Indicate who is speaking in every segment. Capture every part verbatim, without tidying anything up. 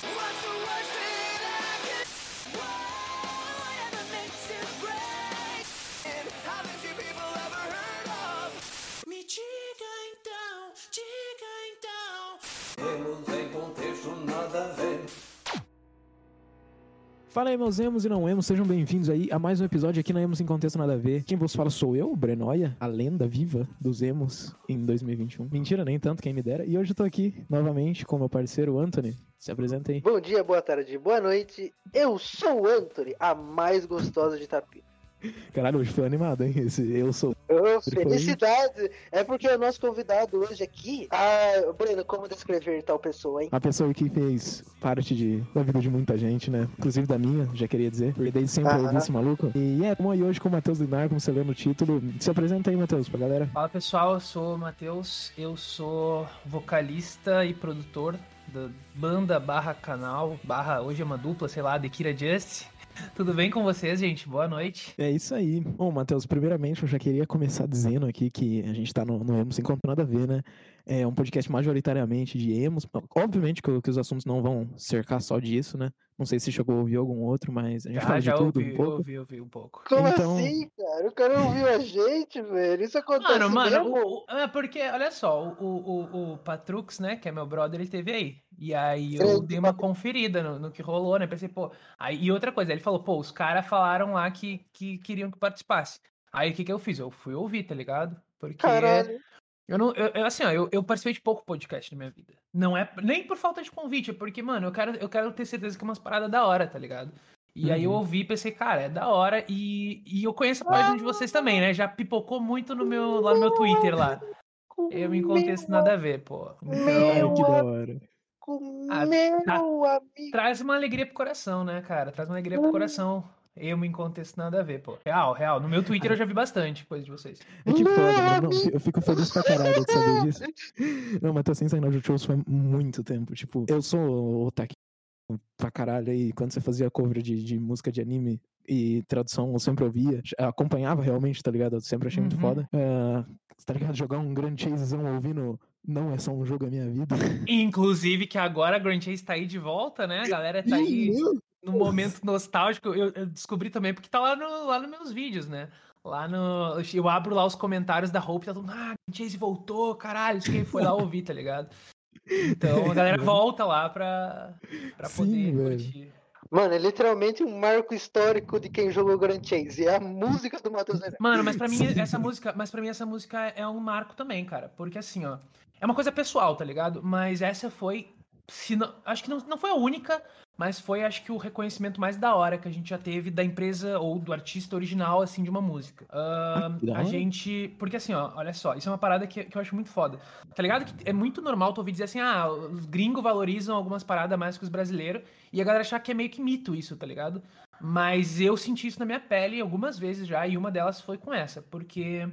Speaker 1: Fala aí, meus emos e não emos, sejam bem-vindos aí a mais um episódio aqui na Emos Sem Contexto Nada a Ver. Quem vos fala sou eu, Brenoia, a lenda viva dos emos em dois mil e vinte e um. Mentira, nem tanto, quem me dera. E hoje eu tô aqui novamente com meu parceiro Anthony. Se apresenta aí.
Speaker 2: Bom dia, boa tarde, boa noite. Eu sou o Anthony, a mais gostosa de Itapi.
Speaker 1: Caralho, hoje foi animado, hein? Esse eu sou...
Speaker 2: Oh, felicidade! É porque o nosso convidado hoje aqui... Ah, Breno, como descrever tal pessoa, hein?
Speaker 1: Uma pessoa que fez parte de, da vida de muita gente, né? Inclusive da minha, já queria dizer. Porque desde sempre eu ouvi esse maluco. E é, como aí hoje com o Matheus Linar, como você leu no título. Se apresenta aí, Matheus, pra galera.
Speaker 3: Fala, pessoal, eu sou o Matheus. Eu sou vocalista e produtor da banda barra canal, barra, hoje é uma dupla, sei lá, The Kira Just. Tudo bem com vocês, gente? Boa noite.
Speaker 1: É isso aí. Bom, Matheus, primeiramente eu já queria começar dizendo aqui que a gente tá no, no Emos Sem Conto Nada a Ver, né? É um podcast majoritariamente de emos. Obviamente que, que os assuntos não vão cercar só disso, né? Não sei se chegou a ouvir algum outro, mas a gente
Speaker 3: já,
Speaker 1: fala
Speaker 3: já
Speaker 1: de tudo
Speaker 3: ouvi,
Speaker 1: um pouco.
Speaker 3: ouvi, ouvi um pouco.
Speaker 2: Como
Speaker 1: Então...
Speaker 2: assim, cara? O cara ouviu a gente, velho? Isso acontece
Speaker 3: mano, mano,
Speaker 2: mesmo?
Speaker 3: o, o, é porque, olha só, o, o, o Patrux, né, que é meu brother, ele teve aí. E aí eu
Speaker 2: Grande
Speaker 3: dei uma
Speaker 2: Patrux.
Speaker 3: conferida no, no que rolou, né? Pensei, pô... Aí, e outra coisa, ele falou, pô, os caras falaram lá que, que queriam que participasse. Aí o que que eu fiz? Eu fui ouvir, tá ligado? Porque...
Speaker 2: Caralho.
Speaker 3: Eu não, eu, eu, assim, ó, eu, eu participei de pouco podcast na minha vida. Não é nem por falta de convite, é porque, mano, eu quero, eu quero ter certeza que é umas paradas da hora, tá ligado? E
Speaker 1: Uhum.
Speaker 3: aí eu ouvi e pensei, cara, é da hora. E, e eu conheço a página de vocês também, né? Já pipocou muito no meu, lá no meu Twitter lá. Eu me contexto nada a ver, pô. Então,
Speaker 1: Ai, que da hora.
Speaker 3: ah,
Speaker 2: Meu
Speaker 3: tá-
Speaker 2: amigo.
Speaker 3: traz uma alegria pro coração, né, cara? Traz uma alegria pro coração. Eu me contexto nada a ver, pô. Real, real. No meu Twitter eu já vi bastante coisa de vocês.
Speaker 1: É que foda,
Speaker 2: Meu
Speaker 1: mano. Não,
Speaker 2: amigo.
Speaker 1: eu fico feliz pra caralho de saber disso. Não, Matheus, sem sair de shows faz muito tempo. Tipo, eu sou otaku pra caralho aí. Quando você fazia cover de, de música de anime e tradução, eu sempre ouvia. Acompanhava realmente, tá ligado? Eu sempre achei muito
Speaker 3: Uhum.
Speaker 1: foda. Uh, tá ligado? Jogar um Grand Chasezão ouvindo Não É Só Um Jogo, É Minha Vida.
Speaker 3: Inclusive que agora a Grand Chase tá aí de volta, né? A galera tá aí no momento nostálgico. Eu, eu descobri também porque tá lá, no, lá nos meus vídeos, né? Lá no... Eu abro lá os comentários da Hope e tá todo mundo, ah, Grand Chase voltou, caralho. Isso quem foi lá ouvir, tá ligado? Então a galera volta lá pra, pra
Speaker 1: Sim,
Speaker 3: poder
Speaker 1: velho.
Speaker 3: curtir.
Speaker 2: Mano, é literalmente um marco histórico de quem jogou Grand Chase. É a música do Matheus Linar.
Speaker 3: Mano, mas pra mim
Speaker 1: Sim.
Speaker 3: essa música, mas para mim essa música é um marco também, cara, porque assim, ó, é uma coisa pessoal, tá ligado? Mas essa foi, se não, acho que não, não foi a única, mas foi acho que o reconhecimento mais da hora que a gente já teve da empresa ou do artista original assim de uma música. Ahn,
Speaker 1: Que da
Speaker 3: a
Speaker 1: hora.
Speaker 3: gente, porque assim, ó, olha só, isso é uma parada que, que eu acho muito foda. Tá ligado que é muito normal tu ouvir dizer assim, ah, os gringos valorizam algumas paradas mais que os brasileiros e a galera achar que é meio que mito isso, tá ligado? Mas eu senti isso na minha pele algumas vezes já, e uma delas foi com essa, porque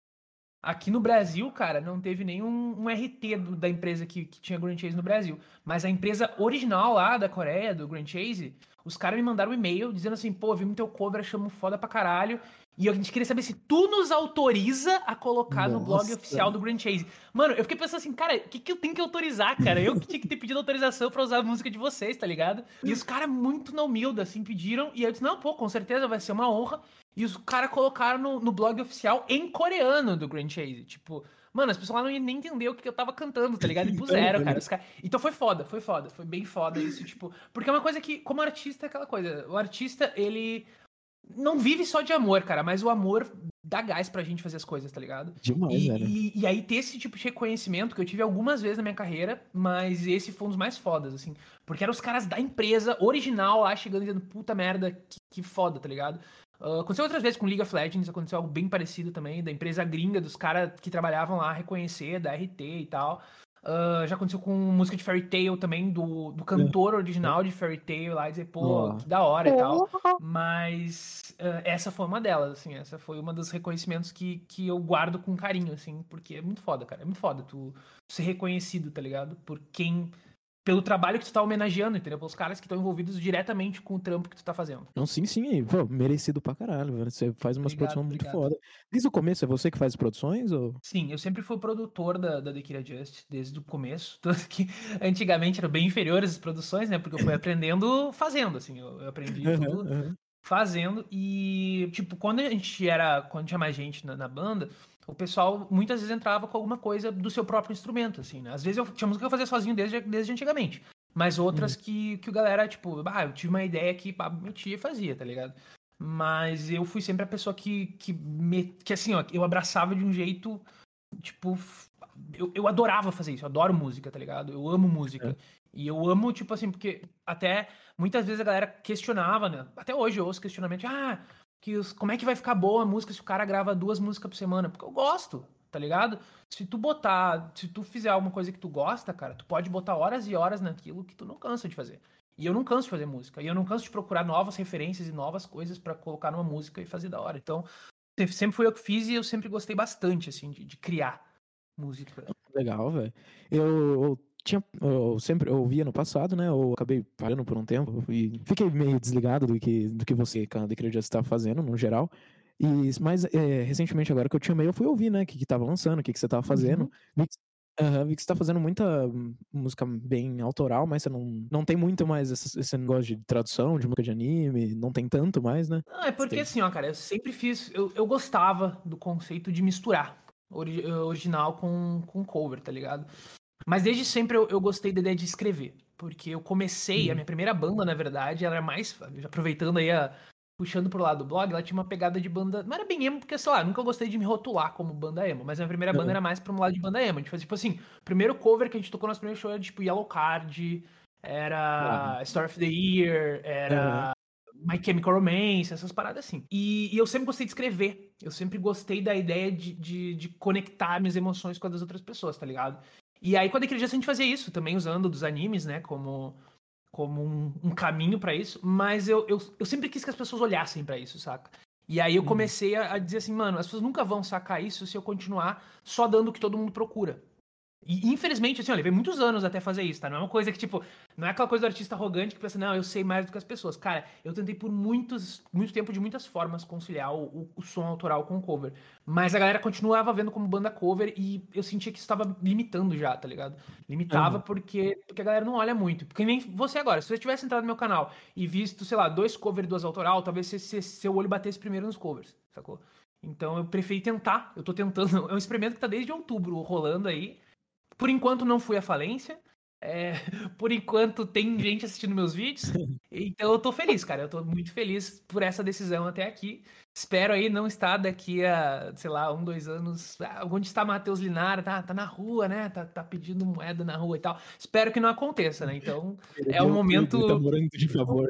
Speaker 3: aqui no Brasil, cara, não teve nenhum um R T do- da empresa que, que tinha Grand Chase no Brasil. Mas a empresa original lá da Coreia, do Grand Chase, os caras me mandaram um e-mail dizendo assim, pô, vimos teu cover, achamos foda pra caralho. E a gente queria saber se tu nos autoriza a colocar no blog
Speaker 1: Nossa.
Speaker 3: oficial do Grand Chase. Mano, eu fiquei pensando assim, cara, o que, que eu tenho que autorizar, cara? Eu que tinha que ter pedido autorização pra usar a música de vocês, tá ligado? E os caras muito na humilde, assim, pediram. E eu disse, não, pô, com certeza vai ser uma honra. E os caras colocaram no, no blog oficial em coreano do Grand Chase. Tipo, mano, as pessoas lá não iam nem entender o que eu tava cantando, tá ligado? E puseram, cara. Os cara... Então foi foda, foi foda. Foi bem foda isso, tipo... Porque é uma coisa que, como artista, é aquela coisa. O artista, ele não vive só de amor, cara. Mas o amor dá gás pra gente fazer as coisas, tá ligado?
Speaker 1: Demais,
Speaker 3: E,
Speaker 1: velho.
Speaker 3: e, e aí ter esse tipo de reconhecimento que eu tive algumas vezes na minha carreira, mas esse foi um dos mais fodas, assim. Porque eram os caras da empresa original lá chegando e dizendo, puta merda, que, que foda, tá ligado? Uh, aconteceu outras vezes com League of Legends, aconteceu algo bem parecido também, da empresa gringa, dos caras que trabalhavam lá, reconhecer, da R T e tal. Uh, já aconteceu com música de Fairy Tail também, do, do cantor original de Fairy Tail lá, e dizer, pô,
Speaker 1: Ó.
Speaker 3: que da hora e tal. Mas uh, essa foi uma delas, assim, essa foi uma dos reconhecimentos que, que eu guardo com carinho, assim, porque é muito foda, cara, é muito foda tu ser reconhecido, tá ligado? Por quem pelo trabalho que tu tá homenageando, entendeu? Pelos caras que estão envolvidos diretamente com o trampo que tu tá fazendo.
Speaker 1: Não, sim, sim, pô, merecido pra caralho, velho. Você faz umas
Speaker 3: Obrigado,
Speaker 1: produções muito
Speaker 3: obrigado.
Speaker 1: foda. Desde o começo, é você que faz as produções? Ou...
Speaker 3: Sim, eu sempre fui produtor da, da The Kid Just desde o começo. Tanto que antigamente eram bem inferiores as produções, né? Porque eu fui aprendendo fazendo, assim. Eu, eu aprendi
Speaker 1: Aham,
Speaker 3: tudo
Speaker 1: aham.
Speaker 3: fazendo. E, tipo, quando a gente era. Quando tinha mais gente na, na banda, o pessoal muitas vezes entrava com alguma coisa do seu próprio instrumento, assim, né? Às vezes eu tinha música que eu fazia sozinho desde, desde antigamente. Mas outras
Speaker 1: Uhum.
Speaker 3: que, que o galera, tipo, ah, eu tive uma ideia que pá, metia e fazia, tá ligado? Mas eu fui sempre a pessoa que, que, me, que assim, ó, eu abraçava de um jeito, tipo, f- eu, eu adorava fazer isso, eu adoro música, tá ligado? Eu amo música. E eu amo, tipo assim, porque até muitas vezes a galera questionava, né? Até hoje eu ouço questionamento, ah, que os, como é que vai ficar boa a música se o cara grava duas músicas por semana? Porque eu gosto, tá ligado? Se tu botar, se tu fizer alguma coisa que tu gosta, cara, tu pode botar horas e horas naquilo que tu não cansa de fazer. E eu não canso de fazer música. E eu não canso de procurar novas referências e novas coisas pra colocar numa música e fazer da hora. Então, sempre fui eu que fiz e eu sempre gostei bastante, assim, de, de criar música.
Speaker 1: Legal, velho. Eu, eu tinha, eu sempre eu ouvia no passado, né? Eu acabei parando por um tempo e fiquei meio desligado do que, do que você, cara, do que eu já estava fazendo, no geral. E, mas é, recentemente, agora que eu te chamei, eu fui ouvir, né? O que, que tava lançando, o que, que você tava fazendo.
Speaker 3: Uhum.
Speaker 1: Vi que, aham, vi que você tá fazendo muita hum, música bem autoral, mas você não, não tem muito mais esse, esse negócio de tradução, de música de anime, não tem tanto mais, né?
Speaker 3: Não, é
Speaker 1: Você
Speaker 3: porque
Speaker 1: tem.
Speaker 3: assim, ó, cara, eu sempre fiz. Eu, eu gostava do conceito de misturar ori- eh, original com, com cover, tá ligado? Mas desde sempre eu, eu gostei da ideia de escrever. Porque eu comecei, a
Speaker 1: Uhum.
Speaker 3: minha primeira banda, na verdade, ela era mais. Aproveitando aí, a, puxando pro lado do blog, ela tinha uma pegada de banda. Não era bem emo, porque, sei lá, eu nunca gostei de me rotular como banda emo. Mas a minha primeira banda
Speaker 1: Aham.
Speaker 3: era mais pra um lado de banda emo. A gente fazia, tipo assim, o primeiro cover que a gente tocou no nosso primeiro show era tipo Yellow Card,
Speaker 1: Ah,
Speaker 3: era Story of the Year,
Speaker 1: aham.
Speaker 3: era My Chemical Romance, essas paradas assim. E, e eu sempre gostei de escrever. Eu sempre gostei da ideia de, de, de conectar minhas emoções com as das outras pessoas, tá ligado? E aí, quando aquele dia a gente fazia isso, também usando dos animes, né, como, como um, um caminho pra isso, mas eu, eu, eu sempre quis que as pessoas olhassem pra isso, saca? E aí eu
Speaker 1: Uhum.
Speaker 3: comecei a, a dizer assim, mano, as pessoas nunca vão sacar isso se eu continuar só dando o que todo mundo procura. E infelizmente, assim, eu levei muitos anos até fazer isso, tá? Não é uma coisa que, tipo, não é aquela coisa do artista arrogante que pensa, não, eu sei mais do que as pessoas. Cara, eu tentei por muitos, muito tempo, de muitas formas, conciliar o, o, o som autoral com o cover. Mas a galera continuava vendo como banda cover e eu sentia que isso estava limitando já, tá ligado? Limitava
Speaker 1: Aham.
Speaker 3: porque, porque a galera não olha muito. Porque nem você agora, se você tivesse entrado no meu canal e visto, sei lá, dois covers e duas autoral, talvez você, você, seu olho batesse primeiro nos covers, sacou? Então eu preferi tentar, eu tô tentando, é um experimento que tá desde outubro rolando aí. Por enquanto não fui à falência. É, por enquanto tem gente assistindo meus vídeos. Então eu tô feliz, cara. Eu tô muito feliz por essa decisão até aqui. Espero aí não estar daqui a, sei lá, um, dois anos. Ah, onde está Matheus Linara? Tá, tá na rua, né? Tá, tá pedindo moeda na rua e tal. Espero que não aconteça, né? Então é um
Speaker 1: Perdeu tudo, tá
Speaker 3: momento.
Speaker 1: morando de favor.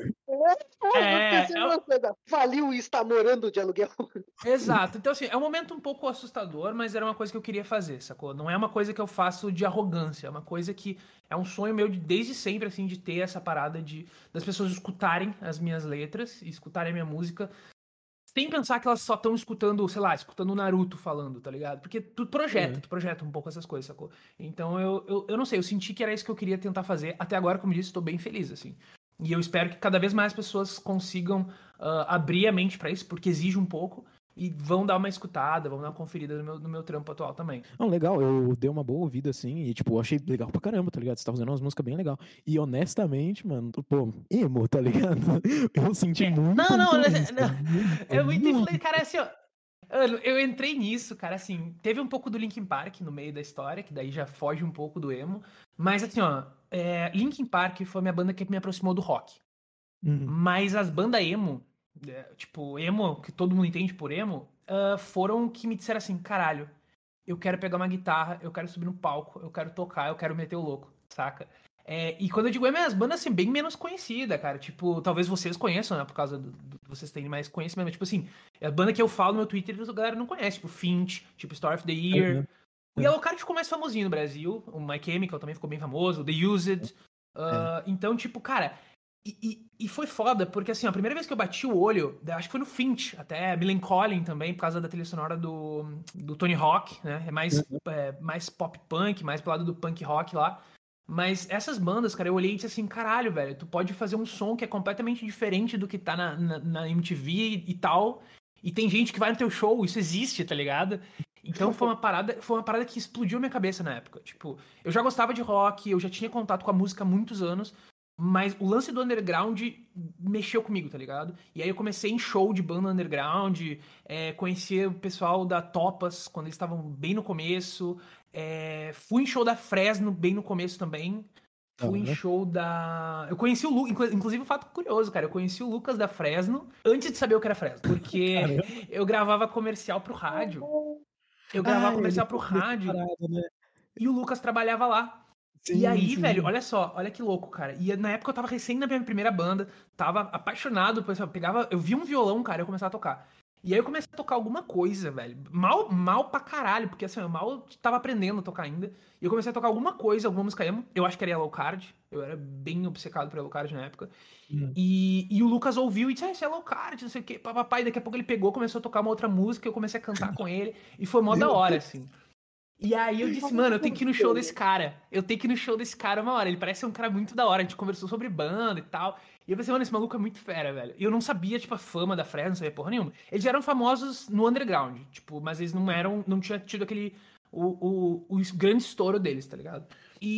Speaker 3: É,
Speaker 2: Aconteceu
Speaker 3: é,
Speaker 2: uma coisa. Faliu e está morando de aluguel.
Speaker 3: exato. Então, assim, é um momento um pouco assustador, mas era uma coisa que eu queria fazer, sacou? Não é uma coisa que eu faço de arrogância, é uma coisa que é um sonho meu de, desde sempre, assim, de ter essa parada de das pessoas escutarem as minhas letras, e escutarem a minha música, sem pensar que elas só estão escutando, sei lá, escutando o Naruto falando, tá ligado? Porque tu projeta,
Speaker 1: Aham.
Speaker 3: tu projeta um pouco essas coisas, sacou? Então eu, eu, eu não sei, eu senti que era isso que eu queria tentar fazer. Até agora, como eu disse, estou bem feliz, assim. E eu espero que cada vez mais pessoas consigam ah, abrir a mente pra isso, porque exige um pouco, e vão dar uma escutada, vão dar uma conferida no meu, no meu trampo atual também.
Speaker 1: Não, legal, eu dei uma boa ouvida assim e, tipo, achei legal pra caramba, tá ligado? Você tá fazendo umas músicas bem legal. E honestamente, mano, pô, emo, tá ligado? Eu senti
Speaker 3: É.
Speaker 1: muita
Speaker 3: Não, não,
Speaker 1: influência.
Speaker 3: não,
Speaker 1: Muita,
Speaker 3: é muito influente.
Speaker 1: muito.
Speaker 3: Cara, assim, ó. Mano, eu entrei nisso, cara, assim, teve um pouco do Linkin Park no meio da história, que daí já foge um pouco do emo, mas assim, ó, é, Linkin Park foi a minha banda que me aproximou do rock,
Speaker 1: Uhum.
Speaker 3: mas as bandas emo, é, tipo, emo, que todo mundo entende por emo, ah, foram que me disseram assim, caralho, eu quero pegar uma guitarra, eu quero subir no palco, eu quero tocar, eu quero meter o louco, saca? É, e quando eu digo emo, é as bandas assim, bem menos conhecidas, cara. Tipo, talvez vocês conheçam, né? Por causa do, do- vocês terem mais conhecimento. Mas, tipo assim, é a banda que eu falo no meu Twitter e a galera não conhece. Tipo, Finch, tipo, Story of the
Speaker 1: Aham,
Speaker 3: Year. O
Speaker 1: é,
Speaker 3: Yellow Card ficou mais famosinho no Brasil. O My Chemical também ficou bem famoso. The Used.
Speaker 1: é.
Speaker 3: Ah, então, tipo, cara. E, e- e foi foda, porque assim, a primeira vez que eu bati o olho, acho que foi no Finch, até Millencolin também, por causa da trilha sonora do, do Tony Hawk, né? É mais,
Speaker 1: Aham.
Speaker 3: é, mais pop punk, mais pro lado do punk rock lá. Mas essas bandas, cara, eu olhei e disse assim, caralho, velho, tu pode fazer um som que é completamente diferente do que tá na, na, na M T V e, e tal, e tem gente que vai no teu show, isso existe, tá ligado? Então foi uma parada, foi uma parada que explodiu a minha cabeça na época. Tipo, eu já gostava de rock, eu já tinha contato com a música há muitos anos, mas o lance do underground mexeu comigo, tá ligado? E aí eu comecei em show de banda underground, é, conheci o pessoal da Topas quando eles estavam bem no começo, é, fui em show da Fresno bem no começo também, fui em
Speaker 1: Aham.
Speaker 3: show da... Eu conheci o Lucas, inclusive um fato curioso, cara, eu conheci o Lucas da Fresno antes de saber o que era Fresno, porque
Speaker 1: Caramba.
Speaker 3: eu gravava comercial pro rádio, eu
Speaker 1: Ah,
Speaker 3: gravava
Speaker 1: ele
Speaker 3: comercial pro
Speaker 1: fez essa
Speaker 3: rádio
Speaker 1: parada, né?
Speaker 3: e o Lucas trabalhava lá. E
Speaker 1: Sim,
Speaker 3: aí, velho,
Speaker 1: sim.
Speaker 3: olha só, olha que louco, cara. E na época eu tava recém na minha primeira banda, tava apaixonado por isso. Eu pegava, eu vi um violão, cara, eu começava a tocar. E aí eu comecei a tocar alguma coisa, velho. Mal, mal pra caralho, porque assim, eu mal tava aprendendo a tocar ainda. E eu comecei a tocar alguma coisa, alguma música emo. Eu acho que era Yellow Card. Eu era bem obcecado por Yellow Card na época.
Speaker 1: Hum.
Speaker 3: E, e o Lucas ouviu e disse, ah, isso é Yellow Card, não sei o quê, papai. Daqui a pouco ele pegou, começou a tocar uma outra música, eu comecei a cantar com ele. E foi mó da
Speaker 1: Meu
Speaker 3: hora,
Speaker 1: Deus.
Speaker 3: assim. E aí eu disse, mano, eu tenho que ir no show desse cara. Eu tenho que ir no show desse cara uma hora. Ele parece ser um cara muito da hora. A gente conversou sobre banda e tal. E eu pensei, mano, esse maluco é muito fera, velho. E eu não sabia, tipo, a fama da Fresno, não sabia porra nenhuma. Eles eram famosos no underground, tipo, mas eles não eram, não tinha tido aquele, o, o, o grande estouro deles, tá ligado?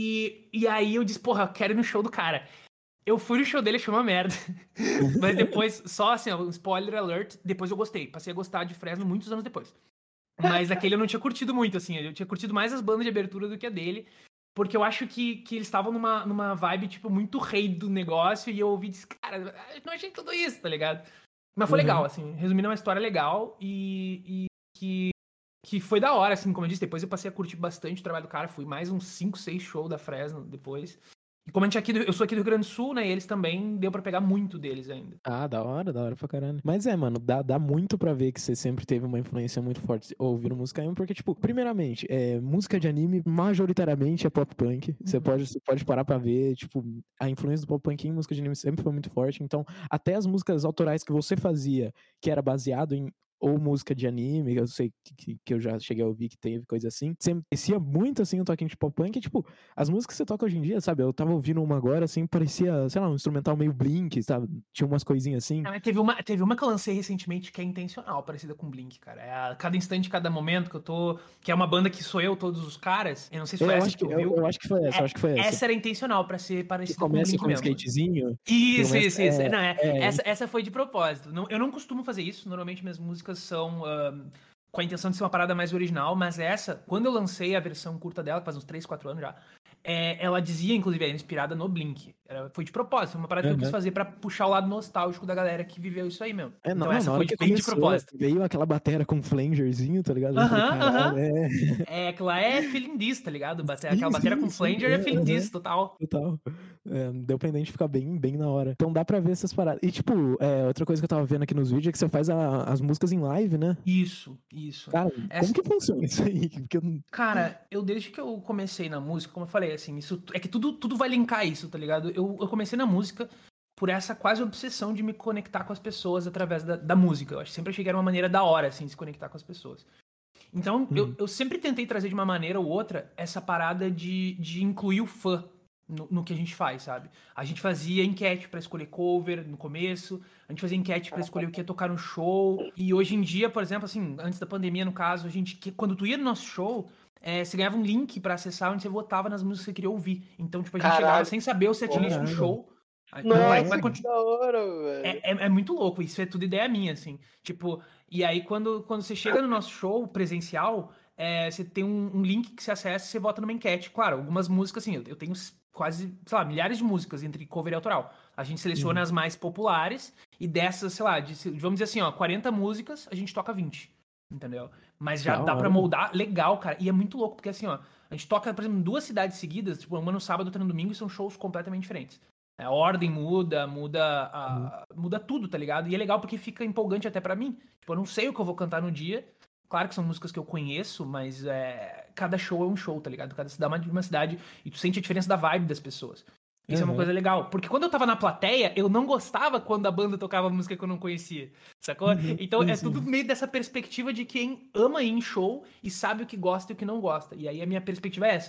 Speaker 3: E, e aí eu disse, porra, eu quero ir no show do cara. Eu fui no show dele, achei uma merda. Mas depois, só assim, ó, um spoiler alert, depois eu gostei. Passei a gostar de Fresno muitos anos depois. Mas aquele eu não tinha curtido muito, assim. Eu tinha curtido mais as bandas de abertura do que a dele. Porque eu acho que, que eles estavam numa, numa vibe, tipo, muito rei do negócio. E eu ouvi e disse, cara, eu não achei tudo isso, tá ligado? Mas foi
Speaker 1: Uhum.
Speaker 3: legal, assim. Resumindo, é uma história legal. E, e que, que foi da hora, assim, como eu disse. Depois eu passei a curtir bastante o trabalho do cara. Fui mais uns cinco, seis shows da Fresno depois. E como a gente aqui, do- eu sou aqui do Rio Grande do Sul, né? E eles também, deu pra pegar muito deles ainda.
Speaker 1: Ah, da hora, da hora pra caralho. Mas é, mano, dá, dá muito pra ver que você sempre teve uma influência muito forte ouvindo música emo, porque, tipo, primeiramente, é, música de anime majoritariamente é pop punk. Você
Speaker 3: Uhum.
Speaker 1: pode, você pode parar pra ver, tipo, a influência do pop punk em música de anime sempre foi muito forte. Então, até as músicas autorais que você fazia, que era baseado em ou música de anime, eu sei que, que, que eu já cheguei a ouvir que teve coisa assim, sempre parecia muito assim um toquinho de pop punk, e, tipo, as músicas que você toca hoje em dia, sabe? Eu tava ouvindo uma agora, assim, parecia, sei lá, um instrumental meio Blink, sabe? Tinha umas coisinhas assim.
Speaker 3: Ah, mas teve uma, teve uma que eu lancei recentemente que é intencional, parecida com Blink, cara. É a cada instante, cada momento que eu tô. Que é uma banda que sou eu, todos os caras. Eu não sei se
Speaker 1: Eu
Speaker 3: foi essa
Speaker 1: acho
Speaker 3: que
Speaker 1: que,
Speaker 3: tu
Speaker 1: eu,
Speaker 3: ouviu.
Speaker 1: eu acho que foi essa, eu
Speaker 3: É,
Speaker 1: acho que foi essa.
Speaker 3: essa era intencional pra ser
Speaker 1: Que
Speaker 3: parecida com
Speaker 1: começa
Speaker 3: Blink
Speaker 1: com um
Speaker 3: mesmo.
Speaker 1: skatezinho. que
Speaker 3: Isso,
Speaker 1: começa-
Speaker 3: isso, isso.
Speaker 1: é,
Speaker 3: Não, é,
Speaker 1: é,
Speaker 3: essa, essa foi de propósito. Não, eu não costumo fazer isso. Normalmente minhas músicas são ahn, com a intenção de ser uma parada mais original, mas essa, quando eu lancei a versão curta dela, que faz uns três, quatro anos já, é, ela dizia, inclusive, é inspirada no Blink. Era, foi de propósito, foi uma parada que eu quis
Speaker 1: aham.
Speaker 3: fazer pra puxar o lado nostálgico da galera que viveu isso aí mesmo.
Speaker 1: É, não,
Speaker 3: Então
Speaker 1: não,
Speaker 3: essa
Speaker 1: na hora
Speaker 3: foi
Speaker 1: que
Speaker 3: bem de
Speaker 1: começou,
Speaker 3: propósito.
Speaker 1: veio aquela batera com flangerzinho, tá ligado? Eu falei,
Speaker 3: Aham,
Speaker 1: caralho,
Speaker 3: aham.
Speaker 1: é.
Speaker 3: É, aquilo lá é feeling disso, tá ligado? Bate-
Speaker 1: Sim,
Speaker 3: Aquela bateria
Speaker 1: sim,
Speaker 3: com
Speaker 1: sim,
Speaker 3: flanger é
Speaker 1: é,
Speaker 3: feeling
Speaker 1: aham.
Speaker 3: disso, total.
Speaker 1: Total. É, deu pra identificar bem, bem na hora. Então dá pra ver essas paradas. E, tipo, é, outra coisa que eu tava vendo aqui nos vídeos é que você faz a- as músicas em live, né?
Speaker 3: Isso, isso.
Speaker 1: Cara, como
Speaker 3: Essa-
Speaker 1: que funciona isso aí? Porque eu não-
Speaker 3: Cara, eu desde que eu comecei na música, como eu falei, assim, isso é que tudo, tudo vai linkar isso, tá ligado? Eu, eu comecei na música por essa quase obsessão de me conectar com as pessoas através da, da música. Eu acho- sempre achei que era uma maneira da hora, assim, de se conectar com as pessoas. Então, eu,
Speaker 1: Uhum.
Speaker 3: eu sempre tentei trazer de uma maneira ou outra essa parada de, de incluir o fã no, no que a gente faz, sabe? A gente fazia enquete pra escolher cover no começo, a gente fazia enquete pra escolher o que ia tocar no show, e hoje em dia, por exemplo, assim, antes da pandemia, no caso, a gente, que, quando tu ia no nosso show, é, você ganhava um link pra acessar onde você votava nas músicas que você queria ouvir. Então, tipo, a gente chegava
Speaker 2: Caralho.
Speaker 3: sem saber o setlist do
Speaker 1: Caralho.
Speaker 3: show. A- Vai, vai
Speaker 2: Nossa,
Speaker 3: continu-
Speaker 2: que da hora, velho.
Speaker 3: é, é, é muito louco, isso é tudo ideia minha, assim. Tipo, e aí quando, quando você chega no nosso show presencial, é, você tem um, um link que você acessa e você vota numa enquete. Claro, algumas músicas, assim, eu, eu tenho quase, sei lá, milhares de músicas entre cover e autoral. A gente seleciona
Speaker 1: Uhum.
Speaker 3: as mais populares e dessas, sei lá, de- vamos dizer assim, ó, quarenta músicas, a gente toca vinte. Entendeu? Mas já
Speaker 1: Da
Speaker 3: dá pra
Speaker 1: hora.
Speaker 3: moldar legal, cara. E é muito louco, porque assim, ó, a gente toca, por exemplo, em duas cidades seguidas, tipo, uma no sábado, outra no domingo, e são shows completamente diferentes. A ordem muda, muda a, muda tudo, tá ligado? E é legal porque fica empolgante até pra mim. Tipo, eu não sei o que eu vou cantar no dia. Claro que são músicas que eu conheço, mas é, cada show é um show, tá ligado? Cada cidade é uma cidade e tu sente a diferença da vibe das pessoas. Isso é uma
Speaker 1: Uhum.
Speaker 3: coisa legal. Porque quando eu tava na plateia, eu não gostava quando a banda tocava música que eu não conhecia. Sacou?
Speaker 1: Uhum,
Speaker 3: Então
Speaker 1: sim,
Speaker 3: é
Speaker 1: sim.
Speaker 3: tudo meio dessa perspectiva de quem ama ir em show e sabe o que gosta e o que não gosta. E aí a minha perspectiva é essa.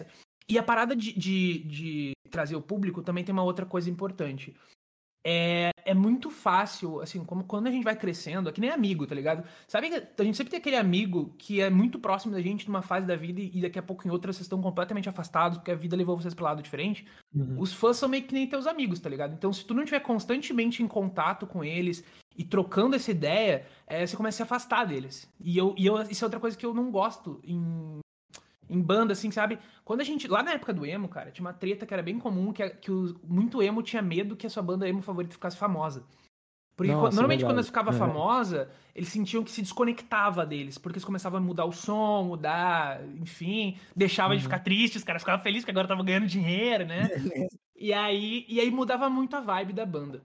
Speaker 3: E a parada de, de, de trazer o público também tem uma outra coisa importante. É, é muito fácil, assim, como quando a gente vai crescendo, é que nem amigo, tá ligado? Sabe que a gente sempre tem aquele amigo que é muito próximo da gente numa fase da vida e daqui a pouco em outra vocês estão completamente afastados porque a vida levou vocês pro lado diferente.
Speaker 1: Uhum.
Speaker 3: Os fãs são meio que nem teus amigos, tá ligado? Então se tu não estiver constantemente em contato com eles e trocando essa ideia, é, você começa a se afastar deles. E, eu, e eu, isso é outra coisa que eu não gosto em... Em banda, assim, sabe? Quando a gente... Lá na época do emo, cara, tinha uma treta que era bem comum, que, que o, muito emo tinha medo que a sua banda emo favorita ficasse famosa. Porque
Speaker 1: Nossa,
Speaker 3: normalmente
Speaker 1: verdade.
Speaker 3: quando ela ficava
Speaker 1: Uhum.
Speaker 3: famosa, eles sentiam que se desconectava deles, porque eles começavam a mudar o som, mudar, enfim, deixava
Speaker 1: Uhum.
Speaker 3: de ficar tristes, os caras ficavam felizes que agora estavam ganhando dinheiro, né? e, aí, e aí mudava muito a vibe da banda.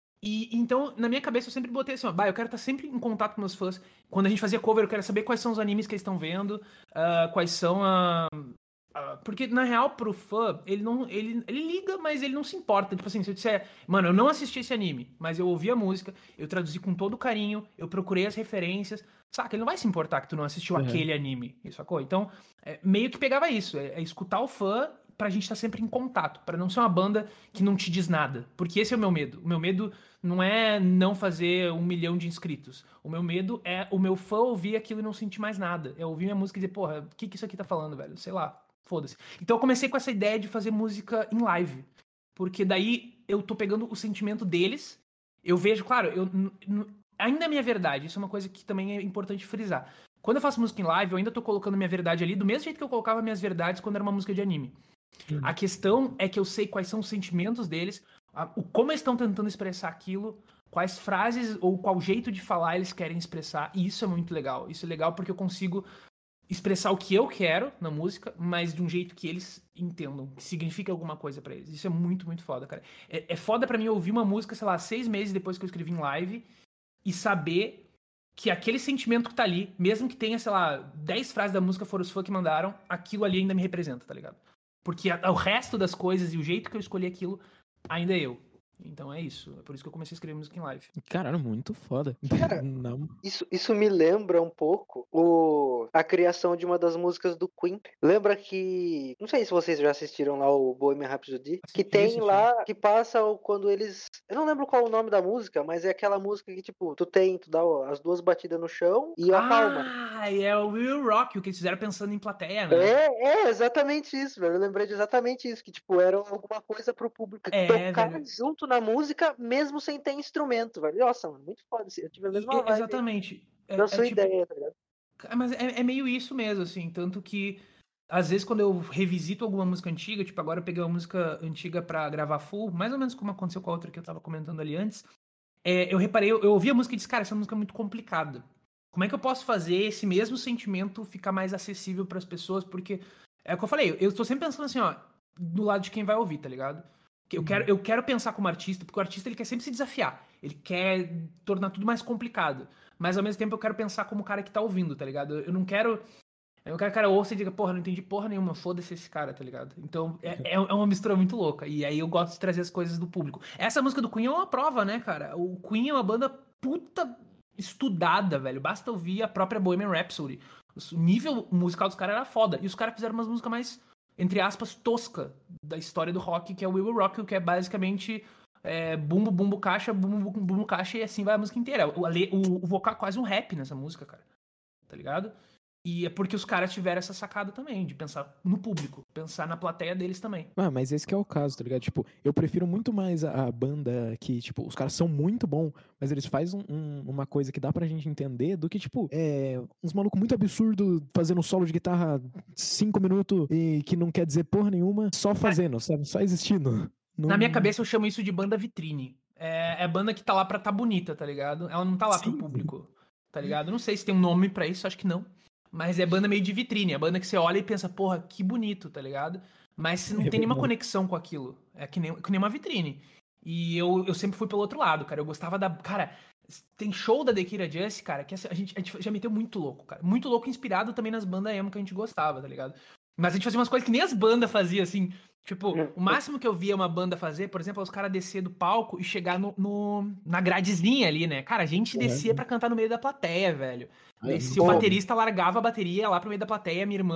Speaker 3: E então, na minha cabeça, eu sempre botei assim, ó, bah, eu quero estar sempre em contato com meus fãs. Quando a gente fazia cover, eu quero saber quais são os animes que eles estão vendo, uh, quais são a... Uh, porque, na real, pro fã, ele não... Ele, ele liga, mas ele não se importa. Tipo assim, se eu disser, mano, eu não assisti esse anime, mas eu ouvi a música, eu traduzi com todo carinho, eu procurei as referências, saca? Ele não vai se importar que tu não assistiu
Speaker 1: Uhum.
Speaker 3: aquele anime, sacou? Então, é, meio que pegava isso, é, é escutar o fã pra gente estar sempre em contato, pra não ser uma banda que não te diz nada. Porque esse é o meu medo. O meu medo não é não fazer um milhão de inscritos. O meu medo é o meu fã ouvir aquilo e não sentir mais nada. É ouvir minha música e dizer, porra, o que, que isso aqui tá falando, velho? Sei lá, foda-se. Então eu comecei com essa ideia de fazer música em live. Porque daí eu tô pegando o sentimento deles. Eu vejo, claro, eu, ainda é minha verdade. Isso é uma coisa que também é importante frisar. Quando eu faço música em live, eu ainda tô colocando minha verdade ali do mesmo jeito que eu colocava minhas verdades quando era uma música de anime. Uhum. A questão é que eu sei quais são os sentimentos deles, a, o, como eles estão tentando expressar aquilo, quais frases ou qual jeito de falar eles querem expressar, e isso é muito legal. Isso é legal porque eu consigo expressar o que eu quero na música, mas de um jeito que eles entendam, que significa alguma coisa pra eles. Isso é muito, muito foda, cara. É, é foda pra mim ouvir uma música, sei lá, seis meses depois que eu escrevi em live e saber que aquele sentimento que tá ali, mesmo que tenha, sei lá, dez frases da música foram os fãs que mandaram, aquilo ali ainda me representa, tá ligado? Porque a, o resto das coisas e o jeito que eu escolhi aquilo ainda é eu. Então é isso. É por isso que eu comecei a escrever música em live.
Speaker 1: Caralho, muito foda.
Speaker 2: Cara,
Speaker 1: não.
Speaker 2: Isso, isso me lembra um pouco o, a criação de uma das músicas do Queen. Lembra que... Não sei se vocês já assistiram lá o Bohemian Rhapsody.
Speaker 3: Assisti,
Speaker 2: que tem
Speaker 3: assisti.
Speaker 2: lá, que passa quando eles... Eu não lembro qual o nome da música, mas é aquela música que, tipo, tu tem, tu dá as duas batidas no chão e acalma.
Speaker 3: Ah, é o Will Rock, o que eles fizeram pensando em plateia, né?
Speaker 2: É, é exatamente isso, velho. Eu lembrei de exatamente isso, que, tipo, era alguma coisa pro público
Speaker 3: É,
Speaker 2: tocar
Speaker 3: velho.
Speaker 2: junto na música, mesmo sem ter instrumento, velho. Nossa, mano, muito foda. Eu tive a mesma
Speaker 3: E,
Speaker 2: vibe.
Speaker 3: exatamente. É,
Speaker 2: Da
Speaker 3: é
Speaker 2: sua
Speaker 3: tipo,
Speaker 2: ideia, tá ligado?
Speaker 3: mas é, é meio isso mesmo, assim. Tanto que, às vezes, quando eu revisito alguma música antiga, tipo, agora eu peguei uma música antiga pra gravar full, mais ou menos como aconteceu com a outra que eu tava comentando ali antes, é, eu reparei, eu, eu ouvi a música e disse, cara, essa música é muito complicada. Como é que eu posso fazer esse mesmo sentimento ficar mais acessível pras pessoas? Porque, é o que eu falei, eu tô sempre pensando assim, ó, do lado de quem vai ouvir, tá ligado? Eu quero, eu quero pensar como artista, porque o artista ele quer sempre se desafiar. Ele quer tornar tudo mais complicado. Mas ao mesmo tempo eu quero pensar como o cara que tá ouvindo, tá ligado? Eu não quero. Eu quero que o cara ouça e diga, porra, não entendi porra nenhuma, foda-se esse cara, tá ligado? Então é, é uma mistura muito louca. E aí eu gosto de trazer as coisas do público. Essa música do Queen é uma prova, né, cara? O Queen é uma banda puta estudada, velho. Basta ouvir a própria Bohemian Rhapsody. O nível musical dos caras era foda. E os caras fizeram umas músicas mais, entre aspas, tosca da história do rock, que é o We Will Rock You, que é basicamente é, bumbo, bumbo, caixa, bumbo, bumbo, bumbo, caixa, e assim vai a música inteira. O, o, o vocal é quase um rap nessa música, cara. Tá ligado? E é porque os caras tiveram essa sacada também, de pensar no público, pensar na plateia deles também.
Speaker 1: Ah, mas esse que é o caso, tá ligado? Tipo, eu prefiro muito mais a, a banda que, tipo, os caras são muito bons, mas eles fazem um, um, uma coisa que dá pra gente entender do que, tipo, é, uns malucos muito absurdos fazendo um solo de guitarra cinco minutos e que não quer dizer porra nenhuma, só fazendo, sabe? Só existindo. Não...
Speaker 3: Na minha cabeça eu chamo isso de banda vitrine. É, é banda que tá lá pra tá bonita, tá ligado? Ela não tá lá sim, pro público, sim. Tá ligado? Não sei se tem um nome pra isso, acho que não. Mas é banda meio de vitrine, é banda que você olha e pensa, porra, que bonito, tá ligado? Mas você não é tem nenhuma conexão com aquilo. É que nem, que nem uma vitrine. E eu, eu sempre fui pelo outro lado, cara. Eu gostava da... Cara, tem show da The Kira Just, cara, que a gente, a gente já meteu muito louco, cara. Muito louco, inspirado também nas bandas emo que a gente gostava, tá ligado? Mas a gente fazia umas coisas que nem as bandas faziam, assim. Tipo, o máximo que eu via uma banda fazer, por exemplo, é os caras descer do palco e chegar no, no, na gradezinha ali, né? Cara, a gente descia uhum. pra cantar no meio da plateia, velho. Descia, o baterista largava a bateria lá pro meio da plateia, minha irmã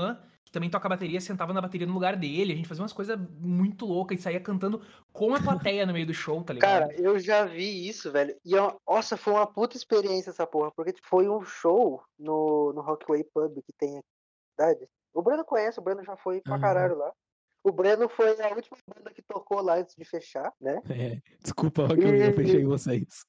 Speaker 3: que também toca bateria, sentava na bateria no lugar dele. A gente fazia umas coisas muito loucas e saía cantando com a plateia no meio do show, tá ligado?
Speaker 2: Cara, eu já vi isso, velho. E, ó, nossa, foi uma puta experiência essa porra. Porque tipo, foi um show no, no Rockway Pub que tem aqui na cidade. O Breno conhece, o Breno já foi pra
Speaker 1: Aham.
Speaker 2: caralho lá. O Breno foi a última banda que tocou lá antes de fechar, né?
Speaker 1: É, desculpa que eu, eu fechei vocês.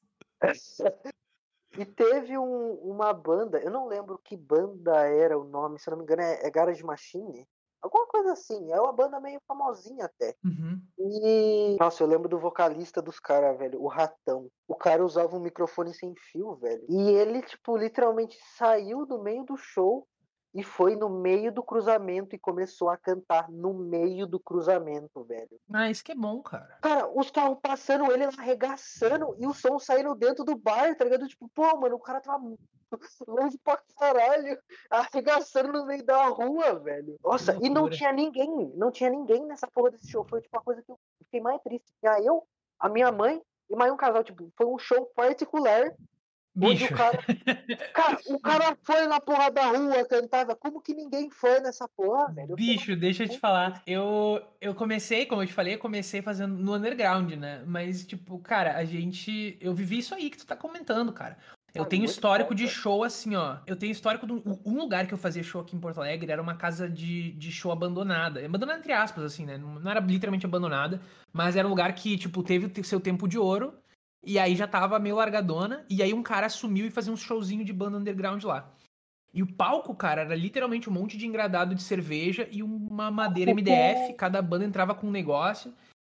Speaker 2: E teve um- uma banda, eu não lembro que banda era o nome, se eu não me engano é, é Garage Machine. Alguma coisa assim, é uma banda meio famosinha até.
Speaker 3: Uhum.
Speaker 2: E. Nossa, eu lembro do vocalista dos caras, velho, o Ratão. O cara usava um microfone sem fio, velho. E ele, tipo, literalmente saiu do meio do show e foi no meio do cruzamento e começou a cantar no meio do cruzamento, velho.
Speaker 3: Ah, isso que é bom, cara.
Speaker 2: Cara, os carros passando, ele lá arregaçando e o som saindo dentro do bar, tá ligado? Tipo, pô, mano, o cara tava longe pra caralho, arregaçando no meio da rua, velho. Nossa, e não
Speaker 3: loucura.
Speaker 2: tinha ninguém, não tinha ninguém nessa porra desse show. Foi tipo a coisa que eu fiquei mais triste. Tinha eu, a minha mãe e mais um casal, tipo, foi um show particular. Onde
Speaker 3: Bicho.
Speaker 2: o cara. Cara, o cara foi na porra da rua, cantava. Como que ninguém foi nessa porra, velho? Eu fiquei
Speaker 3: Bicho, deixa eu te falar. Eu, eu comecei, como eu te falei, eu comecei fazendo no underground, né? Mas, tipo, cara, a gente. Eu vivi isso aí que tu tá comentando, cara. Eu
Speaker 2: Ah,
Speaker 3: tenho
Speaker 2: muito
Speaker 3: histórico
Speaker 2: foda.
Speaker 3: de show assim, ó. Eu tenho histórico de um, um lugar que eu fazia show aqui em Porto Alegre, era uma casa de, de show abandonada. Abandonada entre aspas, assim, né? Não não era literalmente abandonada, mas era um lugar que, tipo, teve o te- seu tempo de ouro. E aí já tava meio largadona. E aí um cara assumiu e fazia um showzinho de banda underground lá. E o palco, cara, era literalmente um monte de engradado de cerveja e uma madeira M D F. Cada banda entrava com um negócio.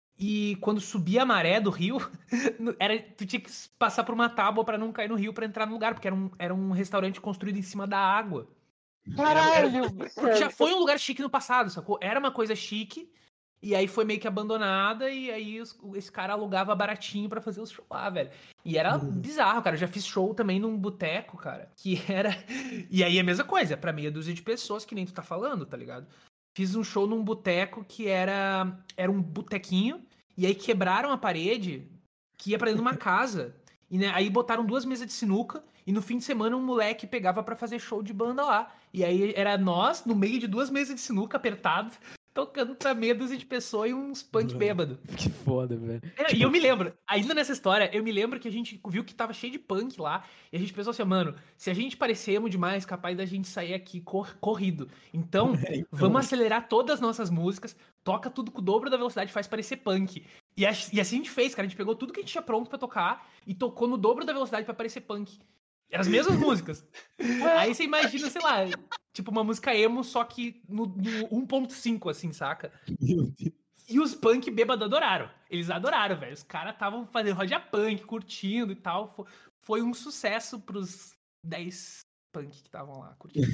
Speaker 3: E quando subia a maré do rio, era, tu tinha que passar por uma tábua pra não cair no rio pra entrar no lugar, porque era um, era um restaurante construído em cima da água. Era, era,
Speaker 2: Caralho,
Speaker 3: porque já
Speaker 2: velho.
Speaker 3: foi um lugar chique no passado, sacou? Era uma coisa chique, e aí foi meio que abandonada, e aí os- esse cara alugava baratinho pra fazer os shows lá, velho. E era bizarro, cara. Eu já fiz show também num boteco, cara, que era. E aí é a mesma coisa, pra meia dúzia de pessoas, que nem tu tá falando, tá ligado? Fiz um show num boteco que era, era um botequinho, e aí quebraram a parede que ia pra dentro de uma casa. E né, aí botaram duas mesas de sinuca, e no fim de semana um moleque pegava pra fazer show de banda lá. E aí era nós, no meio de duas mesas de sinuca apertado, tocando pra meia dúzia de pessoas e uns punk
Speaker 1: Mano,
Speaker 3: bêbado.
Speaker 1: Que foda, velho.
Speaker 3: É,
Speaker 1: Tipo,
Speaker 3: E eu me lembro, ainda nessa história, eu me lembro que a gente viu que tava cheio de punk lá, e a gente pensou assim, mano, se a gente parecer emo demais, capaz da gente sair aqui cor- corrido. Então,
Speaker 1: então,
Speaker 3: vamos acelerar todas as nossas músicas, toca tudo com o dobro da velocidade, faz parecer punk. E, a- e assim a gente fez, cara, a gente pegou tudo que a gente tinha pronto pra tocar e tocou no dobro da velocidade pra parecer punk. Eram as mesmas músicas. Aí você imagina, sei lá, tipo uma música emo, só que no, no um ponto cinco, assim, saca?
Speaker 1: meu Deus.
Speaker 3: E os punk bêbados adoraram. Eles adoraram, velho. Os caras estavam fazendo rodia punk, curtindo e tal. Fo- Foi um sucesso pros dez punk que estavam lá curtindo.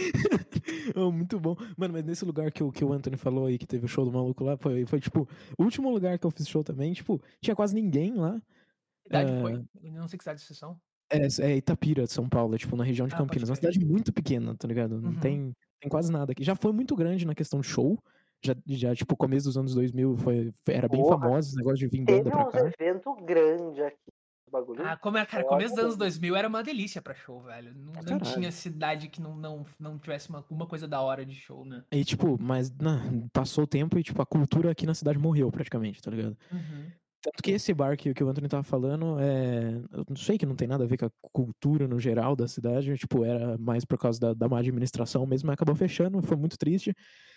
Speaker 1: Oh, muito bom. Mano, mas nesse lugar que o, que o Anthony falou aí, que teve o show do maluco lá, foi, foi tipo, o último lugar que eu fiz show também, tipo, tinha quase ninguém lá.
Speaker 3: Que idade
Speaker 1: Ah,
Speaker 3: foi? Eu não sei que cidade vocês são.
Speaker 1: É, é Itapira, São Paulo, é, tipo, na região de
Speaker 3: Ah, pode
Speaker 1: Campinas. Uma
Speaker 3: crer.
Speaker 1: cidade muito pequena, tá ligado? Não
Speaker 3: Uhum.
Speaker 1: tem, tem quase nada aqui. Já foi muito grande na questão de show. Já, já tipo, começo dos anos dois mil, foi, foi- era bem
Speaker 2: Porra,
Speaker 1: famoso esse negócio de vir banda
Speaker 2: Teve
Speaker 1: pra
Speaker 2: uns
Speaker 1: cá.
Speaker 2: eventos grandes aqui. Bagulho.
Speaker 3: Ah, como é, cara,
Speaker 2: Foda
Speaker 3: começo dos anos
Speaker 2: mesmo.
Speaker 3: dois mil era uma delícia pra show, velho. Não,
Speaker 1: Pra
Speaker 3: não
Speaker 1: caralho.
Speaker 3: tinha cidade que não, não, não tivesse uma, uma coisa da hora de show, né?
Speaker 1: Aí, tipo, mas não, passou o tempo e, tipo, a cultura aqui na cidade morreu praticamente, tá ligado?
Speaker 3: Uhum.
Speaker 1: Tanto que esse bar que, que o Anthony tava falando, é, eu não sei que não tem nada a ver com a cultura no geral da cidade, tipo, era mais por causa da, da má administração mesmo, mas acabou fechando, foi muito triste.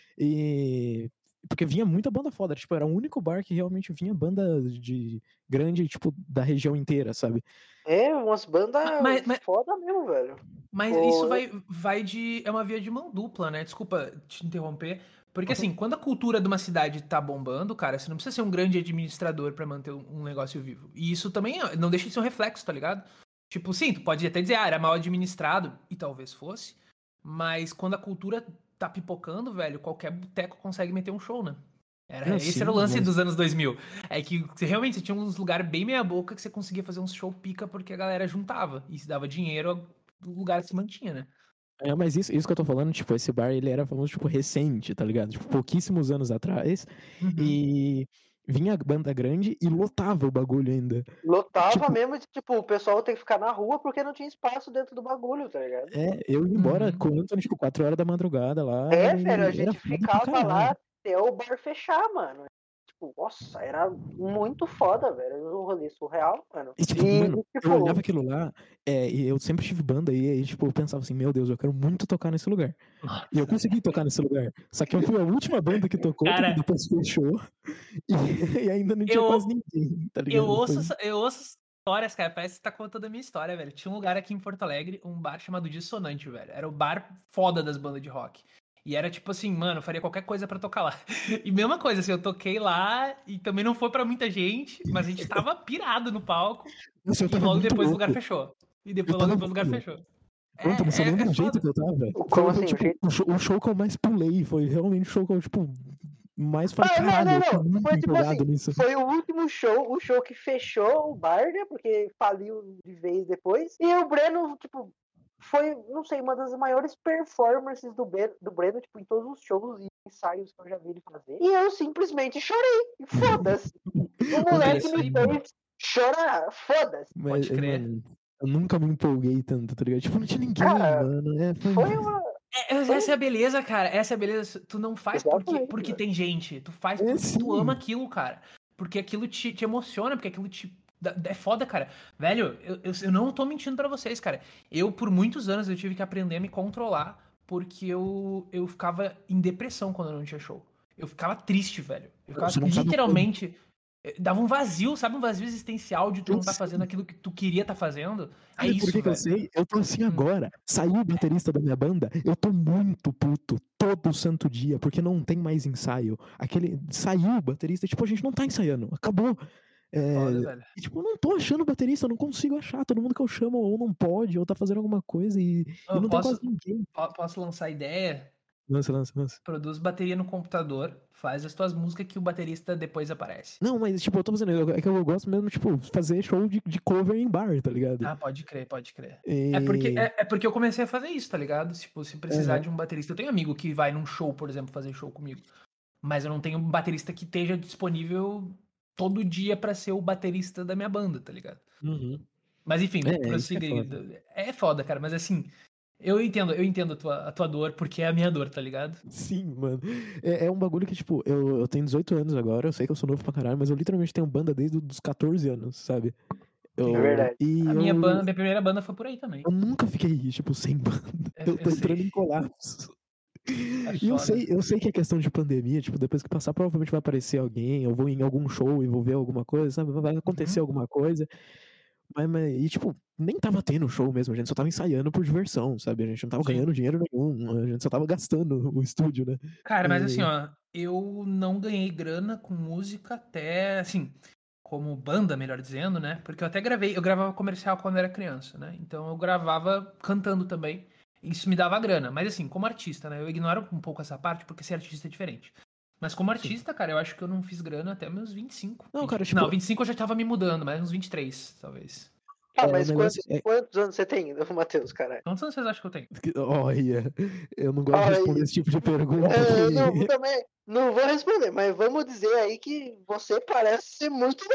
Speaker 1: E porque vinha muita banda foda, tipo, era o único bar que realmente vinha banda de grande, tipo, da região inteira, sabe?
Speaker 2: É, umas bandas
Speaker 3: Mas, mas,
Speaker 2: foda mesmo, velho.
Speaker 3: mas
Speaker 2: Pô,
Speaker 3: isso
Speaker 2: eu-
Speaker 3: vai, vai de. É uma via de mão dupla, né? Desculpa te interromper. Porque assim, quando a cultura de uma cidade tá bombando, cara, você não precisa ser um grande administrador pra manter um um negócio vivo. E isso também ó, não deixa de ser um reflexo, tá ligado? Tipo, sim, tu pode até dizer, ah, era mal administrado, e talvez fosse. Mas quando a cultura tá pipocando, velho, qualquer boteco consegue meter um show, né? Era,
Speaker 1: Não,
Speaker 3: esse
Speaker 1: sim,
Speaker 3: era o lance
Speaker 1: mas-
Speaker 3: dos anos dois mil. É que você, realmente você tinha uns lugares bem meia boca que você conseguia fazer uns show pica porque a galera juntava. E se dava dinheiro, o lugar se mantinha, né?
Speaker 1: É, mas isso, isso que eu tô falando, tipo, esse bar, ele era famoso, tipo, recente, tá ligado? Tipo, pouquíssimos anos atrás.
Speaker 3: Uhum.
Speaker 1: E, vinha a banda grande e lotava o bagulho ainda.
Speaker 2: Lotava
Speaker 1: Tipo-
Speaker 2: mesmo, de, tipo, o pessoal tem que ficar na rua porque não tinha espaço dentro do bagulho, tá ligado?
Speaker 1: É, eu ia embora
Speaker 3: Uhum.
Speaker 1: com o Anthony, tipo, quatro horas da madrugada lá.
Speaker 2: É,
Speaker 1: e
Speaker 2: velho, a
Speaker 1: era
Speaker 2: gente
Speaker 1: foda pra
Speaker 2: ficava
Speaker 1: caralho.
Speaker 2: lá até o bar fechar, mano. Tipo, nossa, era muito foda, velho. Era um rolê surreal, mano.
Speaker 1: E, tipo,
Speaker 2: E,
Speaker 1: mano,
Speaker 2: e,
Speaker 1: eu
Speaker 2: tipo,
Speaker 1: olhava aquilo lá, é, e eu sempre tive banda, e aí, tipo, eu pensava assim, meu Deus, eu quero muito tocar nesse lugar. E eu consegui tocar nesse lugar. Só que eu fui a última banda que tocou,
Speaker 3: Cara,
Speaker 1: porque depois fechou. E, e ainda não tinha
Speaker 3: eu-
Speaker 1: quase ninguém, tá ligado?
Speaker 3: Eu ouço,
Speaker 1: Foi-
Speaker 3: eu ouço histórias, cara, parece que você tá contando a minha história, velho. Tinha um lugar aqui em Porto Alegre, um bar chamado Dissonante, velho. Era o bar foda das bandas de rock. E era tipo assim, mano, eu faria qualquer coisa pra tocar lá. E mesma coisa, assim, eu toquei lá e também não foi pra muita gente, mas a gente tava pirado no palco
Speaker 1: Nossa, eu
Speaker 3: e
Speaker 1: tava
Speaker 3: logo
Speaker 1: muito
Speaker 3: depois o
Speaker 1: louco.
Speaker 3: lugar fechou. E depois,
Speaker 1: Eu
Speaker 3: logo
Speaker 1: tava
Speaker 3: depois o lugar
Speaker 1: muito
Speaker 3: fechou.
Speaker 1: Pronto, você
Speaker 3: É, é,
Speaker 1: lembra
Speaker 3: é
Speaker 1: o jeito
Speaker 3: foda.
Speaker 1: que eu tava?
Speaker 2: Como
Speaker 1: Foi,
Speaker 2: assim,
Speaker 1: foi,
Speaker 2: o
Speaker 1: tipo,
Speaker 2: jeito?
Speaker 1: o show, o show que eu mais pulei. Foi realmente o show que eu, tipo, mais falei,
Speaker 2: Ah, não,
Speaker 1: caralho,
Speaker 2: não,
Speaker 1: eu tô
Speaker 2: não.
Speaker 1: muito
Speaker 2: Foi tipo
Speaker 1: empolgado
Speaker 2: assim,
Speaker 1: nisso.
Speaker 2: foi o último show, o show que fechou o bar, né? Porque faliu de vez depois. E o Breno, tipo, foi, não sei, uma das maiores performances do Breno, do Breno, tipo, em todos os shows e ensaios que eu já vi ele fazer. E eu simplesmente chorei. E foda-se. O
Speaker 1: Mas
Speaker 2: moleque
Speaker 3: é isso
Speaker 2: me
Speaker 3: aí, mano.
Speaker 2: fez chorar. Foda-se.
Speaker 1: Mas,
Speaker 3: Pode crer.
Speaker 1: mano, eu nunca me empolguei tanto, tá ligado? Tipo, não tinha ninguém,
Speaker 2: Cara,
Speaker 1: mano. É, foi...
Speaker 2: Foi uma.
Speaker 3: É, mas essa é a beleza, cara. Essa é a beleza. Tu não faz porque,
Speaker 2: Exatamente,
Speaker 3: porque
Speaker 2: velho.
Speaker 3: tem gente. Tu faz
Speaker 1: É,
Speaker 3: porque tu ama
Speaker 1: sim.
Speaker 3: aquilo, cara. Porque aquilo te, te emociona, porque aquilo te. dá- É foda, cara. Velho, eu, eu, eu não tô mentindo pra vocês, cara. Eu, por muitos anos, eu tive que aprender a me controlar porque eu, eu ficava em depressão quando eu não tinha show. Eu ficava triste, velho. Eu ficava
Speaker 1: Você não sabe o
Speaker 3: literalmente. eh, Dava um vazio, sabe? Um vazio existencial de tu
Speaker 1: Eu
Speaker 3: não tá
Speaker 1: sei.
Speaker 3: fazendo aquilo que tu queria tá fazendo. É
Speaker 1: Sabe por
Speaker 3: isso,
Speaker 1: que, que eu
Speaker 3: velho.
Speaker 1: sei? Eu tô assim
Speaker 3: Hum.
Speaker 1: agora. Saiu o baterista da minha banda, eu tô muito puto todo santo dia, porque não tem mais ensaio. Aquele. Saiu o baterista, tipo, a gente não tá ensaiando. Acabou. É,
Speaker 3: Foda, velho.
Speaker 1: e, tipo, eu não tô achando baterista, eu não consigo achar. Todo mundo que eu chamo ou não pode, ou tá fazendo alguma coisa e, e
Speaker 3: Eu
Speaker 1: não tem
Speaker 3: posso,
Speaker 1: quase ninguém.
Speaker 3: po- posso lançar ideia?
Speaker 1: Lança, lança, lança.
Speaker 3: Produz bateria no computador, faz as tuas músicas que o baterista depois aparece.
Speaker 1: Não, mas, tipo, eu tô fazendo. eu- É que eu gosto mesmo, tipo, fazer show de, de cover em bar, tá ligado?
Speaker 3: Ah, pode crer, pode crer.
Speaker 1: E...
Speaker 3: É porque, é, é porque eu comecei a fazer isso, tá ligado? Tipo, se precisar
Speaker 1: Uhum.
Speaker 3: de um baterista. Eu tenho amigo que vai num show, por exemplo, fazer show comigo. Mas eu não tenho um baterista que esteja disponível todo dia pra ser o baterista da minha banda, tá ligado?
Speaker 1: Uhum.
Speaker 3: Mas enfim,
Speaker 1: É, isso que é foda.
Speaker 3: prosseguindo. É foda, cara, mas assim, eu entendo, eu entendo a tua, a tua dor, porque é a minha dor, tá ligado?
Speaker 1: Sim, mano. É, é um bagulho que, tipo, eu, eu tenho dezoito anos agora, eu sei que eu sou novo pra caralho, mas eu literalmente tenho banda desde os catorze anos, sabe? Eu,
Speaker 2: É verdade.
Speaker 1: e
Speaker 3: A minha
Speaker 1: eu,
Speaker 3: banda, minha primeira banda foi por aí também.
Speaker 1: eu nunca fiquei, tipo, sem banda.
Speaker 3: Eu,
Speaker 1: Eu tô
Speaker 3: eu
Speaker 1: entrando
Speaker 3: sei.
Speaker 1: em colapso.
Speaker 3: É
Speaker 1: E eu
Speaker 3: foda.
Speaker 1: sei, eu sei que é questão de pandemia, tipo, depois que passar, provavelmente vai aparecer alguém, eu vou em algum show e vou ver alguma coisa, sabe? Vai acontecer
Speaker 3: Uhum.
Speaker 1: alguma coisa. Mas, mas, e, tipo, nem tava tendo show mesmo, a gente só tava ensaiando por diversão, sabe? A gente não tava
Speaker 3: Sim.
Speaker 1: ganhando dinheiro nenhum, a gente só tava gastando o estúdio, né?
Speaker 3: Cara, mas assim,
Speaker 1: E-
Speaker 3: ó, eu não ganhei grana com música até, assim, como banda, melhor dizendo, né? Porque eu até gravei, eu gravava comercial quando era criança, né? Então eu gravava cantando também. Isso me dava grana. Mas assim, como artista, né? Eu ignoro um pouco essa parte porque ser artista é diferente. Mas como
Speaker 1: Sim.
Speaker 3: artista, cara, eu acho que eu não fiz grana até meus vinte e cinco.
Speaker 1: Não,
Speaker 3: vinte
Speaker 1: cara, tipo,
Speaker 3: Não, vinte e cinco eu já tava me mudando, mas uns vinte e três, talvez.
Speaker 2: Ah,
Speaker 1: é, o
Speaker 2: mas
Speaker 1: negócio
Speaker 2: quantos,
Speaker 1: é
Speaker 2: quantos anos você tem, Matheus, caralho?
Speaker 3: Quantos anos vocês acham que eu tenho?
Speaker 1: que- olha, eu não gosto de
Speaker 2: Olha
Speaker 1: responder
Speaker 2: aí.
Speaker 1: esse tipo de pergunta,
Speaker 2: É, eu não,
Speaker 1: porque
Speaker 2: também não vou responder, mas vamos dizer aí que você parece ser muito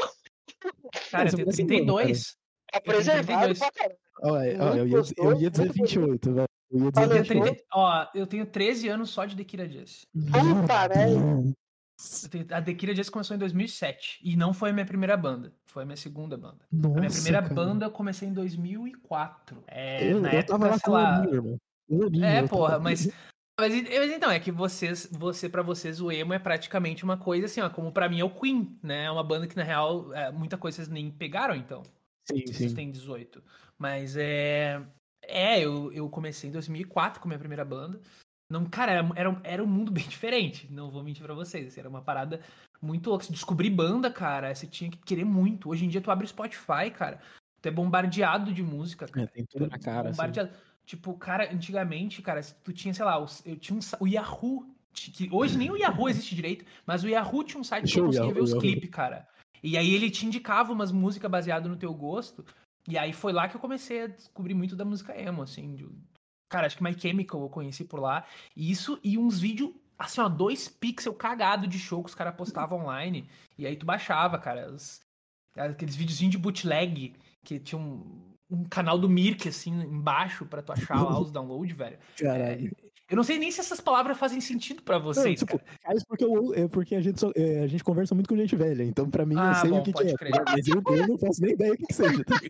Speaker 3: Cara, eu
Speaker 1: você
Speaker 3: tenho
Speaker 1: parece
Speaker 3: trinta e
Speaker 1: novo, cara.
Speaker 3: dois. Eu tenho
Speaker 2: preservado
Speaker 3: trinta e dois.
Speaker 2: pra caramba.
Speaker 1: Olha, olha, eu
Speaker 2: Muito
Speaker 1: ia, dizer- eu ia
Speaker 2: gostoso,
Speaker 1: dizer
Speaker 2: muito
Speaker 1: vinte e
Speaker 2: bonito.
Speaker 1: oito, velho. Eu ia
Speaker 3: Eu
Speaker 1: dizer
Speaker 2: Olha,
Speaker 3: tenho
Speaker 1: vinte e oito.
Speaker 3: trinta. Ó, eu tenho treze anos só de Dekira Jazz.
Speaker 1: Meu
Speaker 2: Puta, né?
Speaker 1: Deus.
Speaker 3: Eu tenho- A Dekira Jazz começou em dois mil e sete. E não foi a minha primeira banda. Foi a minha segunda banda. A minha
Speaker 1: Nossa,
Speaker 3: primeira
Speaker 1: cara.
Speaker 3: banda eu comecei em dois mil e quatro. É,
Speaker 1: Eu,
Speaker 3: na
Speaker 1: eu tava
Speaker 3: época,
Speaker 1: lá
Speaker 3: sei
Speaker 1: com um
Speaker 3: lá.
Speaker 1: aninho, irmão. Um aninho,
Speaker 3: É,
Speaker 1: eu tava...
Speaker 3: porra, mas. Mas, e- mas então, é que vocês, você, pra vocês, o emo é praticamente uma coisa assim, ó, como pra mim é o Queen, né? É uma banda que, na real, é, muita coisa vocês nem pegaram, então.
Speaker 1: Sim,
Speaker 3: Se vocês
Speaker 1: sim.
Speaker 3: têm dezoito. Mas é. É, eu, eu comecei em dois mil e quatro com a minha primeira banda. Não, cara, era, era, era um mundo bem diferente. Não vou mentir pra vocês. Assim, era uma parada muito louca. Se descobrir banda, cara, você tinha que querer muito. Hoje em dia tu abre Spotify, cara. Tu é bombardeado de música, cara.
Speaker 1: É, tem
Speaker 3: Tu
Speaker 1: tudo
Speaker 3: é
Speaker 1: na cara, assim.
Speaker 3: bombardeado. Tipo, cara, antigamente, cara, tu tinha, sei lá, eu tinha um, o Yahoo. Que hoje nem o Yahoo existe direito, mas o Yahoo tinha um site que
Speaker 1: Show,
Speaker 3: eu conseguia
Speaker 1: Yahoo,
Speaker 3: ver os
Speaker 1: Yahoo.
Speaker 3: clipes, cara. E aí ele te indicava umas músicas baseadas no teu gosto. E aí foi lá que eu comecei a descobrir muito da música emo, assim. De... Cara, acho que My Chemical eu conheci por lá. E isso e uns vídeos assim, ó, dois pixels cagado de show que os caras postavam online. E aí tu baixava, cara, os, aqueles videozinhos de bootleg que tinha um, um canal do Mirk, assim, embaixo pra tu achar lá os downloads, velho.
Speaker 1: Caralho.
Speaker 3: É, eu não sei nem se essas palavras fazem sentido pra vocês,
Speaker 1: Não, tipo,
Speaker 3: cara.
Speaker 1: faz porque, eu, é porque a, gente só, é, a gente conversa muito com gente velha, então pra mim eu
Speaker 3: Ah,
Speaker 1: sei
Speaker 3: bom,
Speaker 1: o que, que
Speaker 3: pode
Speaker 1: é,
Speaker 3: crer.
Speaker 1: mas eu, eu não faço nem ideia o que, que seja. Tá?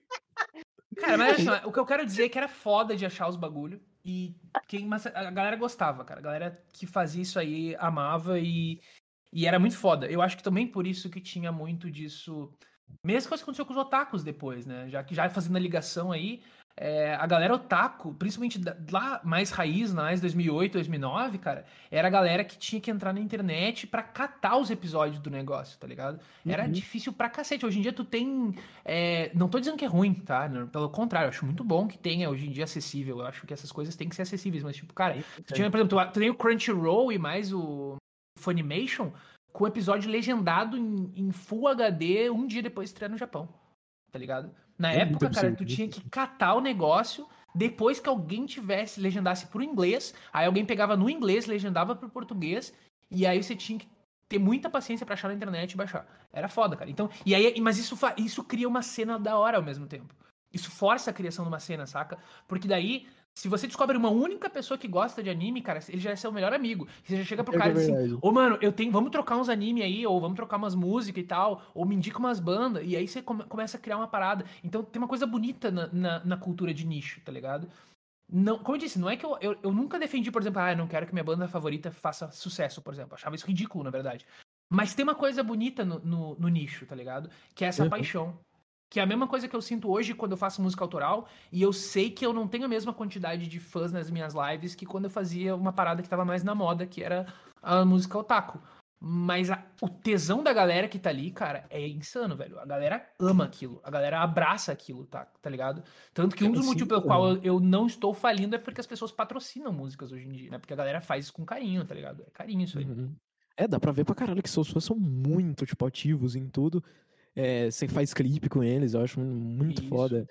Speaker 3: Cara, mas assim, ó, o que eu quero dizer é que era foda de achar os bagulho e quem, mas a galera gostava, cara. A galera que fazia isso aí amava e, e era muito foda. Eu acho que também por isso que tinha muito disso. Mesma coisa que aconteceu com os otakus depois, né? Já que já fazendo a ligação aí, é, a galera otaku, principalmente da- lá mais raiz, mais dois mil e oito, dois mil e nove, cara, era a galera que tinha que entrar na internet pra catar os episódios do negócio, tá ligado? Era
Speaker 1: Uhum.
Speaker 3: difícil pra cacete. Hoje em dia tu tem. é, não tô dizendo que é ruim, tá? Não, pelo contrário, eu acho muito bom que tenha hoje em dia acessível. Eu acho que essas coisas têm que ser acessíveis, mas, tipo, cara, tu tinha, por exemplo, tu, tu tem o Crunchyroll e mais o Funimation com o episódio legendado em, em Full H D um dia depois de estrear no Japão, tá ligado? Na
Speaker 1: É muito
Speaker 3: época, cara,
Speaker 1: absurdo,
Speaker 3: tu
Speaker 1: muito
Speaker 3: tinha que catar o negócio depois que alguém tivesse, legendasse pro inglês, aí alguém pegava no inglês, legendava pro português, e aí você tinha que ter muita paciência pra achar na internet e baixar. Era foda, cara. Então, e aí, mas isso, fa- isso cria uma cena da hora ao mesmo tempo. Isso força a criação de uma cena, saca? Porque daí, se você descobre uma única pessoa que gosta de anime, cara, ele já é seu melhor amigo. Você já chega pro
Speaker 1: É
Speaker 3: cara e diz assim,
Speaker 1: verdade.
Speaker 3: ô mano, eu tenho, vamos trocar uns anime aí, ou vamos trocar umas músicas e tal, ou me indica umas bandas, e aí você come- começa a criar uma parada. Então tem uma coisa bonita na, na, na cultura de nicho, tá ligado? Não, como eu disse, não é que eu, eu, eu nunca defendi, por exemplo, ah, eu não quero que minha banda favorita faça sucesso, por exemplo. Achava isso ridículo, na verdade. Mas tem uma coisa bonita no, no, no nicho, tá ligado? Que é essa
Speaker 1: Uhum.
Speaker 3: paixão. Que é a mesma coisa que eu sinto hoje quando eu faço música autoral, e eu sei que eu não tenho a mesma quantidade de fãs nas minhas lives que quando eu fazia uma parada que tava mais na moda, que era a música otaku. Mas a- o tesão da galera que tá ali, cara, é insano, velho. A galera ama aquilo, a galera abraça aquilo, tá, tá ligado? Tanto que um dos
Speaker 1: Sim,
Speaker 3: motivos pelo
Speaker 1: cara.
Speaker 3: qual eu, eu não estou falindo é porque as pessoas patrocinam músicas hoje em dia, né? Porque a galera faz isso com carinho, tá ligado? É carinho isso aí.
Speaker 1: Uhum. É, dá pra ver pra caralho que seus fãs são muito, tipo, ativos em tudo. É, você faz clipe com eles, eu acho muito
Speaker 3: Isso.
Speaker 1: foda.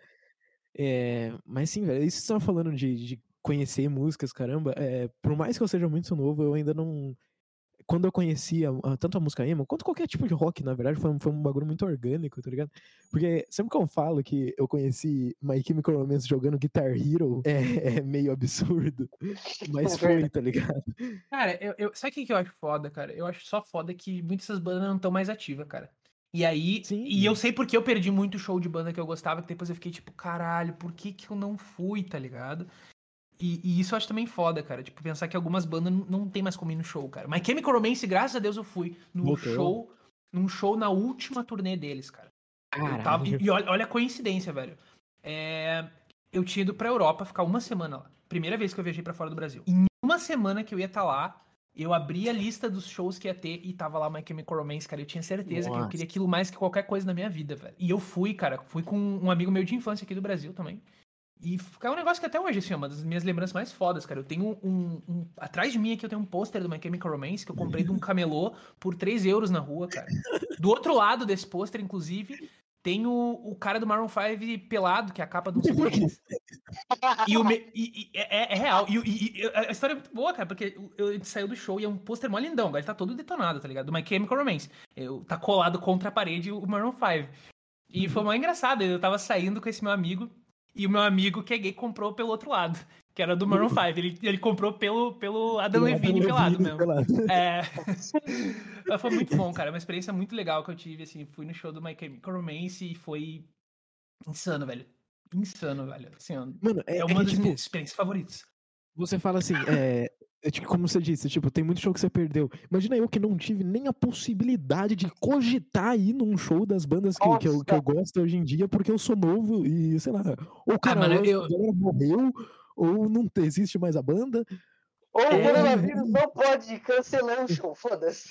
Speaker 1: É, mas sim, velho, isso que você tava falando de, de conhecer músicas, caramba, é, por mais que eu seja muito novo, eu ainda não. Quando eu conhecia ah, tanto a música emo, quanto qualquer tipo de rock, na verdade, foi, um- foi um bagulho muito orgânico, tá ligado? Porque sempre que eu falo que eu conheci My Chemical Romance jogando Guitar Hero, é, é meio absurdo. Mas
Speaker 2: É
Speaker 1: foi,
Speaker 2: verdade.
Speaker 1: tá ligado?
Speaker 3: Cara, eu, eu, sabe o que que eu acho foda, cara? Eu acho só foda que muitas dessas bandas não estão mais ativas, cara. E aí, e eu
Speaker 1: Sim.
Speaker 3: sei porque eu perdi muito show de banda que eu gostava, que depois eu fiquei tipo, caralho, por que que eu não fui, tá ligado? E, e isso eu acho também foda, cara. Tipo, pensar que algumas bandas não, não tem mais como ir no show, cara. My Chemical Romance, graças a Deus, eu fui no
Speaker 1: Voltou.
Speaker 3: show, num show na última turnê deles, cara. Eu tava.
Speaker 1: Caralho.
Speaker 3: E, e olha, olha a coincidência, velho. É, eu tinha ido pra Europa ficar uma semana lá. Primeira vez que eu viajei pra fora do Brasil. Em uma semana que eu ia estar lá, eu abri a lista dos shows que ia ter e tava lá My Chemical Romance, cara. Eu tinha certeza que eu
Speaker 1: Nossa.
Speaker 3: queria aquilo mais que qualquer coisa na minha vida, velho. E eu fui, cara. Fui com um amigo meu de infância aqui do Brasil também. E é um negócio que até hoje, assim, é uma das minhas lembranças mais fodas, cara. Eu tenho um, um- atrás de mim aqui eu tenho um pôster do My Chemical Romance que eu comprei de um camelô por três euros na rua, cara. Do outro lado desse pôster, inclusive, tem o, o cara do Maroon cinco pelado, que é a capa de um C D deles. E o me- e- e- é, é real. E, e- e a história é muito boa, cara, porque eu, eu saiu do show e é um pôster mó lindão. Agora ele tá todo detonado, tá ligado? Do My Chemical Romance. Eu, tá colado contra a parede o Maroon cinco. E foi mó engraçado. Eu tava saindo com esse meu amigo. E o meu amigo que é gay comprou pelo outro lado, que era do Maroon cinco. Ele, ele comprou pelo, pelo Adam Levine pelado mesmo. É. Mas foi muito bom, cara. Uma experiência muito legal que eu tive, assim. Fui no show do My Chemical Romance e foi insano, velho. Insano, velho. Assim, ó,
Speaker 1: Mano, é,
Speaker 3: é
Speaker 1: é
Speaker 3: uma
Speaker 1: que,
Speaker 3: das
Speaker 1: tipo,
Speaker 3: minhas experiências favoritas.
Speaker 1: você fala assim, é, é tipo, como você disse, tipo, tem muito show que você perdeu. Imagina eu que não tive nem a possibilidade de cogitar ir num show das bandas que, que, eu, que eu gosto hoje em dia, porque eu sou novo e, sei lá, ou o cara,
Speaker 3: Ah, mano,
Speaker 1: ou
Speaker 3: eu-
Speaker 1: a galera morreu, ou não te- existe mais a banda.
Speaker 2: Ou o
Speaker 3: É,
Speaker 2: coronavírus não pode cancelar o show, foda-se.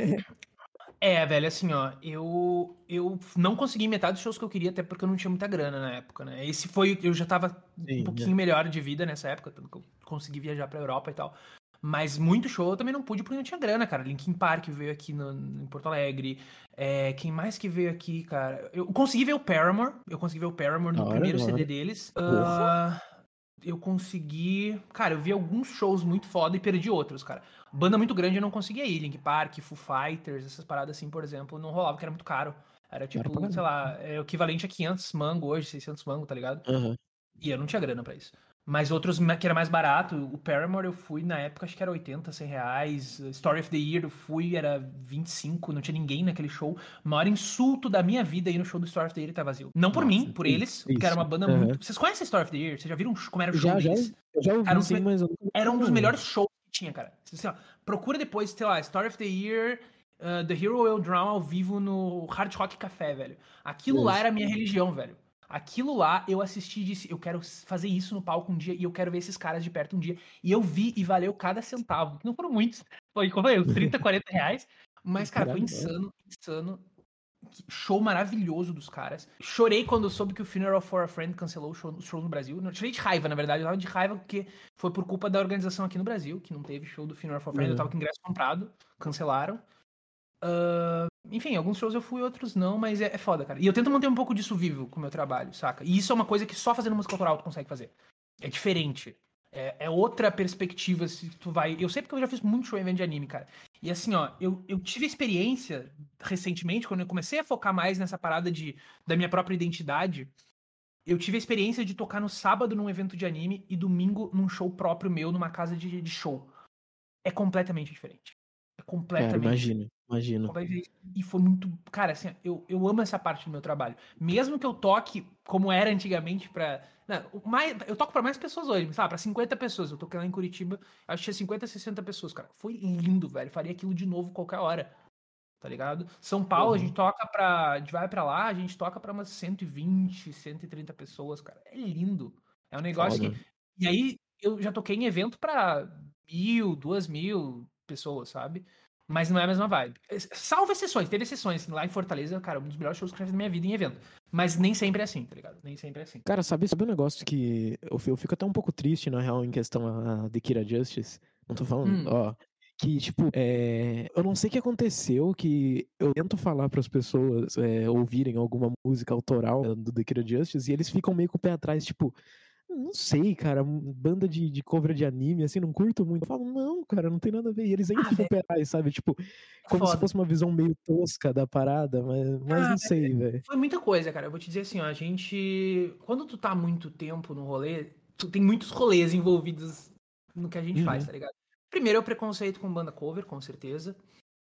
Speaker 3: É, velho, assim, ó, eu eu não consegui metade dos shows que eu queria, até porque eu não tinha muita grana na época, né? Esse foi, eu já tava
Speaker 1: Sim,
Speaker 3: um pouquinho melhor de vida nessa época, tanto que eu consegui viajar pra Europa e tal. Mas muito show eu também não pude porque não tinha grana, cara. Linkin Park veio aqui no, em Porto Alegre. É, quem mais que veio aqui, cara? Eu consegui ver o Paramore. Eu consegui ver o Paramore
Speaker 1: Da
Speaker 3: no
Speaker 1: hora,
Speaker 3: primeiro
Speaker 1: da
Speaker 3: C D
Speaker 1: hora.
Speaker 3: deles.
Speaker 1: Porra!
Speaker 3: Ah, eu consegui... Cara, eu vi alguns shows muito foda e perdi outros, cara. Banda muito grande eu não conseguia ir. Linkin Park, Foo Fighters, essas paradas assim, por exemplo, não rolava, porque era muito caro. Era
Speaker 1: Cara, pra
Speaker 3: tipo, sei
Speaker 1: caralho.
Speaker 3: lá, é o equivalente a quinhentos mango hoje, seiscentos mango, tá ligado?
Speaker 1: Aham.
Speaker 3: E eu não tinha grana pra isso. Mas outros ma- que era mais barato, o Paramore eu fui na época, acho que era oitenta, cem reais. Story of the Year eu fui, era vinte e cinco, não tinha ninguém naquele show. O maior insulto da minha vida ir no show do Story of the Year e tá vazio. Não por mim,
Speaker 1: Nossa,
Speaker 3: por
Speaker 1: tri-
Speaker 3: eles, porque era uma
Speaker 1: triste.
Speaker 3: banda
Speaker 1: Aham.
Speaker 3: muito. Vocês conhecem a Story of the Year? Vocês já viram como era o show
Speaker 1: Já, já,
Speaker 3: deles?
Speaker 1: eu já
Speaker 3: Era
Speaker 1: ouvi
Speaker 3: um,
Speaker 1: sim, mas eu nunca
Speaker 3: era um dos
Speaker 1: não.
Speaker 3: melhores shows que tinha, cara. Assim, ó, procura depois, sei lá, Story of the Year, uh, The Hero Will Drown ao vivo no Hard Rock Café, velho. Aquilo lá
Speaker 1: Deus.
Speaker 3: era a minha religião, velho. Aquilo lá eu assisti e disse, eu quero fazer isso no palco um dia e eu quero ver esses caras de perto um dia. E eu vi e valeu cada centavo. Não foram muitos. Foi, como eu, trinta, quarenta reais. Mas, cara, foi
Speaker 1: Caralho, é.
Speaker 3: insano, insano. Que show maravilhoso dos caras. Chorei quando eu soube que o Funeral for a Friend cancelou o show, o show no Brasil. Não, chorei de raiva, na verdade. Eu tava de raiva porque foi por culpa da organização aqui no Brasil, que não teve show do Funeral for a Friend. Eu tava com ingresso comprado, cancelaram. Uh, enfim, alguns shows eu fui, outros não, mas é, é foda, cara. E eu tento manter um pouco disso vivo com o meu trabalho, saca? E isso é uma coisa que só fazendo música autoral tu consegue fazer. É diferente. É, é outra perspectiva se tu vai... Eu sei porque eu já fiz muito show em evento de anime, cara. E assim, ó, eu, eu tive experiência recentemente, quando eu comecei a focar mais nessa parada de, da minha própria identidade, eu tive a experiência de tocar no sábado num evento de anime e domingo num show próprio meu, numa casa de, de show. É completamente diferente. É
Speaker 1: Cara,
Speaker 3: completamente diferente.
Speaker 1: imagino, imagino.
Speaker 3: E foi muito. Cara, assim, eu, eu amo essa parte do meu trabalho. Mesmo que eu toque como era antigamente pra. Não, mais, eu toco pra mais pessoas hoje, sabe? Pra cinquenta pessoas. Eu toquei lá em Curitiba, acho que tinha cinquenta, sessenta pessoas, cara. Foi lindo, velho. Faria aquilo de novo qualquer hora. Tá ligado? São Paulo, a gente
Speaker 1: Uhum.
Speaker 3: toca pra. A gente vai pra lá, a gente toca pra umas cento e vinte, cento e trinta pessoas, cara. É lindo. É um negócio
Speaker 1: Foda.
Speaker 3: que. E aí, eu já toquei em evento pra mil, duas mil pessoas, sabe? Mas não é a mesma vibe. Salvo exceções, teve exceções. Lá em Fortaleza, cara, um dos melhores shows que eu já fiz na minha vida em evento. Mas nem sempre é assim, tá ligado? Nem sempre é assim.
Speaker 1: Cara, sabe, sabe um negócio que eu, fi- eu fico até um pouco triste, na real, em questão a, a The Kira Justice? Não tô falando,
Speaker 3: Hum.
Speaker 1: ó. Que, tipo, é, eu não sei o que aconteceu, que eu tento falar para as pessoas é, ouvirem alguma música autoral do The Kira Justice e eles ficam meio com o pé atrás, tipo, não sei, cara, banda de, de cover de anime, assim, não curto muito. Eu falo, não, cara, não tem nada a ver. E eles ainda
Speaker 3: Ah,
Speaker 1: ficam
Speaker 3: velho,
Speaker 1: com o pé atrás, sabe? Tipo,
Speaker 3: é
Speaker 1: como se
Speaker 3: foda.
Speaker 1: fosse uma visão meio tosca da parada, mas, mas
Speaker 3: Ah,
Speaker 1: não sei, velho.
Speaker 3: foi muita coisa, cara. Eu vou te dizer assim, ó, a gente. Quando tu tá muito tempo no rolê, tu tem muitos rolês envolvidos no que a gente faz,
Speaker 1: Uhum.
Speaker 3: tá ligado? Primeiro é o preconceito com banda cover, com certeza.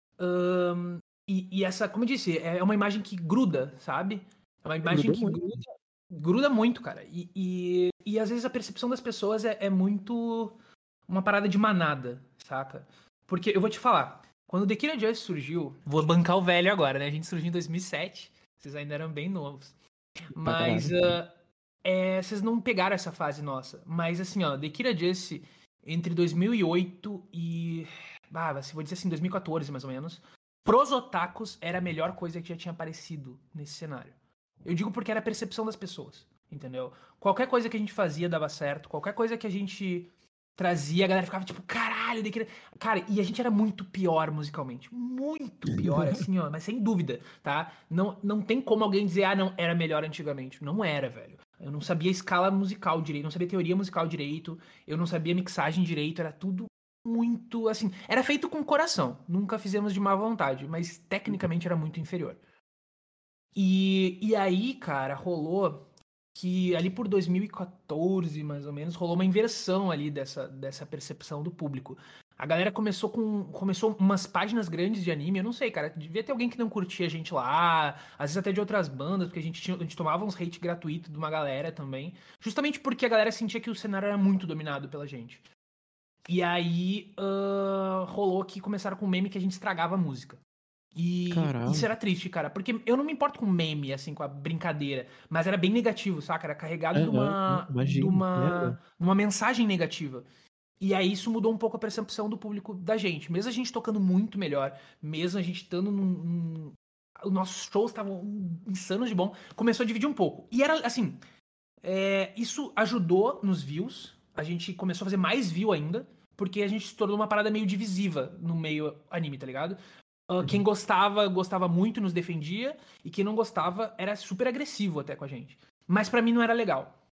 Speaker 3: Ahn, e, e essa, como eu disse, é uma imagem que gruda, sabe? É uma imagem
Speaker 1: Grudou
Speaker 3: que
Speaker 1: muito.
Speaker 3: gruda, gruda muito, cara. E, e, e às vezes a percepção das pessoas é, é muito uma parada de manada, saca? Porque eu vou te falar, quando o The Kira Justice surgiu, vou bancar o velho agora, né? A gente surgiu em dois mil e sete, vocês ainda eram bem novos.
Speaker 1: Pra
Speaker 3: Mas
Speaker 1: caralho.
Speaker 3: ah, é, vocês não pegaram essa fase nossa. Mas assim, ó, The Kira Justice entre dois mil e oito e. Ah, se vou dizer assim, dois mil e quatorze mais ou menos. Pros otakus era a melhor coisa que já tinha aparecido nesse cenário. Eu digo porque era a percepção das pessoas, entendeu? Qualquer coisa que a gente fazia dava certo, qualquer coisa que a gente trazia, a galera ficava tipo, caralho, The Kira... Cara, e a gente era muito pior musicalmente. Muito pior, assim, ó, mas sem dúvida, tá? Não, não tem como alguém dizer, ah, não, era melhor antigamente. Não era, velho. Eu não sabia escala musical direito, não sabia teoria musical direito, eu não sabia mixagem direito, era tudo muito, assim, era feito com coração. Nunca fizemos de má vontade, mas tecnicamente era muito inferior. E, e aí, cara, rolou que ali por dois mil e quatorze, mais ou menos, rolou uma inversão ali dessa, dessa percepção do público. A galera começou com começou umas páginas grandes de anime, eu não sei, cara, devia ter alguém que não curtia a gente lá, às vezes até de outras bandas, porque a gente, tinha, a gente tomava uns hate gratuito de uma galera também, justamente porque a galera sentia que o cenário era muito dominado pela gente. E aí uh, rolou que começaram com meme que a gente estragava a música. E
Speaker 1: Caralho.
Speaker 3: isso era triste, cara, porque eu não me importo com meme, assim, com a brincadeira, mas era bem negativo, saca? Era carregado de
Speaker 1: Aham,
Speaker 3: uma, de
Speaker 1: imagino. É,
Speaker 3: uma, de uma mensagem negativa. E aí isso mudou um pouco a percepção do público da gente. Mesmo a gente tocando muito melhor, mesmo a gente estando num... num os nossos shows estavam insanos de bom, começou a dividir um pouco. E era, assim, é, isso ajudou nos views, a gente começou a fazer mais view ainda, porque a gente se tornou uma parada meio divisiva no meio anime, tá ligado? Uh, quem
Speaker 1: Uhum.
Speaker 3: gostava, gostava muito, nos defendia, e quem não gostava era super agressivo até com a gente. Mas pra mim não era legal.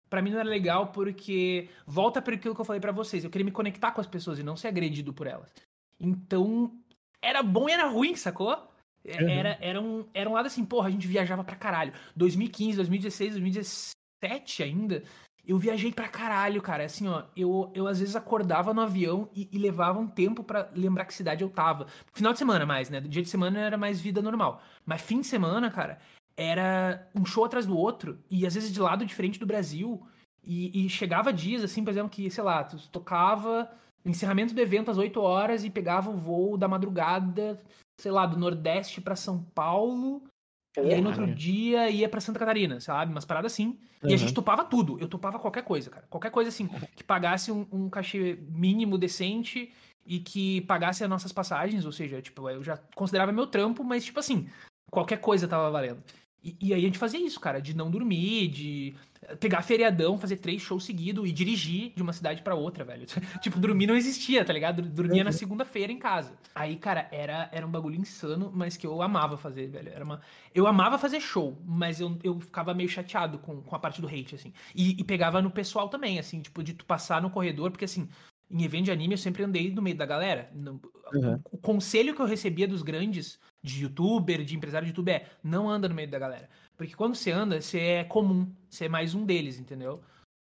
Speaker 3: pra mim não era legal porque volta para aquilo que eu falei pra vocês. Eu queria me conectar com as pessoas e não ser agredido por elas. Então, era bom e era ruim, sacou?
Speaker 1: Uhum.
Speaker 3: Era, era, um, era um lado assim, porra, a gente viajava pra caralho. dois mil e quinze, dois mil e dezesseis, dois mil e dezessete ainda, eu viajei pra caralho, cara. Assim, ó, eu, eu às vezes acordava no avião e, e levava um tempo pra lembrar que cidade eu tava. Final de semana mais, né? Dia de semana era mais vida normal. Mas fim de semana, cara, era um show atrás do outro. E às vezes de lado diferente do Brasil. E, e chegava dias, assim, por exemplo, que, sei lá, tu tocava encerramento do evento às oito horas e pegava o voo da madrugada, sei lá, do Nordeste pra São Paulo. E aí no outro
Speaker 1: Caralho.
Speaker 3: dia ia pra Santa Catarina, sabe? Umas paradas assim. E a gente
Speaker 1: Uhum.
Speaker 3: topava tudo. Eu topava qualquer coisa, cara. Qualquer coisa assim, que pagasse um, um cachê mínimo decente e que pagasse as nossas passagens. Ou seja, tipo, eu já considerava meu trampo, mas tipo assim, qualquer coisa tava valendo. E, e aí a gente fazia isso, cara, de não dormir, de pegar feriadão, fazer três shows seguidos e dirigir de uma cidade pra outra, velho. Tipo, dormir não existia, tá ligado? Dormia na
Speaker 1: Uhum.
Speaker 3: segunda-feira em casa. Aí, cara, era, era um bagulho insano, mas que eu amava fazer, velho. Era uma... Eu amava fazer show, mas eu, eu ficava meio chateado com, com a parte do hate, assim. E, e pegava no pessoal também, assim, tipo, de tu passar no corredor, porque assim, em evento de anime eu sempre andei no meio da galera. No-
Speaker 1: Uhum.
Speaker 3: o, o conselho que eu recebia dos grandes, de youtuber, de empresário de YouTube, é não anda no meio da galera. Porque quando você anda, você é comum, você é mais um deles, entendeu?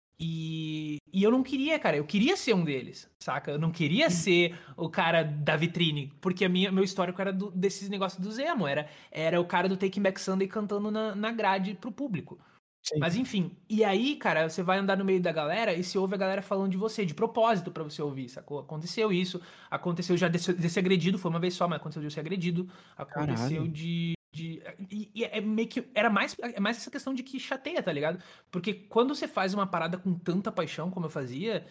Speaker 3: E, e eu não queria, cara, eu queria ser um deles, saca? Eu não queria ser o cara da vitrine, porque a minha, meu histórico era do, desses negócios do Zemo, era, era o cara do Taking Back Sunday cantando na, na grade pro público.
Speaker 1: Sim.
Speaker 3: Mas enfim, e aí, cara, você vai andar no meio da galera e você ouve a galera falando de você, de propósito pra você ouvir, sacou? Aconteceu isso, aconteceu já de, ser- de ser agredido, foi uma vez só, mas aconteceu de eu ser agredido, aconteceu
Speaker 1: Caralho.
Speaker 3: de. de e, e é meio que. Era mais, é mais essa questão de que chateia, tá ligado? Porque quando você faz uma parada com tanta paixão como eu fazia,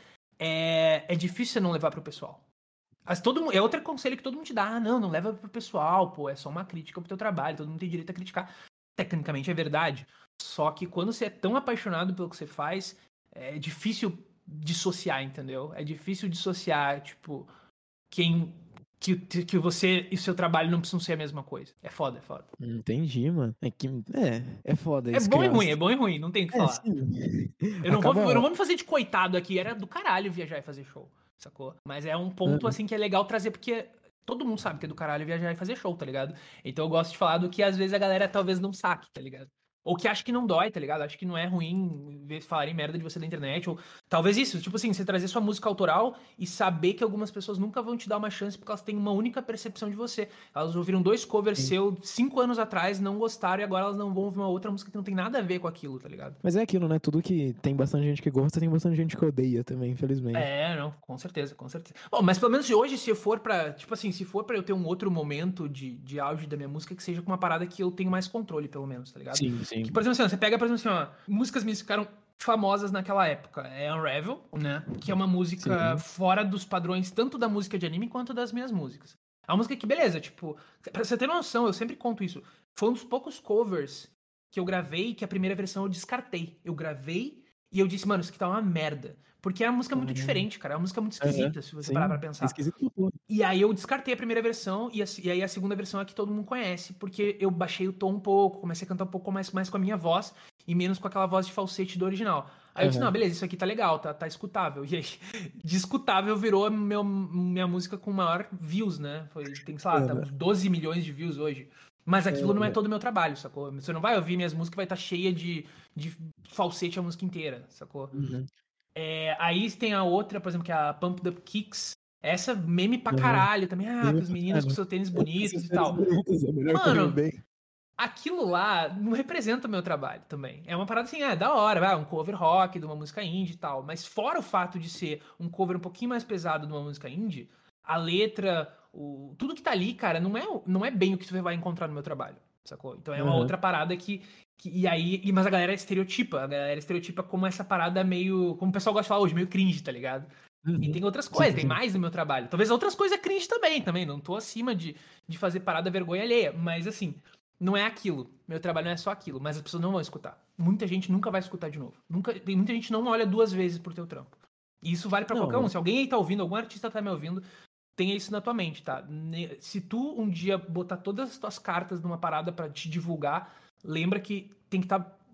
Speaker 3: é, é difícil você não levar pro pessoal. Mas todo, mu- é outro conselho que todo mundo te dá. Ah, não, não leva pro pessoal, pô, é só uma crítica pro teu trabalho, todo mundo tem direito a criticar. Tecnicamente é verdade. Só que quando você é tão apaixonado pelo que você faz, é difícil dissociar, entendeu? É difícil dissociar, tipo, quem. Que, que você e o seu trabalho não precisam ser a mesma coisa. É foda, é foda.
Speaker 1: Entendi, mano. É que. É, é foda
Speaker 3: É
Speaker 1: isso,
Speaker 3: bom e
Speaker 1: criar.
Speaker 3: ruim, é bom e ruim, não tem o que
Speaker 1: É,
Speaker 3: falar.
Speaker 1: sim.
Speaker 3: Eu não, vou, eu não
Speaker 1: Acaba.
Speaker 3: vou me fazer de coitado aqui, era do caralho viajar e fazer show, sacou? Mas é um ponto,
Speaker 1: Uhum.
Speaker 3: assim, que é legal trazer, porque todo mundo sabe que é do caralho viajar e fazer show, tá ligado? Então eu gosto de falar do que às vezes a galera talvez não saque, tá ligado? Ou que acha que não dói, tá ligado? Acha que não é ruim ver falarem merda de você na internet. Ou talvez isso, tipo assim, você trazer sua música autoral e saber que algumas pessoas nunca vão te dar uma chance porque elas têm uma única percepção de você. Elas ouviram dois covers
Speaker 1: Sim.
Speaker 3: seu cinco anos atrás, não gostaram e agora elas não vão ouvir uma outra música que não tem nada a ver com aquilo, tá ligado?
Speaker 1: Mas é aquilo, né? Tudo que tem bastante gente que gosta, tem bastante gente que odeia também, infelizmente.
Speaker 3: É, não, com certeza, com certeza. Bom, mas pelo menos hoje, se eu for pra, tipo assim, se for pra eu ter um outro momento de, de auge da minha música, que seja com uma parada que eu tenho mais controle, pelo menos, tá ligado?
Speaker 1: Sim, sim.
Speaker 3: Que, por exemplo, assim, ó, você pega, por exemplo, assim, ó, músicas minhas que ficaram famosas naquela época. É Unravel, né? Que é uma música
Speaker 1: Sim.
Speaker 3: fora dos padrões, tanto da música de anime quanto das minhas músicas. É uma música que, beleza, tipo, pra você ter noção, eu sempre conto isso. Foi um dos poucos covers que eu gravei que a primeira versão eu descartei. Eu gravei e eu disse, mano, isso aqui tá uma merda. Porque é uma música muito
Speaker 1: Caramba.
Speaker 3: diferente, cara. É uma música muito
Speaker 1: Aham,
Speaker 3: esquisita, se você parar pra
Speaker 1: sim.
Speaker 3: pensar.
Speaker 1: Esquisito, pô.
Speaker 3: E aí eu descartei a primeira versão e, a, e aí a segunda versão é a que todo mundo conhece, porque eu baixei o tom um pouco, comecei a cantar um pouco mais, mais com a minha voz e menos com aquela voz de falsete do original. Aí eu disse,
Speaker 1: Aham.
Speaker 3: não, beleza, isso aqui tá legal, tá, tá escutável. E aí, de escutável virou meu, minha música com maior views, né? Foi, tem, sei lá, tá
Speaker 1: Aham.
Speaker 3: uns doze milhões de views hoje. Mas aquilo não é
Speaker 1: Aham.
Speaker 3: todo o meu trabalho, sacou? Você não vai ouvir minhas músicas, vai estar cheia de, de falsete a música inteira, sacou?
Speaker 1: Uhum.
Speaker 3: É, aí tem a outra, por exemplo, que é a Pump Up Kicks. Essa meme pra
Speaker 1: Aham.
Speaker 3: caralho também. Ah,
Speaker 1: Meme
Speaker 3: com os
Speaker 1: pra
Speaker 3: meninos com
Speaker 1: caralho.
Speaker 3: seus tênis
Speaker 1: É,
Speaker 3: bonitos
Speaker 1: esses
Speaker 3: e
Speaker 1: tênis
Speaker 3: tal.
Speaker 1: bonitos, é melhor
Speaker 3: Mano,
Speaker 1: comer bem.
Speaker 3: aquilo lá não representa o meu trabalho também. É uma parada assim, é da hora, vai, um cover rock de uma música indie e tal. Mas fora o fato de ser um cover um pouquinho mais pesado de uma música indie, a letra, o, tudo que tá ali, cara, não é, não é bem o que você vai encontrar no meu trabalho, sacou? Então é uma
Speaker 1: Aham.
Speaker 3: outra parada que, que. E aí. E, mas a galera estereotipa. A galera estereotipa como essa parada meio. Como o pessoal gosta de falar hoje, meio cringe, tá ligado? E
Speaker 1: Uhum.
Speaker 3: tem outras coisas,
Speaker 1: Sim,
Speaker 3: tem
Speaker 1: sim.
Speaker 3: mais no meu trabalho. Talvez outras coisas é cringe também, também. Não tô acima de, de fazer parada vergonha alheia. Mas assim, não é aquilo. Meu trabalho não é só aquilo. Mas as pessoas não vão escutar. Muita gente nunca vai escutar de novo. Nunca, tem muita gente que não olha duas vezes pro teu trampo. E isso vale pra qualquer um.
Speaker 1: Não,
Speaker 3: Se alguém aí tá ouvindo, algum artista tá me ouvindo, tenha isso na tua mente, tá? Ne- Se tu um dia botar todas as tuas cartas numa parada pra te divulgar, lembra que tem que estar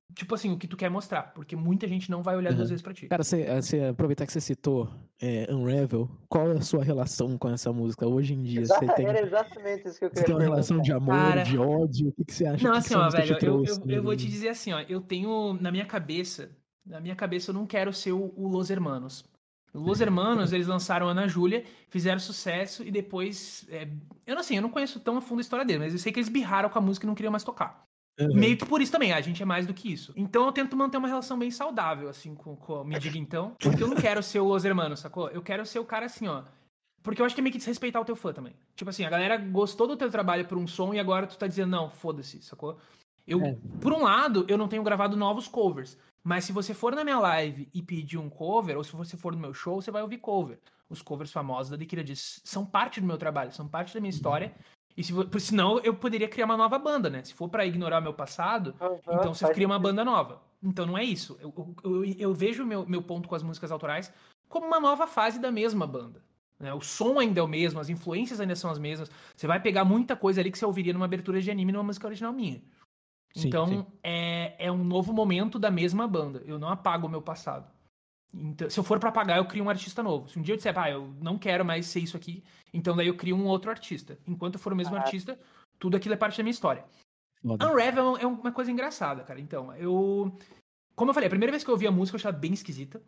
Speaker 3: tipo assim, o que tu quer mostrar, porque muita gente não vai olhar
Speaker 1: Uhum.
Speaker 3: duas vezes pra ti.
Speaker 1: Cara, você, você aproveitar que você citou é, Unravel, qual é a sua relação com essa música hoje em dia? Você
Speaker 2: Exata,
Speaker 1: tem,
Speaker 2: era exatamente isso que eu
Speaker 1: você
Speaker 2: queria
Speaker 1: tem uma relação de
Speaker 2: perguntar.
Speaker 1: amor,
Speaker 3: Cara,
Speaker 1: de ódio? O que, que você acha?
Speaker 3: não,
Speaker 1: O que, que
Speaker 3: assim,
Speaker 1: essa
Speaker 3: ó,
Speaker 1: música te
Speaker 3: velho, eu,
Speaker 1: trouxe?
Speaker 3: eu, eu vou te dizer assim, ó, eu tenho na minha cabeça, na minha cabeça eu não quero ser o, o Los Hermanos. O Los Hermanos, eles lançaram Ana Júlia, fizeram sucesso e depois, é, eu não sei, eu não conheço tão a fundo a história deles, mas eu sei que eles birraram com a música e não queriam mais tocar.
Speaker 1: Uhum.
Speaker 3: Meio que por isso também, a gente é mais do que isso. Então eu tento manter uma relação bem saudável, assim, com, com Me Diga Então, porque eu não quero ser o Los Hermanos, sacou? Eu quero ser o cara assim, ó. Porque eu acho que é meio que desrespeitar o teu fã também. Tipo assim, a galera gostou do teu trabalho por um som e agora tu tá dizendo, não, foda-se, sacou? Eu,
Speaker 1: É.
Speaker 3: por um lado, eu não tenho gravado novos covers. Mas se você for na minha live e pedir um cover, ou se você for no meu show, você vai ouvir cover. Os covers famosos da The Killers são parte do meu trabalho, são parte da minha história. E se, vo- por senão eu poderia criar uma nova banda, né? Se for pra ignorar meu passado,
Speaker 2: Aham,
Speaker 3: então você
Speaker 2: faz
Speaker 3: cria uma
Speaker 2: sentido.
Speaker 3: banda nova. Então não é isso. Eu, eu, eu, eu vejo o meu, meu ponto com as músicas autorais como uma nova fase da mesma banda. Né? O som ainda é o mesmo, as influências ainda são as mesmas. Você vai pegar muita coisa ali que você ouviria numa abertura de anime numa música original minha.
Speaker 1: Sim,
Speaker 3: Então
Speaker 1: sim.
Speaker 3: É, é um novo momento da mesma banda. Eu não apago o meu passado. Então, se eu for pra apagar, eu crio um artista novo. Se um dia eu disser, ah, eu não quero mais ser isso aqui, então daí eu crio um outro artista. Enquanto eu for o mesmo
Speaker 2: Ah,
Speaker 3: artista, tudo aquilo é parte da minha história.
Speaker 1: Foda.
Speaker 3: Unravel é uma coisa engraçada, cara. Então, eu. Como eu falei, a primeira vez que eu ouvi a música eu achava bem esquisita.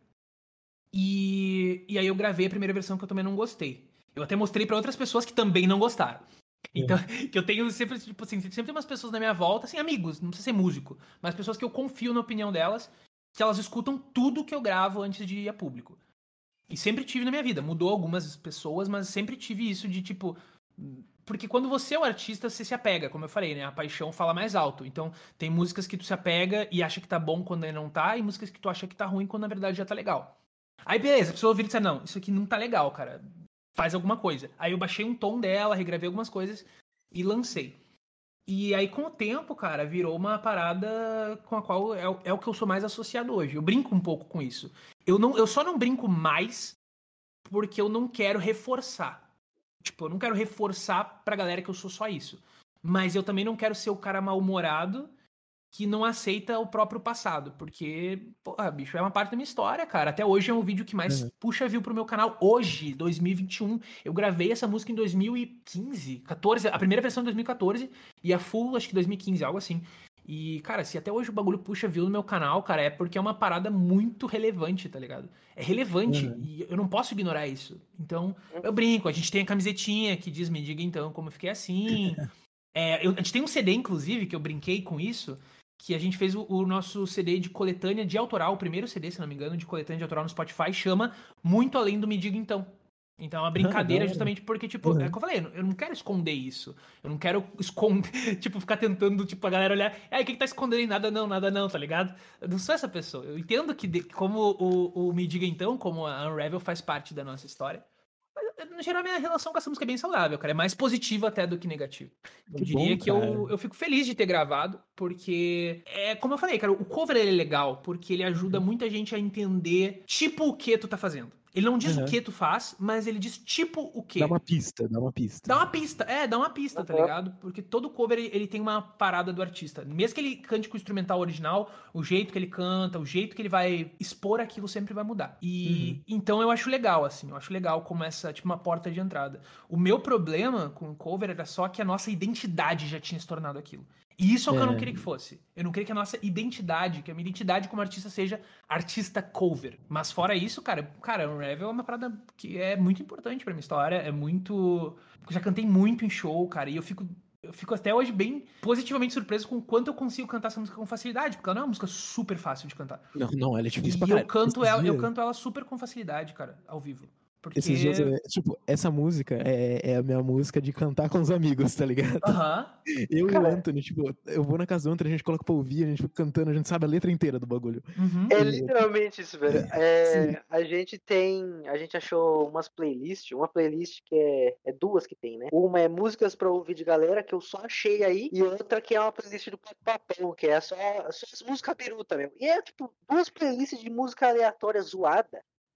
Speaker 3: E, e aí eu gravei a primeira versão que eu também não gostei. Eu até mostrei pra outras pessoas que também não gostaram. Então, que eu tenho sempre, tipo assim, sempre tem umas pessoas na minha volta, assim, amigos, não precisa ser músico, mas pessoas que eu confio na opinião delas, que elas escutam tudo que eu gravo antes de ir a público. E sempre tive na minha vida. Mudou algumas pessoas, mas sempre tive isso de tipo. Porque quando você é o artista, você se apega, como eu falei, né? A paixão fala mais alto. Então, tem músicas que tu se apega e acha que tá bom quando ainda não tá, e músicas que tu acha que tá ruim quando na verdade já tá legal. Aí, beleza, a pessoa ouvir e dizer, não, isso aqui não tá legal, cara. Faz alguma coisa. Aí eu baixei um tom dela, regravei algumas coisas e lancei. E aí, com o tempo, cara, virou uma parada com a qual é, o- é o que eu sou mais associado hoje. Eu brinco um pouco com isso. Eu, não, eu só não brinco mais porque eu não quero reforçar. Tipo, eu não quero reforçar pra galera que eu sou só isso. Mas eu também não quero ser o cara mal-humorado que não aceita o próprio passado. Porque, porra, bicho, é uma parte da minha história, cara. Até hoje é um vídeo que mais
Speaker 1: Uhum.
Speaker 3: puxa view pro meu canal. Hoje, dois mil e vinte e um. Eu gravei essa música em dois mil e quinze, quatorze. A primeira versão em dois mil e quatorze e a full, acho que dois mil e quinze, algo assim. E, cara, se até hoje o bagulho puxa view no meu canal, cara, é porque é uma parada muito relevante, tá ligado? É relevante
Speaker 1: Uhum.
Speaker 3: e eu não posso ignorar isso. Então, eu brinco. A gente tem a camisetinha que diz, me diga então como eu fiquei assim. É, eu- a gente tem um C D, inclusive, que eu brinquei com isso, que a gente fez o, o nosso C D de coletânea de autoral, o primeiro C D, se não me engano, de coletânea de autoral no Spotify, chama Muito Além do Me Diga Então. Então é uma
Speaker 1: Ah, da
Speaker 3: brincadeira
Speaker 1: hora.
Speaker 3: justamente porque, tipo, é o
Speaker 1: Uhum.
Speaker 3: que eu falei, eu não quero esconder isso. Eu não quero esconder, tipo, ficar tentando, tipo, a galera olhar, ai, o que que tá escondendo aí? Nada não, nada não, tá ligado? Eu não sou essa pessoa. Eu entendo que, de- como o, o Me Diga Então, como a Unravel faz parte da nossa história, mas, no geral, minha relação com essa música é bem saudável, cara. É mais positiva até do que negativa. Eu
Speaker 1: Que bom,
Speaker 3: diria que
Speaker 1: cara.
Speaker 3: eu, eu fico feliz de ter gravado, porque é como eu falei, cara, o cover ele é legal, porque ele ajuda
Speaker 1: Uhum.
Speaker 3: muita gente a entender tipo o que tu tá fazendo. Ele não diz o
Speaker 1: Uhum.
Speaker 3: que tu faz, mas ele diz tipo o
Speaker 1: Dá
Speaker 3: que.
Speaker 1: uma pista, dá uma pista.
Speaker 3: Dá uma pista, é, dá uma pista, tá
Speaker 2: aham.
Speaker 3: ligado? Porque todo cover ele, ele tem uma parada do artista. Mesmo que ele cante com o instrumental original, o jeito que ele canta, o jeito que ele vai expor aquilo sempre vai mudar. E
Speaker 1: Uhum.
Speaker 3: então eu acho legal, assim, eu acho legal como essa, tipo, uma porta de entrada. O meu problema com o cover era só que a nossa identidade já tinha se tornado aquilo. E isso é o que eu não
Speaker 1: É,
Speaker 3: queria que fosse. Eu não queria que a nossa identidade, que a minha identidade como artista seja artista cover. Mas fora isso, cara, cara, Unravel é uma parada que é muito importante pra minha história, é muito. Eu já cantei muito em show, cara, e eu fico. Eu fico até hoje bem positivamente surpreso com o quanto eu consigo cantar essa música com facilidade, porque ela não é uma música super fácil de cantar.
Speaker 1: não, não, ela é difícil pra
Speaker 3: E eu
Speaker 1: caralho.
Speaker 3: canto
Speaker 1: Esses
Speaker 3: ela, eu
Speaker 1: dias,
Speaker 3: canto ela super com facilidade, cara, ao vivo.
Speaker 1: esses dias,
Speaker 3: Porque.
Speaker 1: é, tipo, essa música é, é a minha música de cantar com os amigos, tá ligado?
Speaker 3: Aham.
Speaker 1: Eu e o
Speaker 2: Cara,
Speaker 1: Anthony, tipo, eu vou na casa do Anthony, a gente coloca pra ouvir, a gente fica cantando, a gente sabe a letra inteira do bagulho.
Speaker 3: Uhum.
Speaker 2: é
Speaker 1: E,
Speaker 2: literalmente isso, velho.
Speaker 1: sim.
Speaker 2: É, a gente tem. A gente achou umas playlists, uma playlist que é, é duas que tem, né? Uma é músicas pra ouvir de galera, que eu só achei aí, e outra que é uma playlist do Papo Papel, que é só, só as músicas biruta mesmo. E é tipo duas playlists de música aleatória zoada.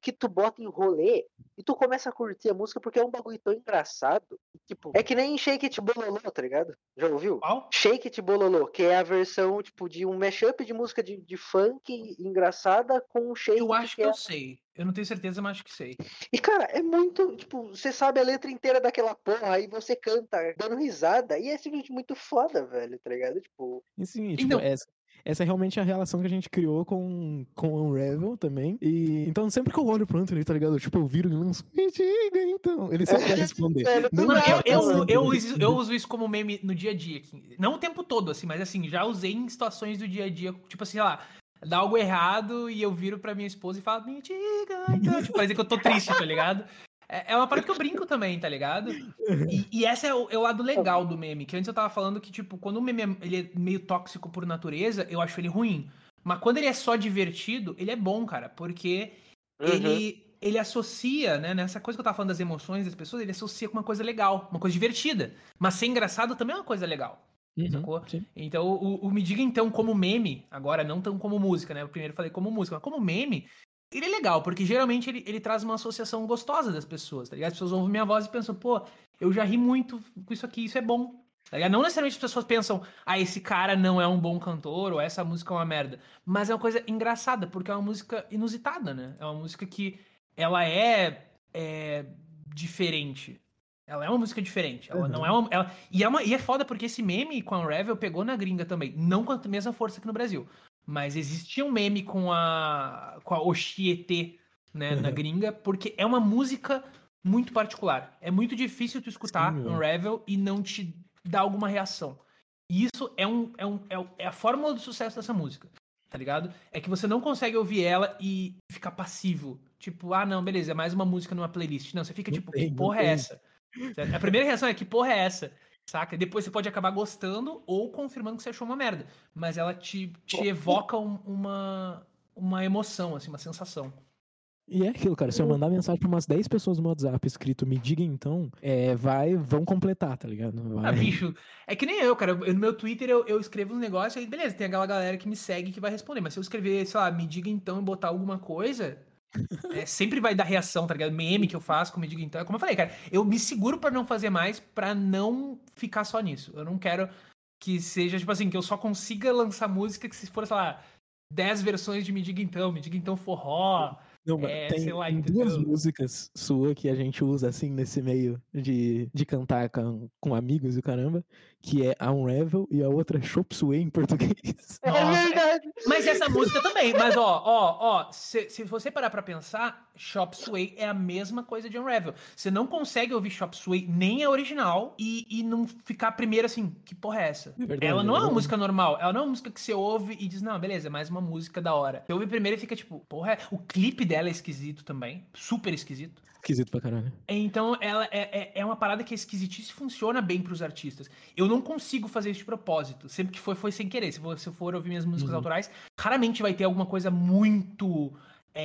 Speaker 2: que tu bota em rolê e tu começa a curtir a música porque é um bagulho tão engraçado. Tipo, é que nem Shake It Bololô, tá ligado? Já ouviu?
Speaker 3: Qual?
Speaker 2: Shake It Bololô, que é a versão, tipo, de um mashup de música de, de funk engraçada com um shake
Speaker 3: Eu acho
Speaker 2: que
Speaker 3: que
Speaker 2: é...
Speaker 3: eu sei. Eu não tenho certeza, mas acho que sei.
Speaker 2: E, cara, é muito, tipo, você sabe a letra inteira daquela porra, aí você canta dando risada, e é simplesmente muito foda, velho, tá ligado? Tipo...
Speaker 1: E sim, tipo,
Speaker 3: Então,
Speaker 1: essa, essa é realmente a relação que a gente criou com, com o Unravel também. E então sempre que eu olho pro Anthony, tá ligado? Tipo, eu viro e lanço, me diga então. Ele sempre vai responder.
Speaker 2: Velho,
Speaker 1: Não
Speaker 2: do
Speaker 3: mano, eu,
Speaker 2: nada,
Speaker 3: eu,
Speaker 2: mano.
Speaker 3: eu, uso, eu uso isso como meme no dia a dia. Aqui. Não o tempo todo, assim, mas assim, já usei em situações do dia a dia, tipo assim, sei lá, dá algo errado e eu viro pra minha esposa e falo, me diga, então, tipo, parece que eu tô triste, tá ligado? É, é uma parada que eu brinco também, tá ligado? E, e esse é o, é o lado legal do meme, que antes eu tava falando que, tipo, quando o meme é, ele é meio tóxico por natureza, eu acho ele ruim. Mas quando ele é só divertido, ele é bom, cara, porque
Speaker 2: Uhum.
Speaker 3: ele, ele associa, né, nessa coisa que eu tava falando das emoções das pessoas, ele associa com uma coisa legal, uma coisa divertida. Mas ser engraçado também é uma coisa legal.
Speaker 1: Uhum,
Speaker 3: Sacou?
Speaker 1: sim.
Speaker 3: Então, o, o Me Diga Então como meme, agora não tão como música, né? Eu primeiro falei como música, mas como meme, ele é legal, porque geralmente ele, ele traz uma associação gostosa das pessoas, tá ligado? As pessoas ouvem minha voz e pensam, pô, eu já ri muito com isso aqui, isso é bom. Tá ligado? Não necessariamente as pessoas pensam, ah, esse cara não é um bom cantor, ou essa música é uma merda. Mas é uma coisa engraçada, porque é uma música inusitada, né? É uma música que ela é, é diferente. Ela é uma música diferente. Ela
Speaker 1: Uhum.
Speaker 3: não é uma. Ela, e, é uma, e é foda porque esse meme com a Unravel pegou na gringa também. Não com a mesma força que no Brasil. Mas existia um meme com a. com a Oxietê, né, na gringa, porque é uma música muito particular. É muito difícil tu escutar
Speaker 1: Sim, velho.
Speaker 3: Unravel e não te dar alguma reação. E isso é, um, é, um, é, o- é a fórmula do sucesso dessa música. Tá ligado? É que você não consegue ouvir ela e ficar passivo. Tipo, ah, não, beleza, é mais uma música numa playlist. Não, você fica
Speaker 1: Não
Speaker 3: tipo,
Speaker 1: tem,
Speaker 3: que
Speaker 1: não
Speaker 3: porra é
Speaker 1: tem.
Speaker 3: essa? A primeira reação é que porra é essa? Saca? Depois você pode acabar gostando ou confirmando que você achou uma merda. Mas ela te, te evoca um- uma, uma emoção, assim, uma sensação.
Speaker 1: E é aquilo, cara. Se eu mandar mensagem pra umas dez pessoas no WhatsApp escrito me diga então, é, vai, vão completar, tá ligado? Vai.
Speaker 3: Ah, bicho, é que nem eu, cara. Eu- no meu Twitter eu, eu escrevo um negócio aí, beleza, tem aquela galera que me segue que vai responder. Mas se eu escrever, sei lá, me diga então e botar alguma coisa, é, sempre vai dar reação, tá ligado? Meme que eu faço com me diga então. É como eu falei, cara, eu me seguro pra não fazer mais, pra não ficar só nisso. Eu não quero que seja, tipo assim, que eu só consiga lançar música que se for, sei lá, dez versões de Me Diga Então, Me Diga Então Forró,
Speaker 1: Não, mano,
Speaker 3: é,
Speaker 1: tem,
Speaker 3: sei lá,
Speaker 1: tem duas
Speaker 3: entendeu?
Speaker 1: músicas sua que a gente usa assim nesse meio de, de cantar com, com amigos e o caramba, que é a Unravel e a outra é Chop Suey em português.
Speaker 2: É
Speaker 3: Nossa, é-
Speaker 2: verdade.
Speaker 3: mas essa música também, mas ó, ó, ó, se, se você parar pra pensar, Chop Suey é a mesma coisa de Unravel. Você não consegue ouvir Chop Suey nem a original e, e não ficar primeiro assim, que porra é essa?
Speaker 1: É verdade,
Speaker 3: Ela não
Speaker 1: é
Speaker 3: é uma
Speaker 1: verdade.
Speaker 3: música normal, ela não é uma música que você ouve e diz, não, beleza, é mais uma música da hora. Você ouve primeiro e fica tipo, porra, é... o clipe dela é esquisito também, super esquisito.
Speaker 1: Esquisito pra caralho.
Speaker 3: Então, ela é, é, é uma parada que é esquisitice e funciona bem pros artistas. Eu não consigo fazer isso de propósito. Sempre que foi, foi sem querer. Se você for ouvir minhas músicas
Speaker 1: Uhum.
Speaker 3: autorais, raramente vai ter alguma coisa muito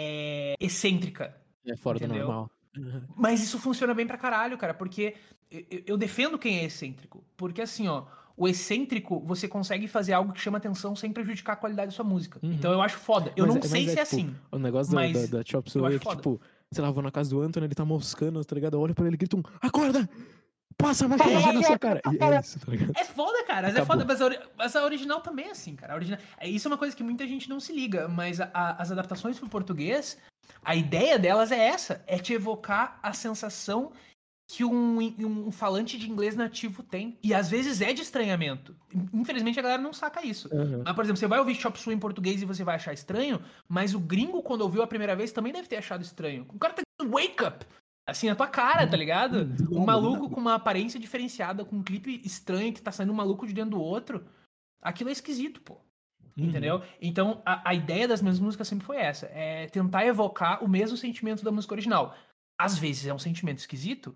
Speaker 3: é, excêntrica.
Speaker 1: É fora
Speaker 3: Entendeu?
Speaker 1: do normal. Uhum.
Speaker 3: Mas isso funciona bem pra caralho, cara, porque eu, eu defendo quem é excêntrico. Porque assim, ó, o excêntrico, você consegue fazer algo que chama atenção sem prejudicar a qualidade da sua música.
Speaker 1: Uhum.
Speaker 3: Então eu acho foda. Eu
Speaker 1: Mas
Speaker 3: não
Speaker 1: é-
Speaker 3: sei
Speaker 1: mas
Speaker 3: se é,
Speaker 1: tipo,
Speaker 3: assim.
Speaker 1: O negócio da,
Speaker 3: mas
Speaker 1: da, da Chop
Speaker 3: eu
Speaker 1: Suey
Speaker 3: acho
Speaker 1: é que,
Speaker 3: foda.
Speaker 1: tipo, sei lá, eu vou na casa do Anthony, ele tá moscando, tá ligado? Eu olho pra ele e grito um, acorda! Passa a maquiagem na sua cara! E é isso, tá ligado?
Speaker 3: É foda, cara. Mas é
Speaker 1: Acabou.
Speaker 3: foda, mas a, ori- mas a original também é assim, cara. A original... é- Isso é uma coisa que muita gente não se liga, mas a- a- as adaptações pro português, a ideia delas é essa: é te evocar a sensação que um, um falante de inglês nativo tem. E às vezes é de estranhamento. Infelizmente a galera não saca isso.
Speaker 1: Uhum.
Speaker 3: Mas, por exemplo, você vai ouvir Chop Suey em português e você vai achar estranho, mas o gringo, quando ouviu a primeira vez, também deve ter achado estranho. O cara tá dizendo wake up! Assim, na tua cara, tá ligado?
Speaker 1: Hum, do nada,
Speaker 3: Um
Speaker 1: do
Speaker 3: maluco
Speaker 1: nada.
Speaker 3: com uma aparência diferenciada, com um clipe estranho que tá saindo um maluco de dentro do outro. Aquilo é esquisito, pô.
Speaker 1: Uhum.
Speaker 3: Entendeu? Então, a, a ideia das minhas músicas sempre foi essa. É tentar evocar o mesmo sentimento da música original. Às vezes é um sentimento esquisito.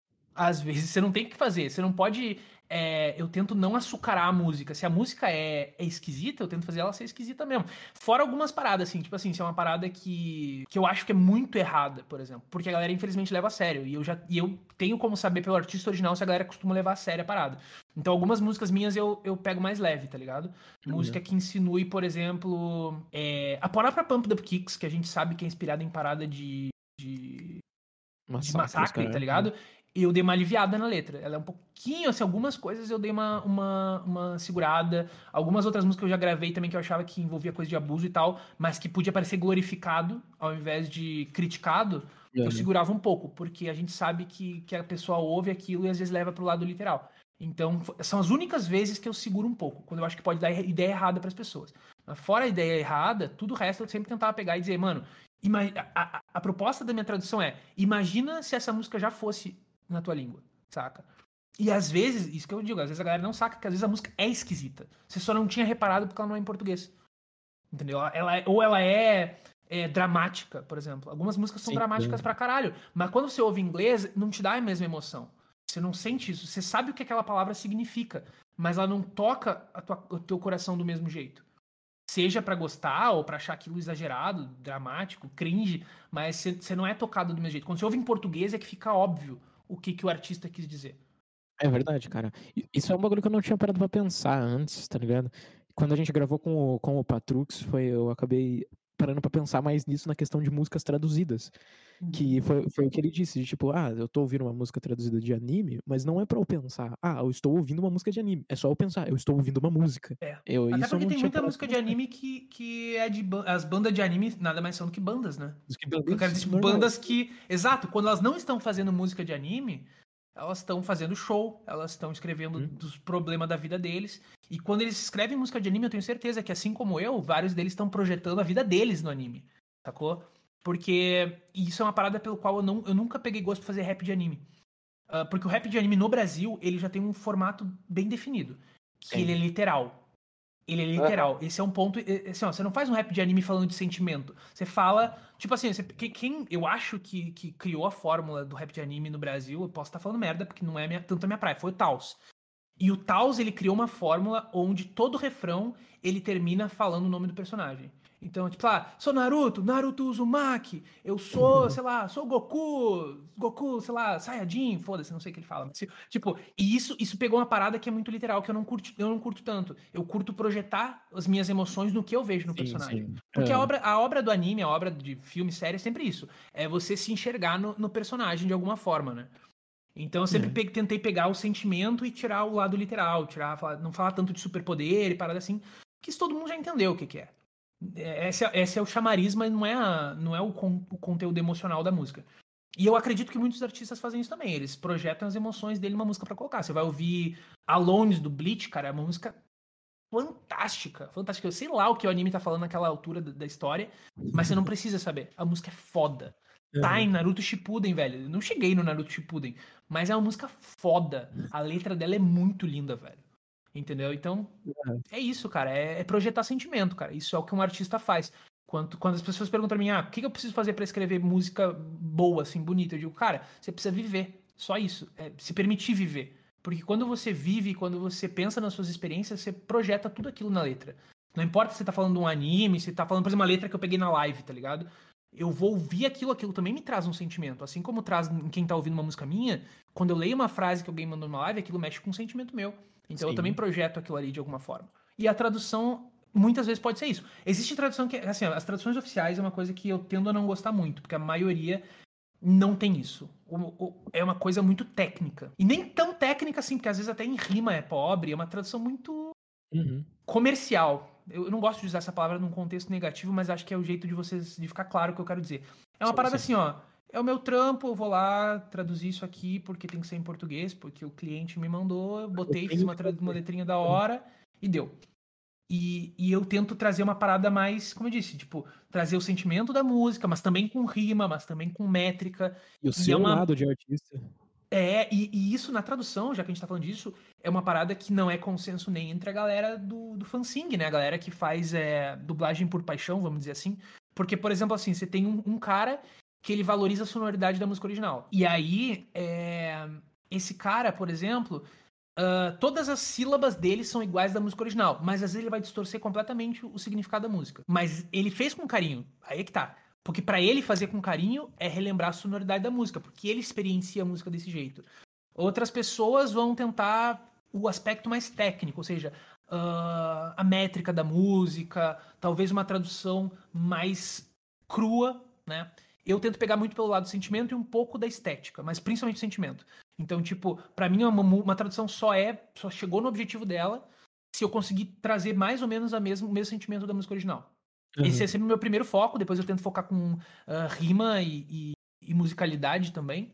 Speaker 3: Às vezes você não tem o que fazer. Você não pode... é, eu tento não açucarar a música. Se a música é, é esquisita, eu tento fazer ela ser esquisita mesmo. Fora algumas paradas, assim. Tipo assim, se é uma parada que, que eu acho que é muito errada, por exemplo. Porque a galera, infelizmente, leva a sério. E eu, já, e eu tenho como saber pelo artista original se a galera costuma levar a sério a parada. Então, algumas músicas minhas eu, eu pego mais leve, tá ligado? Música que insinue, por exemplo... é, a própria Pump Up Kicks, que a gente sabe que é inspirada em parada de...
Speaker 1: Massacre,
Speaker 3: de massacre,
Speaker 1: cara.
Speaker 3: tá ligado? Eu dei uma aliviada na letra. Ela é um pouquinho, assim, algumas coisas eu dei uma, uma, uma segurada. Algumas outras músicas eu já gravei também que eu achava que envolvia coisa de abuso e tal, mas que podia parecer glorificado ao invés de criticado, eu
Speaker 1: Uhum.
Speaker 3: segurava um pouco, porque a gente sabe que, que a pessoa ouve aquilo e às vezes leva pro lado literal. Então, f- são as únicas vezes que eu seguro um pouco, quando eu acho que pode dar i- ideia errada pras pessoas. Mas fora a ideia errada, tudo o resto eu sempre tentava pegar e dizer, mano, ima- a, a- a proposta da minha tradução é: imagina se essa música já fosse na tua língua, saca? E às vezes, isso que eu digo, às vezes a galera não saca que às vezes a música é esquisita. Você só não tinha reparado porque ela não é em português. Entendeu? Ela é- ou ela é, é dramática, por exemplo. Algumas músicas são
Speaker 1: Sim,
Speaker 3: dramáticas
Speaker 1: sim.
Speaker 3: pra caralho. Mas quando você ouve em inglês, não te dá a mesma emoção. Você não sente isso. Você sabe o que aquela palavra significa, mas ela não toca a tua- o teu coração do mesmo jeito. Seja pra gostar ou pra achar aquilo exagerado, dramático, cringe, mas você você não é tocado do mesmo jeito. Quando você ouve em português é que fica óbvio o que, que o artista quis dizer.
Speaker 1: É verdade, cara. I- Isso é um bagulho que eu não tinha parado pra pensar antes, tá ligado? Quando a gente gravou com o, com o Patrux, foi, eu acabei parando pra pensar mais nisso na questão de músicas traduzidas. Que foi, foi o que ele disse, de tipo, ah, eu tô ouvindo uma música traduzida de anime, mas não é pra eu pensar, ah, eu estou ouvindo uma música de anime. É só eu pensar, eu estou ouvindo uma música.
Speaker 3: É.
Speaker 1: Eu,
Speaker 3: Até
Speaker 1: isso eu
Speaker 3: porque
Speaker 1: não
Speaker 3: tem
Speaker 1: tinha
Speaker 3: muita
Speaker 1: parado
Speaker 3: música
Speaker 1: pra
Speaker 3: de
Speaker 1: pensar.
Speaker 3: anime que, que é de. ban- As bandas de anime nada mais são do que bandas, né?
Speaker 1: Isso que
Speaker 3: O que eu quero dizer,
Speaker 1: isso,
Speaker 3: tipo,
Speaker 1: normal.
Speaker 3: bandas que. Exato, quando elas não estão fazendo música de anime, elas estão fazendo show, elas estão escrevendo
Speaker 1: Hum?
Speaker 3: dos problemas da vida deles. E quando eles escrevem música de anime, eu tenho certeza que, assim como eu, vários deles estão projetando a vida deles no anime. Sacou? Porque isso é uma parada pelo qual eu, não, eu nunca peguei gosto de fazer rap de anime. Ah, porque o rap de anime no Brasil, ele já tem um formato bem definido. Que ele é
Speaker 1: Tem.
Speaker 3: literal. Ele é
Speaker 2: Aham.
Speaker 3: literal. Esse é um ponto. é- Assim, ó, você não faz um rap de anime falando de sentimento. Você fala. Tipo assim, você- que- quem eu acho que, que criou a fórmula do rap de anime no Brasil, eu posso estar falando merda, porque não é minha- tanto a minha praia, foi o Taos. E o Taos, ele criou uma fórmula onde todo refrão ele termina falando o nome do personagem. Então, tipo, ah, sou Naruto, Naruto Uzumaki, eu sou, sei lá, sou Goku, Goku, sei lá, Saiyajin, foda-se, não sei o que ele fala. Mas, tipo, e isso, isso pegou uma parada que é muito literal, que eu não curto, eu não curto tanto. Eu curto projetar as minhas emoções no que eu vejo no
Speaker 1: Sim,
Speaker 3: personagem.
Speaker 1: sim.
Speaker 3: Porque a
Speaker 1: É.
Speaker 3: obra, a obra do anime, a obra de filme, série, é sempre isso. É você se enxergar no, no personagem de alguma forma, né? Então eu sempre
Speaker 1: É.
Speaker 3: pe- tentei pegar o sentimento e tirar o lado literal, tirar, falar- não falar tanto de superpoder e parada assim, que isso todo mundo já entendeu o que, que é. É, Esse, é. esse é o chamariz, mas não é, a- não é o, con- o conteúdo emocional da música. E eu acredito que muitos artistas fazem isso também. Eles projetam as emoções dele numa música pra colocar. Você vai ouvir Alone do Bleach, cara, é uma música fantástica, fantástica. Eu sei lá o que o anime tá falando naquela altura da, da história, mas você não precisa saber. A música é foda. Tá em
Speaker 1: Aham.
Speaker 3: Naruto Shippuden, velho. Eu não cheguei no Naruto Shippuden, mas é uma música foda. A letra dela é muito linda, velho. Entendeu? Então,
Speaker 1: Aham.
Speaker 3: é isso, cara. É, é projetar sentimento, cara. Isso é o que um artista faz. Quando, quando as pessoas perguntam pra mim, ah, o que que eu preciso fazer pra escrever música boa, assim, bonita? Eu digo, cara, você precisa viver. Só isso. É se permitir viver. Porque quando você vive, quando você pensa nas suas experiências, você projeta tudo aquilo na letra. Não importa se você tá falando de um anime, se tá falando, por exemplo, uma letra que eu peguei na live, tá ligado? Eu vou ouvir aquilo, aquilo também me traz um sentimento. Assim como traz em quem tá ouvindo uma música minha, quando eu leio uma frase que alguém mandou numa live, aquilo mexe com um sentimento meu. Então eu também
Speaker 1: Sim.
Speaker 3: projeto aquilo ali de alguma forma. E a tradução, muitas vezes pode ser isso. Existe tradução que, assim, as traduções oficiais é uma coisa que eu tendo a não gostar muito, porque a maioria não tem isso. O- o- é uma coisa muito técnica. E nem tão técnica assim, porque às vezes até em rima é pobre, é uma tradução muito
Speaker 1: Uhum.
Speaker 3: comercial. Eu, eu não gosto de usar essa palavra num contexto negativo, mas acho que é o jeito de vocês de ficar claro o que eu quero dizer. É uma
Speaker 1: Sim,
Speaker 3: parada
Speaker 1: sim.
Speaker 3: assim, ó. É o meu trampo, eu vou lá traduzir isso aqui porque tem que ser em português, porque o cliente me mandou, eu botei, fiz
Speaker 1: tenho
Speaker 3: uma,
Speaker 1: que
Speaker 3: tra- uma
Speaker 1: fazer.
Speaker 3: letrinha da hora e deu. E, e eu tento trazer uma parada mais, como eu disse, tipo, trazer o sentimento da música, mas também com rima, mas também com métrica.
Speaker 1: E o
Speaker 3: E é
Speaker 1: seu
Speaker 3: uma.
Speaker 1: lado de artista.
Speaker 3: É, e, e isso na tradução, já que a gente tá falando disso, é uma parada que não é consenso nem entre a galera do, do fansing, né? A galera que faz é, dublagem por paixão, vamos dizer assim. Porque, por exemplo, assim, você tem um, um cara que ele valoriza a sonoridade da música original. E aí, é, esse cara, por exemplo, ah, todas as sílabas dele são iguais da música original, mas às vezes ele vai distorcer completamente o significado da música. Mas ele fez com carinho, aí é que tá. Porque pra ele fazer com carinho é relembrar a sonoridade da música, porque ele experiencia a música desse jeito. Outras pessoas vão tentar o aspecto mais técnico, ou seja, ah, a métrica da música, talvez uma tradução mais crua, né? eu tento pegar muito pelo lado do sentimento e um pouco da estética, mas principalmente o sentimento. Então, tipo, pra mim uma, uma tradução só é, só chegou no objetivo dela se eu conseguir trazer mais ou menos a mesmo, o mesmo sentimento da música original. Uhum. Esse é sempre o meu primeiro foco, depois eu tento focar com uh, rima e, e, e musicalidade também,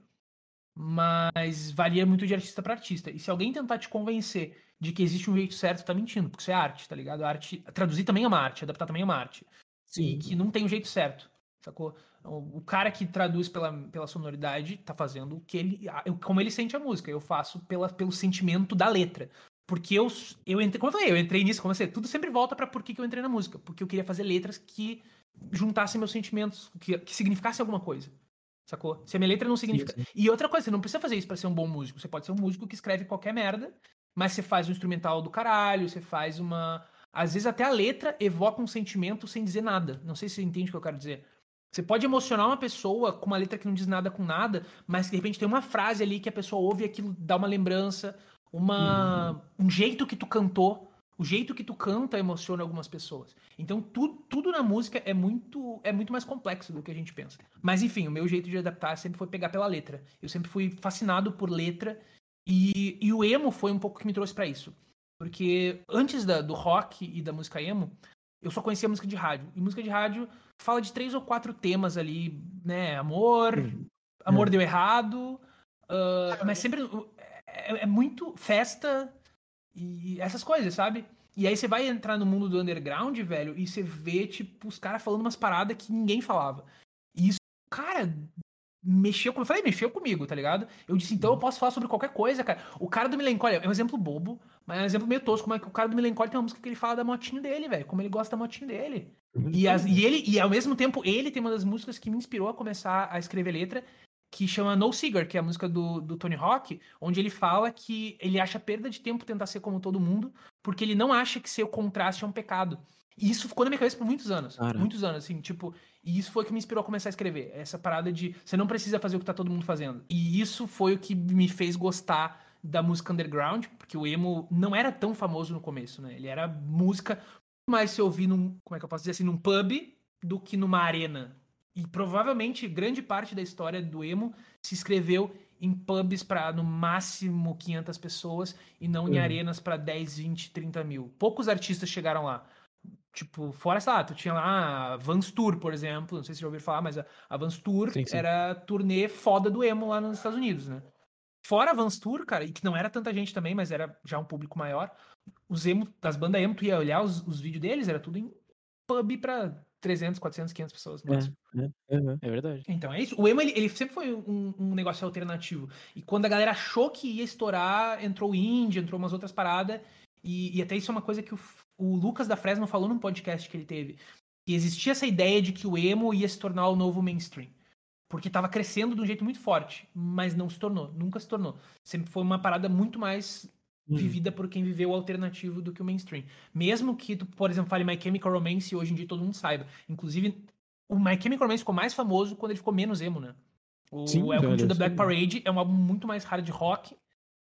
Speaker 3: mas varia muito de artista pra artista. E se alguém tentar te convencer de que existe um jeito certo, tá mentindo, porque isso é arte, tá ligado? A arte, traduzir também é uma arte, adaptar também é uma arte. Sim. E que não tem um jeito certo, sacou? O cara que traduz pela, pela sonoridade tá fazendo o que ele, como ele sente a música. Eu faço pela, pelo sentimento da letra. Porque eu, eu entrei, como eu falei, eu entrei nisso, como eu sei, tudo sempre volta pra por que eu entrei na música. Porque eu queria fazer letras que juntassem meus sentimentos, que, que significassem alguma coisa. Sacou? Se a minha letra não significa... Sim, sim. E outra coisa, você não precisa fazer isso pra ser um bom músico. Você pode ser um músico que escreve qualquer merda, mas você faz um instrumental do caralho, você faz uma... Às vezes até a letra evoca um sentimento sem dizer nada. Não sei se você entende o que eu quero dizer. Você pode emocionar uma pessoa com uma letra que não diz nada com nada, mas que de repente tem uma frase ali que a pessoa ouve e aquilo dá uma lembrança, uma... Uhum. um jeito que tu cantou. O jeito que tu canta emociona algumas pessoas. Então, tu, tudo na música é muito, é muito mais complexo do que a gente pensa. Mas, enfim, o meu jeito de adaptar sempre foi pegar pela letra. Eu sempre fui fascinado por letra. E, e o emo foi um pouco que me trouxe pra isso. Porque antes da, do rock e da música emo, eu só conhecia música de rádio. E música de rádio fala de três ou quatro temas ali, né? Amor, uhum. amor uhum. deu errado. Uh, mas sempre é, é muito festa... E essas coisas, sabe? E aí você vai entrar no mundo do underground, velho, e você vê, tipo, os caras falando umas paradas que ninguém falava. E isso, cara, mexeu, como eu falei, mexeu comigo, tá ligado? Eu disse, então eu posso falar sobre qualquer coisa, cara. O cara do Millencolin é um exemplo bobo, mas é um exemplo meio tosco, mas o cara do Millencolin tem uma música que ele fala da motinha dele, velho, como ele gosta da motinha dele. E, as, e ele, e ao mesmo tempo, ele tem uma das músicas que me inspirou a começar a escrever letra, que chama No Cigar, que é a música do, do Tony Hawk, onde ele fala que ele acha perda de tempo tentar ser como todo mundo, porque ele não acha que ser o contraste é um pecado. E isso ficou na minha cabeça por muitos anos. Cara. Muitos anos, assim, tipo... E isso foi o que me inspirou a começar a escrever. Essa parada de você não precisa fazer o que tá todo mundo fazendo. E isso foi o que me fez gostar da música underground, porque o emo não era tão famoso no começo, né? Ele era música mais se ouvir num... Como é que eu posso dizer assim? Num pub do que numa arena. E provavelmente grande parte da história do emo se escreveu em pubs para no máximo quinhentas pessoas e não em uhum. arenas para dez, vinte, trinta mil. Poucos artistas chegaram lá. Tipo, fora, sei lá, tu tinha lá a Vans Tour, por exemplo, não sei se já ouviram falar, mas a, a Vans Tour sim, sim. era turnê foda do emo lá nos Estados Unidos, né? Fora a Vans Tour, cara, e que não era tanta gente também, mas era já um público maior, os emo, das bandas emo, tu ia olhar os, os vídeos deles, era tudo em pub pra trezentas, quatrocentas, quinhentas pessoas no máximo.
Speaker 1: É, é, é, é verdade.
Speaker 3: Então, é isso. O emo, ele, ele sempre foi um, um negócio alternativo. E quando a galera achou que ia estourar, entrou o indie, entrou umas outras paradas. E, e até isso é uma coisa que o, o Lucas da Fresno falou num podcast que ele teve. Que existia essa ideia de que o emo ia se tornar o novo mainstream. Porque tava crescendo de um jeito muito forte. Mas não se tornou. Nunca se tornou. Sempre foi uma parada muito mais... vivida por quem viveu o alternativo do que o mainstream. Mesmo que tu, por exemplo, fale My Chemical Romance e hoje em dia todo mundo saiba. Inclusive, o My Chemical Romance ficou mais famoso quando ele ficou menos emo, né? O sim, Welcome velho, to the Black sim. Parade é um álbum muito mais hard rock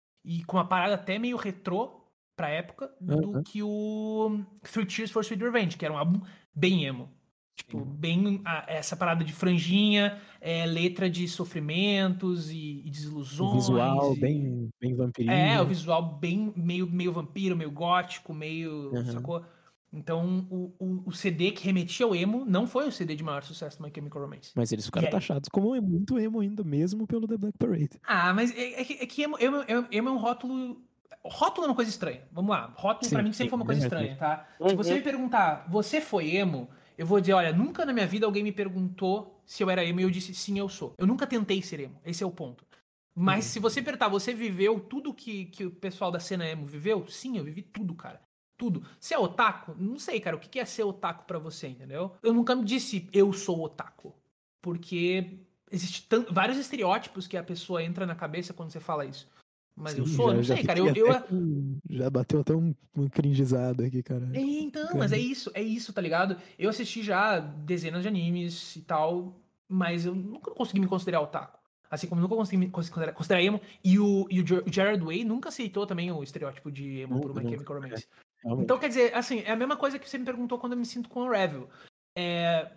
Speaker 3: e com uma parada até meio retrô pra época uh-huh. do que o Three Cheers for Sweet Revenge, que era um álbum bem emo. Tipo, sim. bem a, essa parada de franjinha, é, letra de sofrimentos e, e desilusões.
Speaker 1: O visual
Speaker 3: e...
Speaker 1: bem, bem vampirinho.
Speaker 3: É, o visual bem meio, meio vampiro, meio gótico, meio... Uhum. Sacou? Então, o, o, o C D que remetia ao emo não foi o C D de maior sucesso do My Chemical Romance.
Speaker 1: Mas eles ficaram taxados como muito emo ainda, mesmo pelo The Black Parade.
Speaker 3: Ah, mas é, é, é que emo, emo, emo é um rótulo... Rótulo é uma coisa estranha. Vamos lá. Rótulo sim, pra mim sempre sim, foi uma coisa é estranha, tá? Uhum. Se você me perguntar, você foi emo... Eu vou dizer, olha, nunca na minha vida alguém me perguntou se eu era emo e eu disse, sim, eu sou. Eu nunca tentei ser emo. Esse é o ponto. Mas uhum. se você perguntar, você viveu tudo que, que o pessoal da cena emo viveu? Sim, eu vivi tudo, cara. Tudo. Você é otaku? Não sei, cara. O que é ser otaku pra você, entendeu? Eu nunca me disse, eu sou otaku. Porque existem vários estereótipos que a pessoa entra na cabeça quando você fala isso. Mas sim, eu sou, já, não sei, cara. Eu, eu...
Speaker 1: Com... Já bateu até um, um cringizado aqui, cara.
Speaker 3: É, então, cara. Mas é isso, é isso, tá ligado? Eu assisti já dezenas de animes e tal, mas eu nunca consegui me considerar otaku. Assim como nunca consegui me considerar, considerar emo. E o, e o Gerard Way nunca aceitou também o estereótipo de emo por My Chemical Romance. É, então, quer dizer, assim, é a mesma coisa que você me perguntou quando eu me sinto com o Revel. É,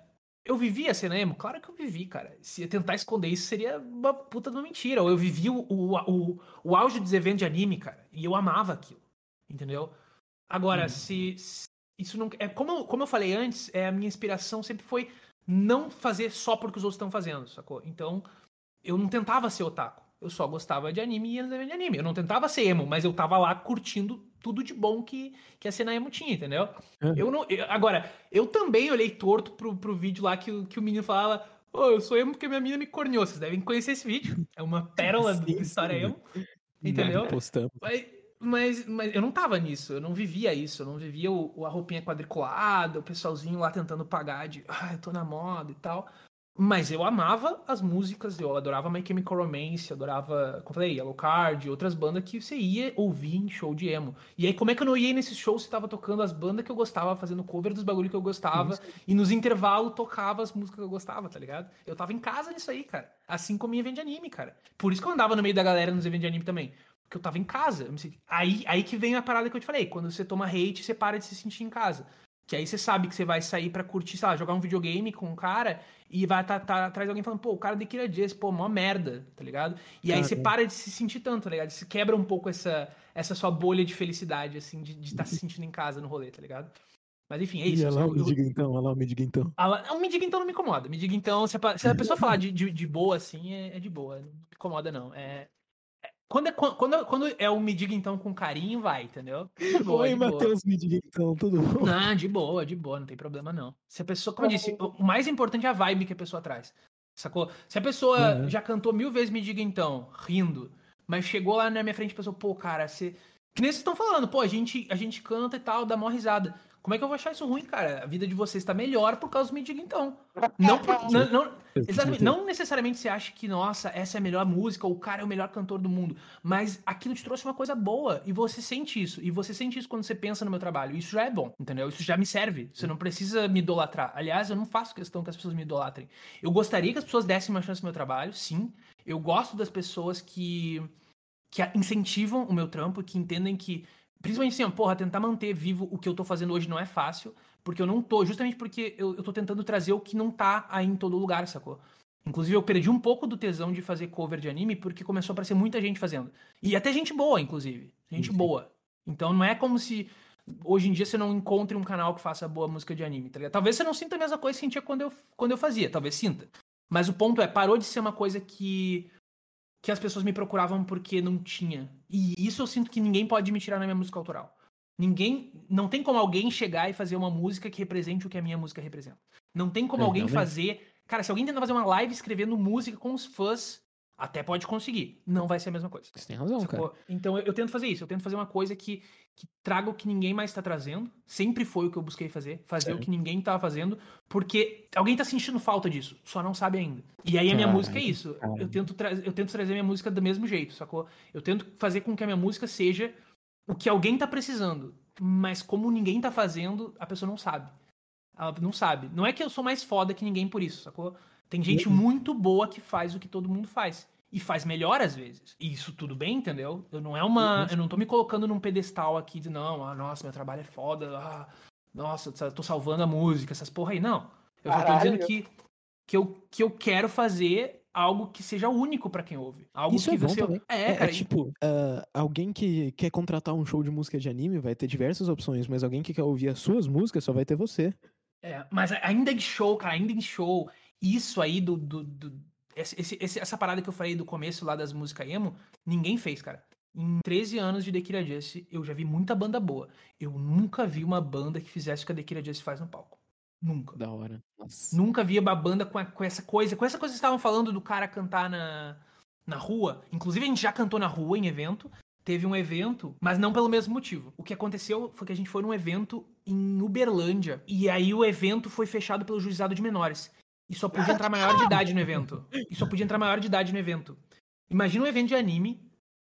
Speaker 3: Eu vivi a cena emo? Claro que eu vivi, cara. Se eu tentar esconder isso, seria uma puta de uma mentira. Ou eu vivi o, o, o, o auge dos eventos de anime, cara. E eu amava aquilo. Entendeu? Agora,
Speaker 1: Uhum.
Speaker 3: se, se isso não... É, como, eu- como eu falei antes, é, a minha inspiração sempre foi não fazer só porque os outros estão fazendo, sacou? Então, eu não tentava ser otaku. Eu só gostava de anime e ia nos eventos de anime. Eu não tentava ser emo, mas eu tava lá curtindo tudo de bom que, que a cena emo tinha, entendeu?
Speaker 1: Uhum.
Speaker 3: Eu não, eu- agora, eu também olhei torto pro, pro vídeo lá que, o- que o menino falava: Ô, eu sou emo porque minha mina me corneou. Vocês devem conhecer esse vídeo. É uma pérola do- da
Speaker 1: Sim,
Speaker 3: história
Speaker 1: sim.
Speaker 3: emo, entendeu?
Speaker 1: Postamos.
Speaker 3: Mas, mas, mas eu não tava nisso, eu não vivia isso, eu não vivia o, o- a roupinha quadriculada, o pessoalzinho lá tentando pagar de, ah, eu tô na moda e tal. Mas eu amava as músicas, eu adorava My Chemical Romance, eu adorava, como eu falei, Yellowcard, outras bandas que você ia ouvir em show de emo. E aí, como é que eu não ia nesses shows se tava tocando as bandas que eu gostava, fazendo cover dos bagulho que eu gostava,
Speaker 1: Sim, sim.
Speaker 3: e nos intervalos tocava as músicas que eu gostava, tá ligado? Eu tava em casa nisso aí, cara. Assim como em evento de anime, cara. Por isso que eu andava no meio da galera nos eventos de anime também. Porque eu tava em casa. Eu me senti- Aí, aí que vem a parada que eu te falei. Quando você toma hate, você para de se sentir em casa. Que aí você sabe que você vai sair pra curtir, sei lá, jogar um videogame com um cara e vai estar tá, tá atrás de alguém falando, pô, o cara de Kira Jazz, pô, mó merda, tá ligado? E aí você
Speaker 1: Caramba.
Speaker 3: para de se sentir tanto, tá ligado? Você quebra um pouco essa, essa sua bolha de felicidade, assim, de estar tá se sentindo em casa no rolê, tá ligado? Mas enfim, é
Speaker 1: E
Speaker 3: isso.
Speaker 1: olha lá,
Speaker 3: Eu,
Speaker 1: me
Speaker 3: eu,
Speaker 1: diga então, olha lá, me diga então.
Speaker 3: a, o me diga então não me incomoda. Me diga então, se a, se a pessoa falar de, de, de boa, assim, é, é de boa. Não me incomoda, não. É, quando é, quando, quando é o me diga então com carinho, vai, entendeu? De boa,
Speaker 1: Oi,
Speaker 3: de boa.
Speaker 1: Matheus, me diga então, tudo bom?
Speaker 3: Não, de boa, de boa, não tem problema não. Se a pessoa, como eu disse, o mais importante é a vibe que a pessoa traz. Sacou? Se a pessoa
Speaker 1: Uhum.
Speaker 3: já cantou mil vezes Me Diga Então, rindo, mas chegou lá na minha frente e pensou, pô, cara, você. Que nem vocês estão falando, pô, a gente, a gente canta e tal, dá mó risada. Como é que eu vou achar isso ruim, cara? A vida de vocês tá melhor por causa do Me Diga Então. Não por.
Speaker 1: Com
Speaker 3: Não, não-
Speaker 1: certeza, com
Speaker 3: exatamente,
Speaker 1: certeza.
Speaker 3: não necessariamente você acha que, nossa, essa é a melhor música, ou o cara é o melhor cantor do mundo. Mas aquilo te trouxe uma coisa boa. E você sente isso. E você sente isso quando você pensa no meu trabalho. Isso já é bom, entendeu? Isso já me serve. Você não precisa me idolatrar. Aliás, eu não faço questão que as pessoas me idolatrem. Eu gostaria que as pessoas dessem uma chance no meu trabalho, sim. Eu gosto das pessoas que, que incentivam o meu trampo, que entendem que. Principalmente assim, ó, porra, tentar manter vivo o que eu tô fazendo hoje não é fácil. Porque eu não tô. Justamente porque eu, eu tô tentando trazer o que não tá aí em todo lugar, sacou? Inclusive, eu perdi um pouco do tesão de fazer cover de anime porque começou a aparecer muita gente fazendo. E até gente boa, inclusive. Gente
Speaker 1: Sim, sim.
Speaker 3: boa. Então não é como se hoje em dia você não encontre um canal que faça boa música de anime, tá ligado? Talvez você não sinta a mesma coisa que sentia quando eu, quando eu fazia, talvez sinta. Mas o ponto é, parou de ser uma coisa que, que as pessoas me procuravam porque não tinha. E isso eu sinto que ninguém pode me tirar na minha música autoral. Ninguém. Não tem como alguém chegar e fazer uma música que represente o que a minha música representa. Não tem como
Speaker 1: É,
Speaker 3: alguém
Speaker 1: realmente.
Speaker 3: fazer. Cara, se alguém tentar fazer uma live escrevendo música com os fãs, até pode conseguir. Não vai ser a mesma coisa.
Speaker 1: Você tem razão, cara.
Speaker 3: Sacou? Então eu, eu tento fazer isso. Eu tento fazer uma coisa que, que traga o que ninguém mais tá trazendo. Sempre foi o que eu busquei fazer. Fazer
Speaker 1: Certo.
Speaker 3: o que ninguém tava fazendo. Porque alguém tá sentindo falta disso. Só não sabe ainda. E aí a minha
Speaker 1: Caralho,
Speaker 3: música é isso.
Speaker 1: caralho.
Speaker 3: Eu tento, tra eu tento trazer a minha música do mesmo jeito, sacou? Eu tento fazer com que a minha música seja o que alguém tá precisando. Mas como ninguém tá fazendo, a pessoa não sabe. Ela não sabe. Não é que eu sou mais foda que ninguém por isso, sacou? Tem gente
Speaker 1: Uhum.
Speaker 3: muito boa que faz o que todo mundo faz. E faz melhor às vezes. E isso tudo bem, entendeu? Eu não é uma.
Speaker 1: Uhum.
Speaker 3: Eu não tô me colocando num pedestal aqui de não, ah, nossa, meu trabalho é foda. Ah, nossa, tô salvando a música, essas porra aí. Não. Eu só tô
Speaker 2: Caralho.
Speaker 3: dizendo que, que, eu, que eu quero fazer algo que seja único pra quem ouve. Algo
Speaker 1: Isso
Speaker 3: que
Speaker 1: é bom
Speaker 3: você.
Speaker 1: também.
Speaker 3: É,
Speaker 1: É, é
Speaker 3: cara. e-
Speaker 1: tipo, ah, alguém que quer contratar um show de música de anime vai ter diversas opções, mas alguém que quer ouvir as suas músicas só vai ter você.
Speaker 3: É, mas ainda em show, cara, ainda em show, isso aí do. do, do- esse, esse- esse- essa parada que eu falei do começo lá das músicas emo, ninguém fez, cara. Em treze anos de The Kira Jazz, eu já vi muita banda boa. Eu nunca vi uma banda que fizesse o que a The Kira Jazz faz no palco. Nunca.
Speaker 1: Da hora. Nossa.
Speaker 3: Nunca vi uma banda com, a- com essa coisa. Com essa coisa que vocês estavam falando do cara cantar na, na rua. Inclusive, a gente já cantou na rua em evento. Teve um evento, mas não pelo mesmo motivo. O que aconteceu foi que a gente foi num evento em Uberlândia. E aí o evento foi fechado pelo juizado de menores. E só podia entrar maior de idade no evento. E só podia entrar maior de idade no evento. Imagina um evento de anime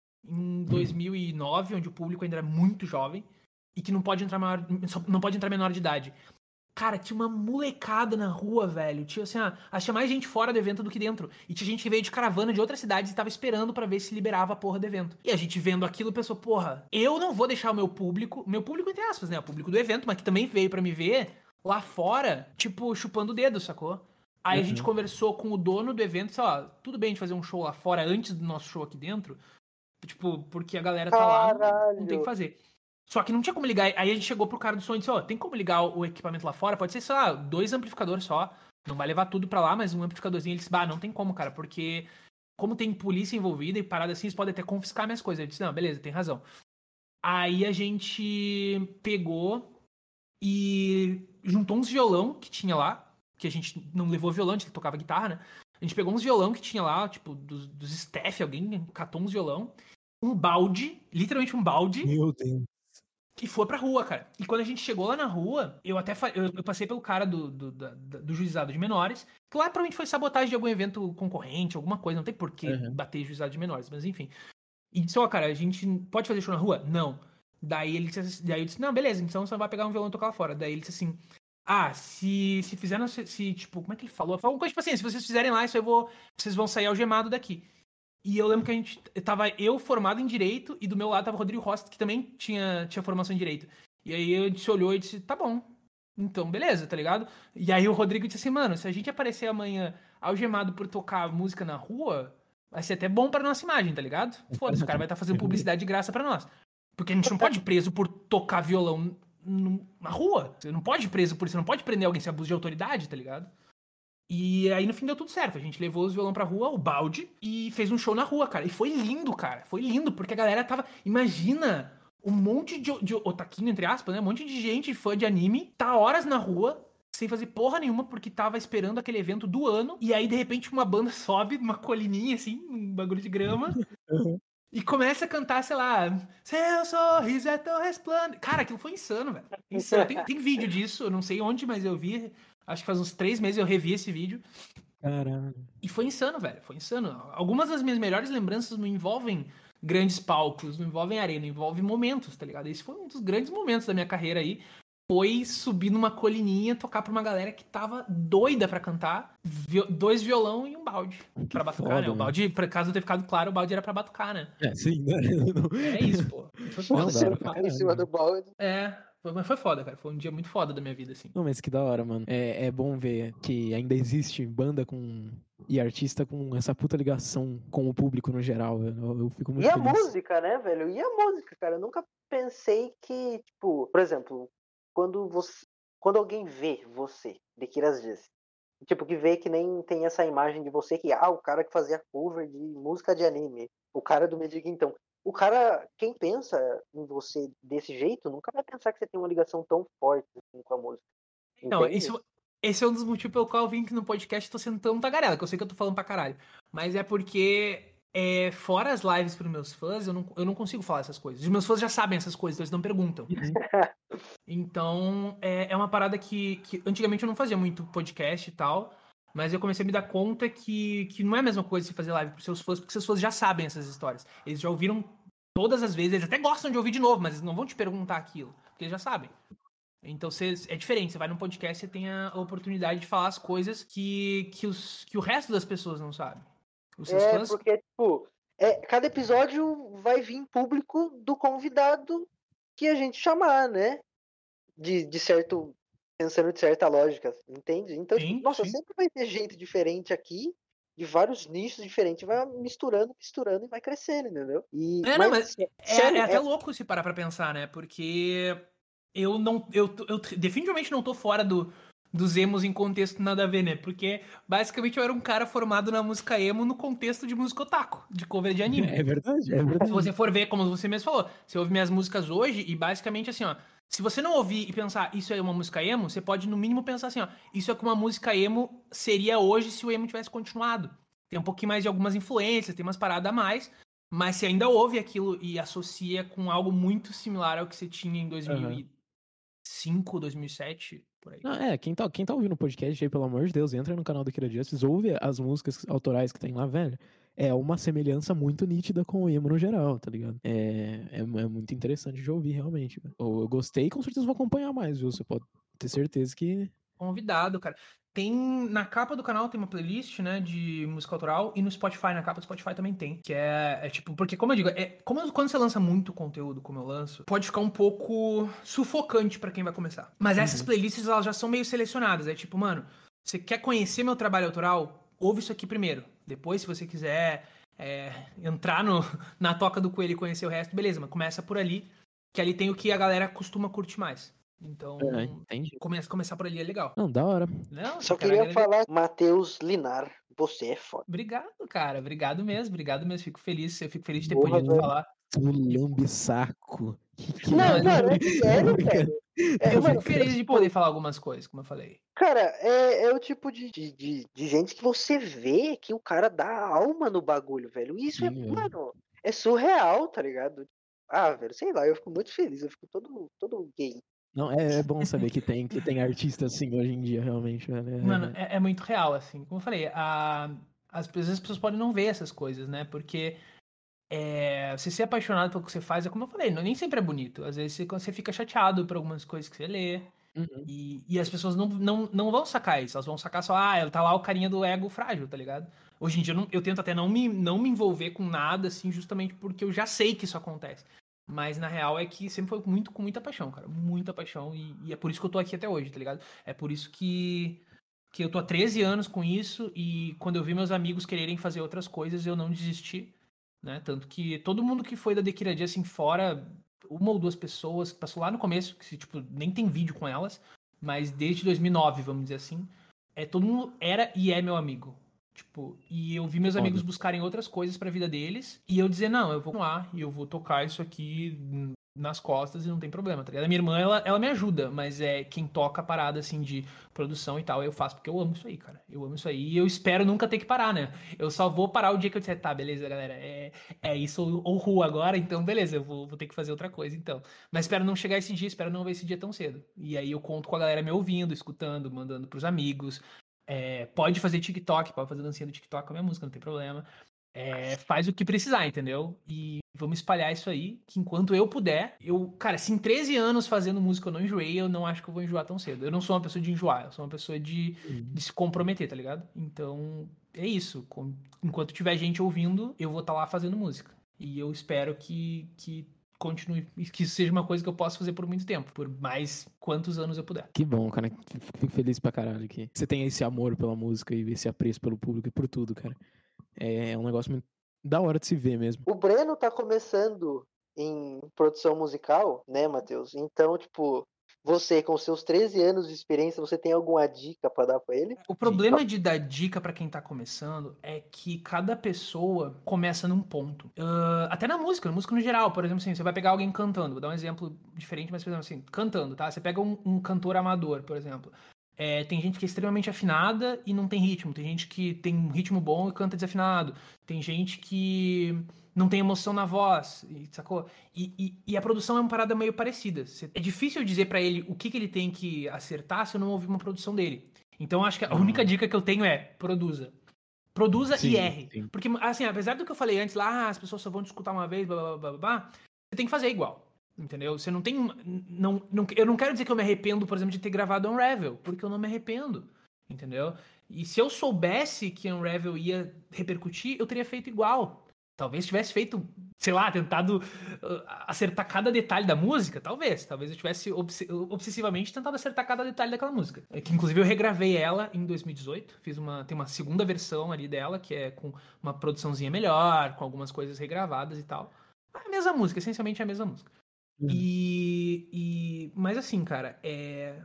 Speaker 3: em dois mil e nove, onde o público ainda era muito jovem. E que não pode entrar maior, só- não pode entrar menor de idade. Cara, tinha uma molecada na rua, velho. Tinha, assim, ah, tinha mais gente fora do evento do que dentro. E tinha gente que veio de caravana de outras cidades e tava esperando pra ver se liberava a porra do evento. E a gente vendo aquilo pensou, porra, eu não vou deixar o meu público, meu público entre aspas, né? O público do evento, mas que também veio pra me ver lá fora, tipo, chupando o dedo, sacou? Aí a gente
Speaker 1: Uhum.
Speaker 3: conversou com o dono do evento, sei lá, tudo bem a gente fazer um show lá fora antes do nosso show aqui dentro, tipo, porque a galera tá lá, não, não tem o que
Speaker 2: Caralho.
Speaker 3: fazer. Só que não tinha como ligar. Aí a gente chegou pro cara do som e disse, ó, tem como ligar o equipamento lá fora? Pode ser, sei lá, dois amplificadores só. Não vai levar tudo pra lá, mas um amplificadorzinho. Ele disse, bah, não tem como, cara, porque como tem polícia envolvida e parada assim, eles podem até confiscar minhas coisas. Eu disse, não, beleza, tem razão. Aí a gente pegou e juntou uns violão que tinha lá, que a gente não levou violão, a gente tocava guitarra, né? A gente pegou uns violão que tinha lá, tipo, dos, dos staff, alguém catou uns violão, um balde, literalmente um balde,
Speaker 1: Meu Deus.
Speaker 3: e foi pra rua, cara. E quando a gente chegou lá na rua, eu até fa- eu, eu passei pelo cara do, do, da- da- do juizado de menores, que lá provavelmente foi sabotagem de algum evento concorrente, alguma coisa, não tem por que
Speaker 1: Uhum.
Speaker 3: bater juizado de menores, mas enfim. E disse, ó, cara, a gente pode fazer show na rua? Não. Daí ele disse, assim- daí eu disse, não, beleza, então você vai pegar um violão e tocar lá fora. Daí ele disse assim, ah, se, se fizeram, se, se, tipo, como é que ele falou? Falou uma coisa tipo assim, se vocês fizerem lá, isso eu vou, vocês vão sair algemado daqui. E eu lembro que a gente, tava eu formado em Direito e do meu lado tava o Rodrigo Rossi, que também tinha, tinha formação em Direito. E aí a gente se olhou e disse, tá bom, então beleza, tá ligado? E aí o Rodrigo disse assim, mano, se a gente aparecer amanhã algemado por tocar música na rua, vai ser até bom pra nossa imagem, tá ligado? Foda-se, o cara vai estar fazendo publicidade de graça pra nós. Porque a gente não pode ir preso por tocar violão n- na rua. Você não pode ir preso por isso, você não pode prender alguém se abusa de autoridade, tá ligado? E aí no fim deu tudo certo. A gente levou os violão pra rua, o balde, e fez um show na rua, cara. E foi lindo, cara. Foi lindo, porque a galera tava. Imagina um monte de, de otaquinho, entre aspas, né? Um monte de gente fã de anime, tá horas na rua, sem fazer porra nenhuma, porque tava esperando aquele evento do ano. E aí, de repente, uma banda sobe numa colininha, assim, um bagulho de grama.
Speaker 1: Uhum.
Speaker 3: E começa a cantar, sei lá, seu sorriso é tão resplendente. Cara, aquilo foi insano, velho. Insano. Tem, tem vídeo disso, eu não sei onde, mas eu vi. Acho que faz uns três meses eu revi esse vídeo.
Speaker 1: Caralho.
Speaker 3: E foi insano, velho. Foi insano. Algumas das minhas melhores lembranças não envolvem grandes palcos, não envolvem arena, envolvem momentos, tá ligado? Esse foi um dos grandes momentos da minha carreira aí. Foi subir numa colininha, tocar pra uma galera que tava doida pra cantar. Vi- dois violão e um balde.
Speaker 1: Que
Speaker 3: Pra batucar, né?
Speaker 1: foda,
Speaker 3: O
Speaker 1: mano.
Speaker 3: balde, pra caso não ter ficado claro, o balde era pra batucar, né?
Speaker 1: É, sim, né?
Speaker 3: É isso, pô. E foi foda.
Speaker 1: Não,
Speaker 2: Você
Speaker 1: da
Speaker 2: não
Speaker 1: hora pra
Speaker 2: fica em cima
Speaker 1: caralho.
Speaker 2: do balde.
Speaker 3: É, foi- mas foi foda, cara. Foi um dia muito foda da minha vida, assim.
Speaker 1: Não, mas que da hora, mano. É, é bom ver que ainda existe banda com e artista com essa puta ligação com o público no geral, velho. Eu, eu fico muito
Speaker 2: E a
Speaker 1: feliz.
Speaker 2: música, né, velho? E a música, cara? Eu nunca pensei que, tipo, por exemplo, quando você, quando alguém vê você, de Kiras Dias, tipo, que vê que nem tem essa imagem de você que, ah, o cara que fazia cover de música de anime, o cara do Me Diga Então. O cara, quem pensa em você desse jeito, nunca vai pensar que você tem uma ligação tão forte assim, com a música.
Speaker 3: Então,
Speaker 2: Entende?
Speaker 3: isso, esse é um dos motivos pelo qual eu vim aqui no podcast e tô sendo tão tagarela, que eu sei que eu tô falando pra caralho. Mas é porque, é, fora as lives pros meus fãs, eu não, eu não consigo falar essas coisas. Os meus fãs já sabem essas coisas, então eles não perguntam. Então, é, é uma parada que, que antigamente eu não fazia muito podcast e tal, mas eu comecei a me dar conta que, que não é a mesma coisa você fazer live pros seus fãs, porque seus fãs já sabem essas histórias. Eles já ouviram todas as vezes, eles até gostam de ouvir de novo, mas eles não vão te perguntar aquilo, porque eles já sabem. Então você, é diferente, você vai num podcast, você tem a oportunidade de falar as coisas que, que, os, que o resto das pessoas não sabe. Os seus
Speaker 2: É,
Speaker 3: fãs.
Speaker 2: porque, tipo, é, cada episódio vai vir público do convidado que a gente chamar, né? De, de certo, pensando de certa lógica, entende? Então, tipo,
Speaker 3: Sim,
Speaker 2: nossa,
Speaker 3: sim.
Speaker 2: sempre vai ter gente diferente aqui, de vários nichos diferentes, vai misturando, misturando e vai crescendo, entendeu? E,
Speaker 3: É, não, mas
Speaker 2: sé-
Speaker 3: é,
Speaker 2: sério,
Speaker 3: é até
Speaker 2: é,
Speaker 3: louco se parar pra pensar, né? Porque eu não. Eu, eu definitivamente não tô fora do, dos emos em contexto nada a ver, né? Porque basicamente eu era um cara formado na música emo no contexto de música otaku, de cover de anime.
Speaker 1: É verdade, é
Speaker 3: Se
Speaker 1: verdade.
Speaker 3: você for ver, como você mesmo falou, você ouve minhas músicas hoje e basicamente assim, ó. Se você não ouvir e pensar isso é uma música emo, você pode no mínimo pensar assim, ó. Isso é que uma música emo seria hoje se o emo tivesse continuado. Tem um pouquinho mais de algumas influências, tem umas paradas a mais, mas você ainda ouve aquilo e associa com algo muito similar ao que você tinha em dois mil e cinco, dois mil e sete, por aí.
Speaker 1: Não, é, quem tá, quem tá ouvindo o podcast aí, pelo amor de Deus, entra no canal do Kira Justice, ouve as músicas autorais que tem lá, velho. É uma semelhança muito nítida com o emo no geral, tá ligado? É, é, é muito interessante de ouvir, realmente. Eu, eu gostei e com certeza vou acompanhar mais, viu? Você pode ter certeza que...
Speaker 3: Convidado, cara. Tem, na capa do canal tem uma playlist, né, de música autoral, e no Spotify, na capa do Spotify também tem, que é, é tipo, porque como eu digo, é, como quando você lança muito conteúdo, como eu lanço, pode ficar um pouco sufocante pra quem vai começar. Mas essas
Speaker 1: Uhum.
Speaker 3: playlists, elas já são meio selecionadas, é tipo, mano, você quer conhecer meu trabalho autoral? Ouve isso aqui primeiro. Depois, se você quiser é, entrar no, na toca do coelho e conhecer o resto, beleza, mas começa por ali, que ali tem o que a galera costuma curtir mais. Então,
Speaker 1: É, entendi.
Speaker 3: começa, começar por ali é legal.
Speaker 1: Não, da hora.
Speaker 3: Não,
Speaker 2: Só
Speaker 3: caralho,
Speaker 2: queria
Speaker 3: é
Speaker 2: falar, Matheus Linar, você é foda.
Speaker 3: Obrigado, cara. Obrigado mesmo, obrigado mesmo. Fico feliz. Eu fico feliz de ter
Speaker 2: Porra,
Speaker 3: podido
Speaker 2: velho.
Speaker 3: falar.
Speaker 1: Tu lambe saco. Que que
Speaker 2: Não,
Speaker 1: é?
Speaker 2: mano, é sério, velho. É,
Speaker 3: Eu
Speaker 2: mano,
Speaker 3: fico feliz de
Speaker 2: tipo,
Speaker 3: poder falar algumas coisas, como eu falei.
Speaker 2: cara, é, é o tipo de, de, de, de gente que você vê que o cara dá alma no bagulho, velho. Isso é,
Speaker 1: Sim, velho.
Speaker 2: mano, é surreal, tá ligado? Ah, velho, sei lá, eu fico muito feliz, eu fico todo, todo gay.
Speaker 1: Não, é, é bom saber que tem, que tem artista assim hoje em dia, realmente, velho. É-
Speaker 3: Mano, é, é muito real, assim. Como eu falei, a, as, às vezes as pessoas podem não ver essas coisas, né? Porque é, você ser apaixonado pelo que você faz, é como eu falei, não, nem sempre é bonito. Às vezes você, você fica chateado por algumas coisas que você lê.
Speaker 1: Uhum.
Speaker 3: E, e as pessoas não, não, não vão sacar isso. Elas vão sacar só, ah, tá lá o carinha do ego frágil, tá ligado? Hoje em dia eu, não- eu tento até não me, não me envolver com nada, assim, justamente porque eu já sei que isso acontece. Mas na real é que sempre foi muito com muita paixão, cara. Muita paixão. E, e é por isso que eu tô aqui até hoje, tá ligado? É por isso que, que eu tô há treze anos com isso. E quando eu vi meus amigos quererem fazer outras coisas, eu não desisti, né? Tanto que todo mundo que foi da Dekiradia, assim, fora, uma ou duas pessoas que passou lá no começo, que tipo, nem tem vídeo com elas, mas desde dois mil e nove, vamos dizer assim, é, todo mundo era e é meu amigo. Tipo, e eu vi meus
Speaker 1: Foda.
Speaker 3: amigos buscarem outras coisas pra vida deles, e eu dizer, não, eu vou continuar e eu vou tocar isso aqui nas costas e não tem problema, tá ligado? A minha irmã, ela, ela me ajuda, mas é quem toca a parada, assim, de produção e tal, eu faço porque eu amo isso aí, cara. Eu amo isso aí e eu espero nunca ter que parar, né? Eu só vou parar o dia que eu disser, tá, beleza, galera, é, é isso ou rua agora, então beleza, eu vou, vou ter que fazer outra coisa, então. Mas espero não chegar esse dia, espero não ver esse dia tão cedo. E aí eu conto com a galera me ouvindo, escutando, mandando pros amigos. É, pode fazer TikTok, pode fazer dancinha do TikTok com a minha música, não tem problema. É, faz o que precisar, entendeu? E vamos espalhar isso aí, que enquanto eu puder, eu, cara, se em treze anos fazendo música eu não enjoei, eu não acho que eu vou enjoar tão cedo. Eu não sou uma pessoa de enjoar, eu sou uma pessoa de, de se comprometer, tá ligado? Então, é isso. Com- Enquanto tiver gente ouvindo, eu vou estar lá fazendo música. E eu espero que, que continue, que isso seja uma coisa que eu possa fazer por muito tempo, por mais quantos anos eu puder.
Speaker 1: Que bom, cara. Fico feliz pra caralho que você tem esse amor pela música e esse apreço pelo público e por tudo, cara. É um negócio muito da hora de se ver mesmo.
Speaker 2: O Breno tá começando em produção musical, né, Matheus? Então, tipo, você com seus treze anos de experiência, você tem alguma dica pra dar pra ele?
Speaker 3: O problema de dar dica pra quem tá começando é que cada pessoa começa num ponto. Ah, até na música, na música no geral, por exemplo, assim, você vai pegar alguém cantando, vou dar um exemplo diferente, mas por exemplo assim, cantando, tá? Você pega um, um cantor amador, por exemplo. É, tem gente que é extremamente afinada e não tem ritmo. Tem gente que tem um ritmo bom e canta desafinado. Tem gente que não tem emoção na voz, e- sacou? E, e- e a produção é uma parada meio parecida. Cê- É difícil dizer pra ele o que, que ele tem que acertar se eu não ouvir uma produção dele. Então acho que a única
Speaker 1: Uhum.
Speaker 3: dica que eu tenho é produza. Produza
Speaker 1: Sim,
Speaker 3: e erre.
Speaker 1: sim.
Speaker 3: Porque, assim, apesar do que eu falei antes lá, ah, as pessoas só vão te escutar uma vez, blá, blá, blá, blá, blá, você tem que fazer igual. Entendeu? Você não tem. Não, não, eu não quero dizer que eu me arrependo, por exemplo, de ter gravado Unravel, porque eu não me arrependo. Entendeu? E se eu soubesse que Unravel ia repercutir, eu teria feito igual. Talvez tivesse feito, sei lá, tentado uh, acertar cada detalhe da música, talvez. Talvez eu tivesse obs- obsessivamente tentado acertar cada detalhe daquela música. É que, inclusive, eu regravei ela em dois mil e dezoito. Fiz uma, tem uma segunda versão ali dela, que é com uma produçãozinha melhor, com algumas coisas regravadas e tal. É a mesma música, essencialmente é a mesma música.
Speaker 1: Uhum.
Speaker 3: E, e. Mas assim, cara, é.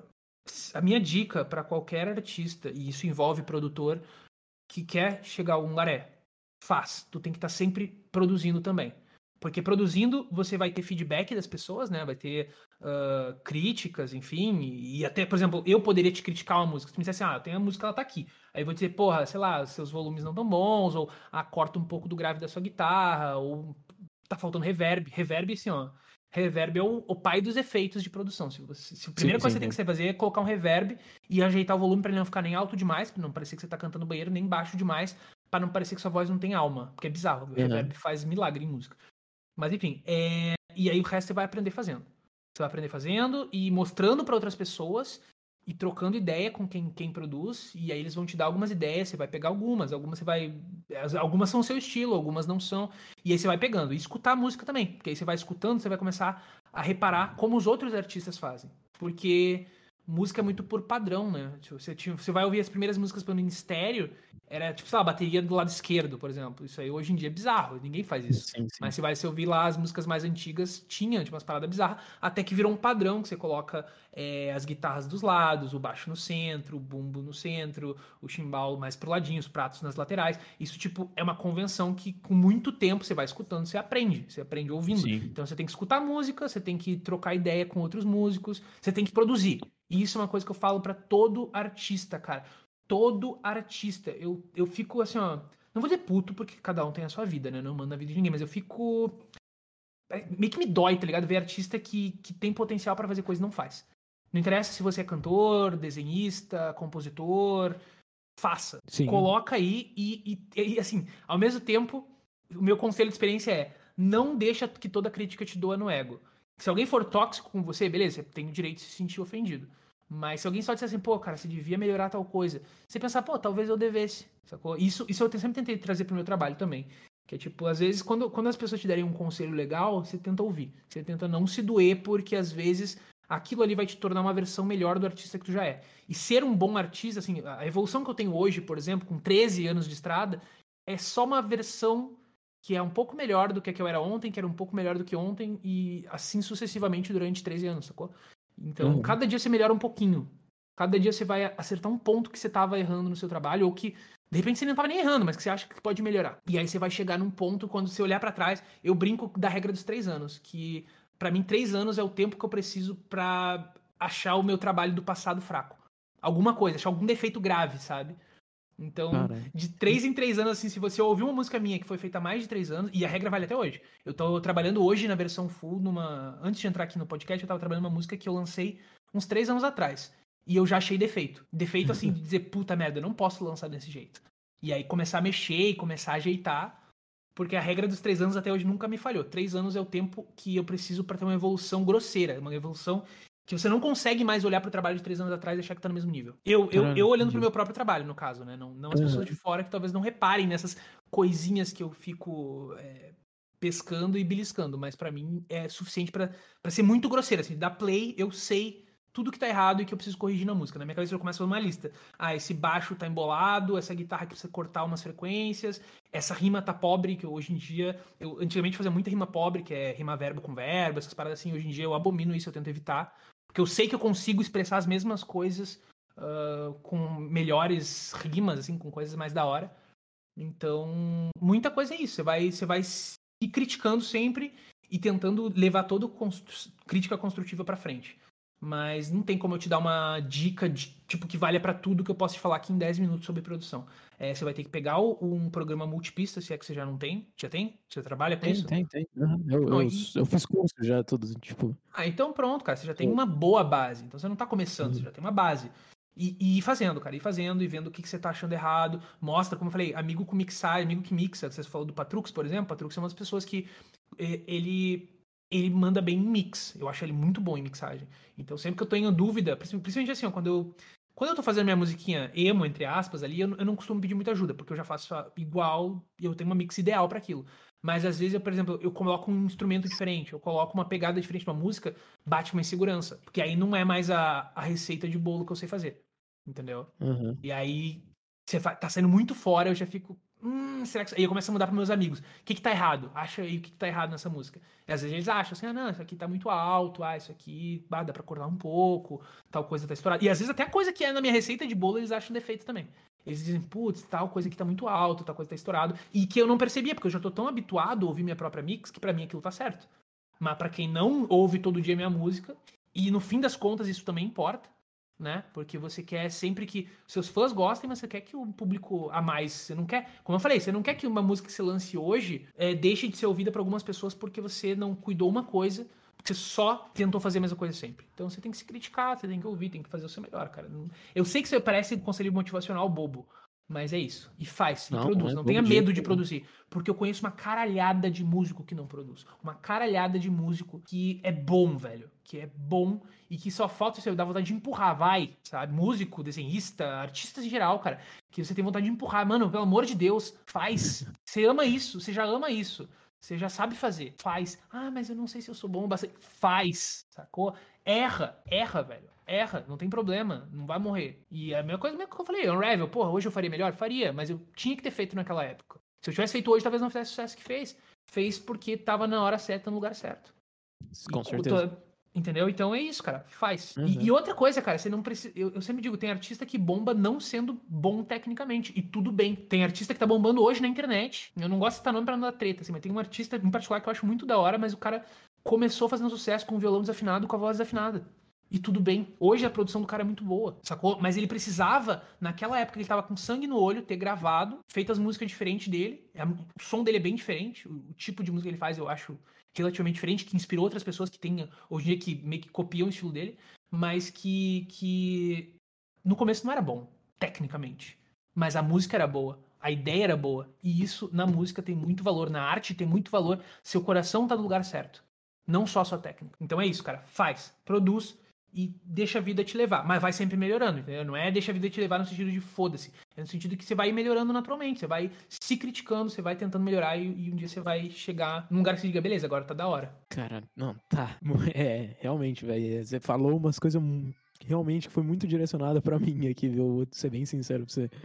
Speaker 3: A minha dica pra qualquer artista, e isso envolve produtor, que quer chegar a algum lugar é: faz. Tu tem que estar sempre produzindo também. Porque produzindo, você vai ter feedback das pessoas, né? Vai ter ah, críticas, enfim. E até, por exemplo, eu poderia te criticar uma música. Se tu me dissesse, ah, tem a música, ela tá aqui. Aí eu vou dizer, porra, sei lá, seus volumes não tão bons, ou ah, corta um pouco do grave da sua guitarra, ou tá faltando reverb. Reverb, assim, ó. Reverb é o, o pai dos efeitos de produção. Se, você, se a primeira
Speaker 1: Sim,
Speaker 3: coisa
Speaker 1: sim,
Speaker 3: que você tem
Speaker 1: sim.
Speaker 3: que fazer é colocar um reverb e ajeitar o volume pra ele não ficar nem alto demais, pra não parecer que você tá cantando no banheiro, nem baixo demais, pra não parecer que sua voz não tem alma. Porque é bizarro. O reverb faz milagre em música. Mas enfim, é... e aí o resto você vai aprender fazendo. Você vai aprender fazendo e mostrando pra outras pessoas e trocando ideia com quem, quem produz, e aí eles vão te dar algumas ideias, você vai pegar algumas, algumas você vai. Algumas são o seu estilo, algumas não são, e aí você vai pegando. E escutar a música também, porque aí você vai escutando, você vai começar a reparar como os outros artistas fazem. Porque música é muito por padrão, né? Tipo, você, tinha- você vai ouvir as primeiras músicas pelo Ministério, era tipo, sei lá, a bateria do lado esquerdo, por exemplo. Isso aí hoje em dia é bizarro, ninguém faz isso.
Speaker 1: Sim, sim.
Speaker 3: Mas você vai se ouvir lá as músicas mais antigas, tinha tipo, umas paradas bizarras, até que virou um padrão que você coloca é, as guitarras dos lados, o baixo no centro, o bumbo no centro, o chimbal mais pro ladinho, os pratos nas laterais. Isso, tipo, é uma convenção que com muito tempo você vai escutando, você aprende, você aprende ouvindo.
Speaker 1: Sim.
Speaker 3: Então você tem que escutar música, você tem que trocar ideia com outros músicos, você tem que produzir. E isso é uma coisa que eu falo pra todo artista, cara. Todo artista. Eu, eu fico assim, ó. Não vou dizer puto, porque cada um tem a sua vida, né? Não manda a vida de ninguém, mas eu fico. Meio que me dói, tá ligado? Ver artista que, que tem potencial pra fazer coisa e não faz. Não interessa se você é cantor, desenhista, compositor. Faça.
Speaker 1: Sim.
Speaker 3: Coloca aí e, e, e, assim, ao mesmo tempo, o meu conselho de experiência é: não deixa que toda crítica te doa no ego. Se alguém for tóxico com você, beleza, você tem o direito de se sentir ofendido. Mas se alguém só disser assim, pô, cara, você devia melhorar tal coisa, você pensar, pô, talvez eu devesse, sacou? Isso, isso eu sempre tentei trazer pro meu trabalho também. Que é tipo, às vezes, quando, quando as pessoas te derem um conselho legal, você tenta ouvir. Você tenta não se doer, porque às vezes aquilo ali vai te tornar uma versão melhor do artista que tu já é. E ser um bom artista, assim, a evolução que eu tenho hoje, por exemplo, com treze anos de estrada, é só uma versão que é um pouco melhor do que a que eu era ontem, que era um pouco melhor do que ontem, e assim sucessivamente durante treze anos, sacou? Então,
Speaker 1: Uhum.
Speaker 3: cada dia você melhora um pouquinho. Cada dia você vai acertar um ponto que você tava errando no seu trabalho, ou que, de repente, você não tava nem errando, mas que você acha que pode melhorar. E aí você vai chegar num ponto, quando você olhar pra trás, eu brinco da regra dos três anos, que pra mim, três anos é o tempo que eu preciso pra achar o meu trabalho do passado fraco. Alguma coisa, achar algum defeito grave, sabe? Então,
Speaker 1: Caralho.
Speaker 3: de três em três anos, assim, se você ouvir uma música minha que foi feita há mais de três anos, e a regra vale até hoje. Eu tô trabalhando hoje na versão full, numa. Antes de entrar aqui no podcast, eu tava trabalhando uma música que eu lancei uns três anos atrás. E eu já achei defeito. Defeito, assim, de dizer, puta merda, eu não posso lançar desse jeito. E aí começar a mexer e começar a ajeitar. Porque a regra dos três anos até hoje nunca me falhou. Três anos é o tempo que eu preciso pra ter uma evolução grosseira. Uma evolução que você não consegue mais olhar pro trabalho de três anos atrás e achar que tá no mesmo nível. Eu, eu,
Speaker 1: Caralho,
Speaker 3: eu olhando
Speaker 1: entendi.
Speaker 3: pro meu próprio trabalho, no caso, né? Não, não as
Speaker 1: Uhum.
Speaker 3: pessoas de fora que talvez não reparem nessas coisinhas que eu fico é, pescando e beliscando. Mas pra mim é suficiente pra pra ser muito grosseiro. Assim, dar play, eu sei tudo que tá errado e que eu preciso corrigir na música. Na minha cabeça eu começo a fazer uma lista. Ah, esse baixo tá embolado, essa guitarra que precisa cortar umas frequências, essa rima tá pobre, que hoje em dia... Eu antigamente fazia muita rima pobre, que é rima verbo com verbo, essas paradas assim. Hoje em dia eu abomino isso, eu tento evitar. Porque eu sei que eu consigo expressar as mesmas coisas uh, com melhores rimas, assim, com coisas mais da hora. Então, muita coisa é isso. Você vai, você vai se criticando sempre e tentando levar toda constru- crítica construtiva pra frente. Mas não tem como eu te dar uma dica de, tipo, que valha pra tudo que eu posso te falar aqui em dez minutos sobre produção. É, você vai ter que pegar o- um programa multipista, se é que você já não tem. Já tem? Você trabalha com
Speaker 1: Tem,
Speaker 3: isso?
Speaker 1: tem, tem. Uhum. Eu,
Speaker 3: Não,
Speaker 1: eu,
Speaker 3: e-
Speaker 1: eu fiz curso já, tudo, tipo.
Speaker 3: Ah, então pronto, cara. Você já tem
Speaker 1: Sim.
Speaker 3: uma boa base. Então você não tá começando, você
Speaker 1: Uhum.
Speaker 3: já tem uma base. E, e ir fazendo, cara. Ir fazendo e vendo o que, que você tá achando errado. Mostra, como eu falei, amigo com mixar, amigo que mixa. Você falou do Patrux, por exemplo. Patrux é uma das pessoas que eh, ele, ele manda bem em mix. Eu acho ele muito bom em mixagem. Então sempre que eu tenho dúvida, princi- principalmente assim, ó, quando eu. Quando eu tô fazendo minha musiquinha emo, entre aspas, ali, eu, eu não costumo pedir muita ajuda, porque eu já faço a- igual e eu tenho uma mix ideal pra aquilo. Mas às vezes, eu, por exemplo, eu coloco um instrumento diferente, eu coloco uma pegada diferente numa música, bate uma insegurança. Porque aí não é mais a, a receita de bolo que eu sei fazer. Entendeu?
Speaker 1: Uhum.
Speaker 3: E aí, você fa- tá saindo muito fora, eu já fico. Hum, será que. Aí eu começo a mudar pros meus amigos. O que que tá errado? Acha aí o que que tá errado nessa música. E às vezes eles acham assim, ah, não, isso aqui tá muito alto, ah, isso aqui, ah, dá pra cortar um pouco, tal coisa tá estourada. E às vezes até a coisa que é na minha receita de bolo eles acham defeito também. Eles dizem, putz, tal coisa aqui tá muito alto, tal coisa tá estourado. E que eu não percebia, porque eu já tô tão habituado a ouvir minha própria mix que pra mim aquilo tá certo. Mas pra quem não ouve todo dia minha música, e no fim das contas isso também importa, né? Porque você quer sempre que seus fãs gostem, mas você quer que o público a mais. Você não quer, como eu falei, você não quer que uma música que você lance hoje é, deixe de ser ouvida por algumas pessoas porque você não cuidou uma coisa, porque você só tentou fazer a mesma coisa sempre. Então você tem que se criticar, você tem que ouvir, tem que fazer o seu melhor, cara. Não- Eu sei que você parece um conselho motivacional bobo, mas é isso. E faz, e
Speaker 1: Não, não
Speaker 3: produz.
Speaker 1: é
Speaker 3: Não
Speaker 1: bobo
Speaker 3: tenha
Speaker 1: de jeito
Speaker 3: medo de
Speaker 1: nenhum.
Speaker 3: produzir. Porque eu conheço uma caralhada de músico que não produz. Uma caralhada de músico que é bom, velho. Que é bom e que só falta você dar vontade de empurrar, vai, sabe? Músico, desenhista, artistas em geral, cara. Que você tem vontade de empurrar. Mano, pelo amor de Deus, faz. Você ama isso, você já ama isso. Você já sabe fazer. Faz. Ah, mas eu não sei se eu sou bom o bastante. Faz, sacou? Erra, erra, velho. Erra, não tem problema, não vai morrer. E a mesma coisa mesmo que eu falei, Unravel, porra, hoje eu faria melhor? Faria, mas eu tinha que ter feito naquela época. Se eu tivesse feito hoje, talvez não fizesse o sucesso que fez. Fez porque tava na hora certa, no lugar certo.
Speaker 1: Com
Speaker 3: E,
Speaker 1: certeza.
Speaker 3: tô- Entendeu? Então é isso, cara. Faz. E-
Speaker 1: Uhum.
Speaker 3: E, outra coisa, cara, você não precisa. Eu, eu sempre digo, tem artista que bomba não sendo bom tecnicamente. E tudo bem. Tem artista que tá bombando hoje na internet. Eu não gosto de citar nome pra não dar treta, assim, mas tem um artista em particular que eu acho muito da hora, mas o cara começou fazendo sucesso com o violão desafinado, com a voz desafinada. E tudo bem. Hoje a produção do cara é muito boa, sacou? Mas ele precisava, naquela época, ele tava com sangue no olho, ter gravado, feito as músicas diferentes dele. É, O som dele é bem diferente. O, o tipo de música que ele faz, eu acho relativamente diferente, que inspirou outras pessoas que tem hoje em dia que meio que copiam o estilo dele, mas que, que no começo não era bom, tecnicamente. Mas a música era boa, a ideia era boa. E isso na música tem muito valor, na arte tem muito valor. Seu coração tá no lugar certo. Não só a sua técnica. Então é isso, cara. Faz, produz e deixa a vida te levar. Mas vai sempre melhorando, entendeu? Não é deixa a vida te levar no sentido de foda-se. É no sentido que você vai melhorando naturalmente. Você vai se criticando, você vai tentando melhorar e, e um dia você vai chegar num lugar que você diga, beleza, agora tá da hora.
Speaker 1: Cara, não, tá. É, realmente, velho. Você falou umas coisas mu- realmente que foi muito direcionada pra mim aqui, viu? Vou ser bem sincero pra você.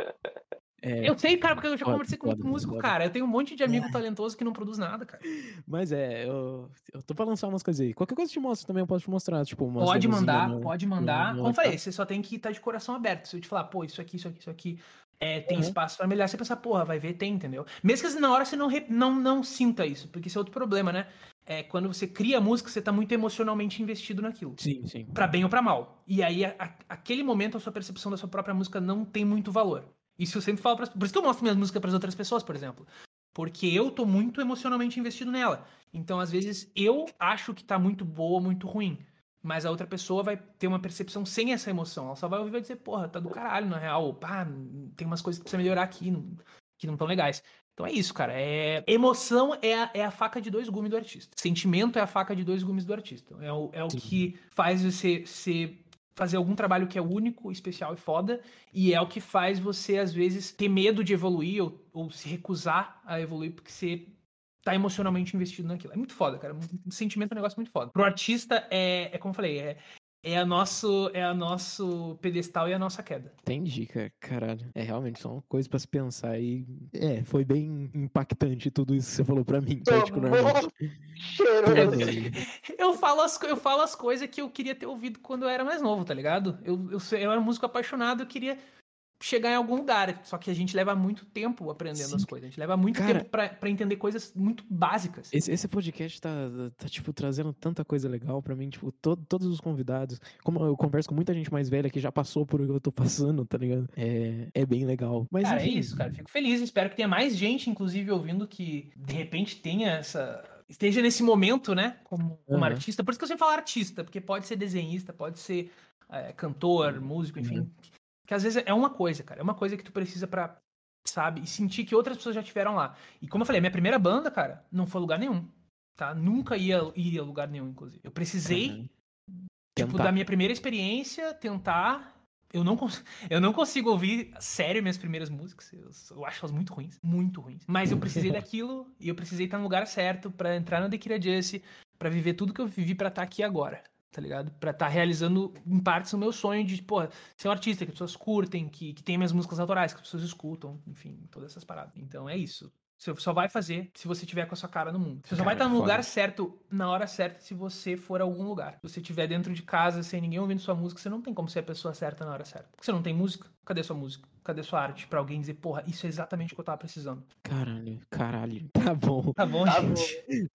Speaker 1: É,
Speaker 3: Eu sei, cara, porque eu já
Speaker 1: foda,
Speaker 3: conversei com
Speaker 1: foda,
Speaker 3: muito músico,
Speaker 1: foda.
Speaker 3: cara. Eu tenho um monte de amigo talentoso que não produz nada, cara.
Speaker 1: Mas é, eu, eu tô pra lançar umas coisas aí. Qualquer coisa eu te mostro também, eu posso te mostrar, tipo, umas
Speaker 3: Pode
Speaker 1: demozinhas
Speaker 3: mandar,
Speaker 1: no,
Speaker 3: pode
Speaker 1: no,
Speaker 3: mandar.
Speaker 1: no
Speaker 3: Como eu falei,
Speaker 1: WhatsApp.
Speaker 3: você só tem que estar de coração aberto. Se eu te falar, pô, isso aqui, isso aqui, isso aqui, é, tem
Speaker 1: Uhum.
Speaker 3: espaço pra melhorar, você pensa, porra, vai ver, tem, entendeu? Mesmo que na hora você não, re- não, não sinta isso, porque isso é outro problema, né? É quando você cria música, você tá muito emocionalmente investido naquilo.
Speaker 1: Sim, sim.
Speaker 3: Pra bem ou pra mal. E aí, a- a- aquele momento, a sua percepção da sua própria música não tem muito valor. Isso eu sempre falo pra, por isso que eu mostro minhas músicas pras outras pessoas, por exemplo. Porque eu tô muito emocionalmente investido nela. Então, às vezes, eu acho que tá muito boa, muito ruim. Mas a outra pessoa vai ter uma percepção sem essa emoção. Ela só vai ouvir e vai dizer, porra, tá do caralho, na real. Pá, tem umas coisas que precisa melhorar aqui, não- que não estão legais. Então é isso, cara. É... Emoção é a, é a faca de dois gumes do artista. Sentimento é a faca de dois gumes do artista. É o, é o
Speaker 1: Sim.
Speaker 3: que faz você, você fazer algum trabalho que é único, especial e foda. E é o que faz você, às vezes, ter medo de evoluir ou, ou se recusar a evoluir porque você tá emocionalmente investido naquilo. É muito foda, cara. O sentimento é um negócio muito foda. Pro artista, é, é como eu falei, é, é, a nosso, é a nosso pedestal e a nossa queda.
Speaker 1: Entendi, cara. Caralho. É realmente só uma coisa pra se pensar e. É, foi bem impactante tudo isso que você falou pra mim, particularmente.
Speaker 2: Cheiroso.
Speaker 3: Eu falo, as, eu falo as coisas que eu queria ter ouvido quando eu era mais novo, tá ligado? Eu, eu, eu era um músico apaixonado, eu queria chegar em algum lugar. Só que a gente leva muito tempo aprendendo
Speaker 1: Sim.
Speaker 3: as coisas. A gente leva muito
Speaker 1: Cara,
Speaker 3: tempo pra, pra entender coisas muito básicas.
Speaker 1: Esse, esse podcast tá, tá, tipo, trazendo tanta coisa legal pra mim, tipo, to- todos os convidados. Como eu converso com muita gente mais velha que já passou por o que eu tô passando, tá ligado? É, é bem legal. Mas,
Speaker 3: Cara,
Speaker 1: enfim,
Speaker 3: é isso, cara. Fico feliz. Espero que tenha mais gente, inclusive, ouvindo que de repente tenha essa. Esteja nesse momento, né? Como, como
Speaker 1: Aham.
Speaker 3: artista. Por isso que eu sempre falo artista, porque pode ser desenhista, pode ser é, cantor, músico, enfim. Que às vezes é uma coisa, cara. É uma coisa que tu precisa pra, sabe, e sentir que outras pessoas já tiveram lá. E como eu falei, a minha primeira banda, cara, não foi lugar nenhum. Tá? Nunca ia, iria a lugar nenhum, inclusive. Eu precisei,
Speaker 1: Uhum.
Speaker 3: tipo,
Speaker 1: Tentar.
Speaker 3: da minha primeira experiência, tentar. Eu não, cons... eu não consigo ouvir sério minhas primeiras músicas. Eu, eu acho elas muito ruins. Muito ruins. Mas eu precisei daquilo e eu precisei estar no lugar certo pra entrar na The Kira Justice, pra viver tudo que eu vivi pra estar aqui agora. Tá ligado? Pra estar realizando, em partes, o meu sonho de, porra, ser um artista que as pessoas curtem, que, que tem minhas músicas autorais, que as pessoas escutam, enfim, todas essas paradas. Então é isso. Você só vai fazer se você tiver com a sua cara no mundo. Você só vai
Speaker 1: Cara,
Speaker 3: estar no lugar
Speaker 1: foda.
Speaker 3: certo, na hora certa, se você for a algum lugar. Se você estiver dentro de casa, sem ninguém ouvindo sua música, você não tem como ser a pessoa certa na hora certa. Porque você não tem música, cadê sua música? Cadê sua arte? Pra alguém dizer, porra, isso é exatamente o que eu tava precisando.
Speaker 1: Caralho, caralho. Tá bom.
Speaker 3: Tá bom,
Speaker 2: Tá
Speaker 3: gente?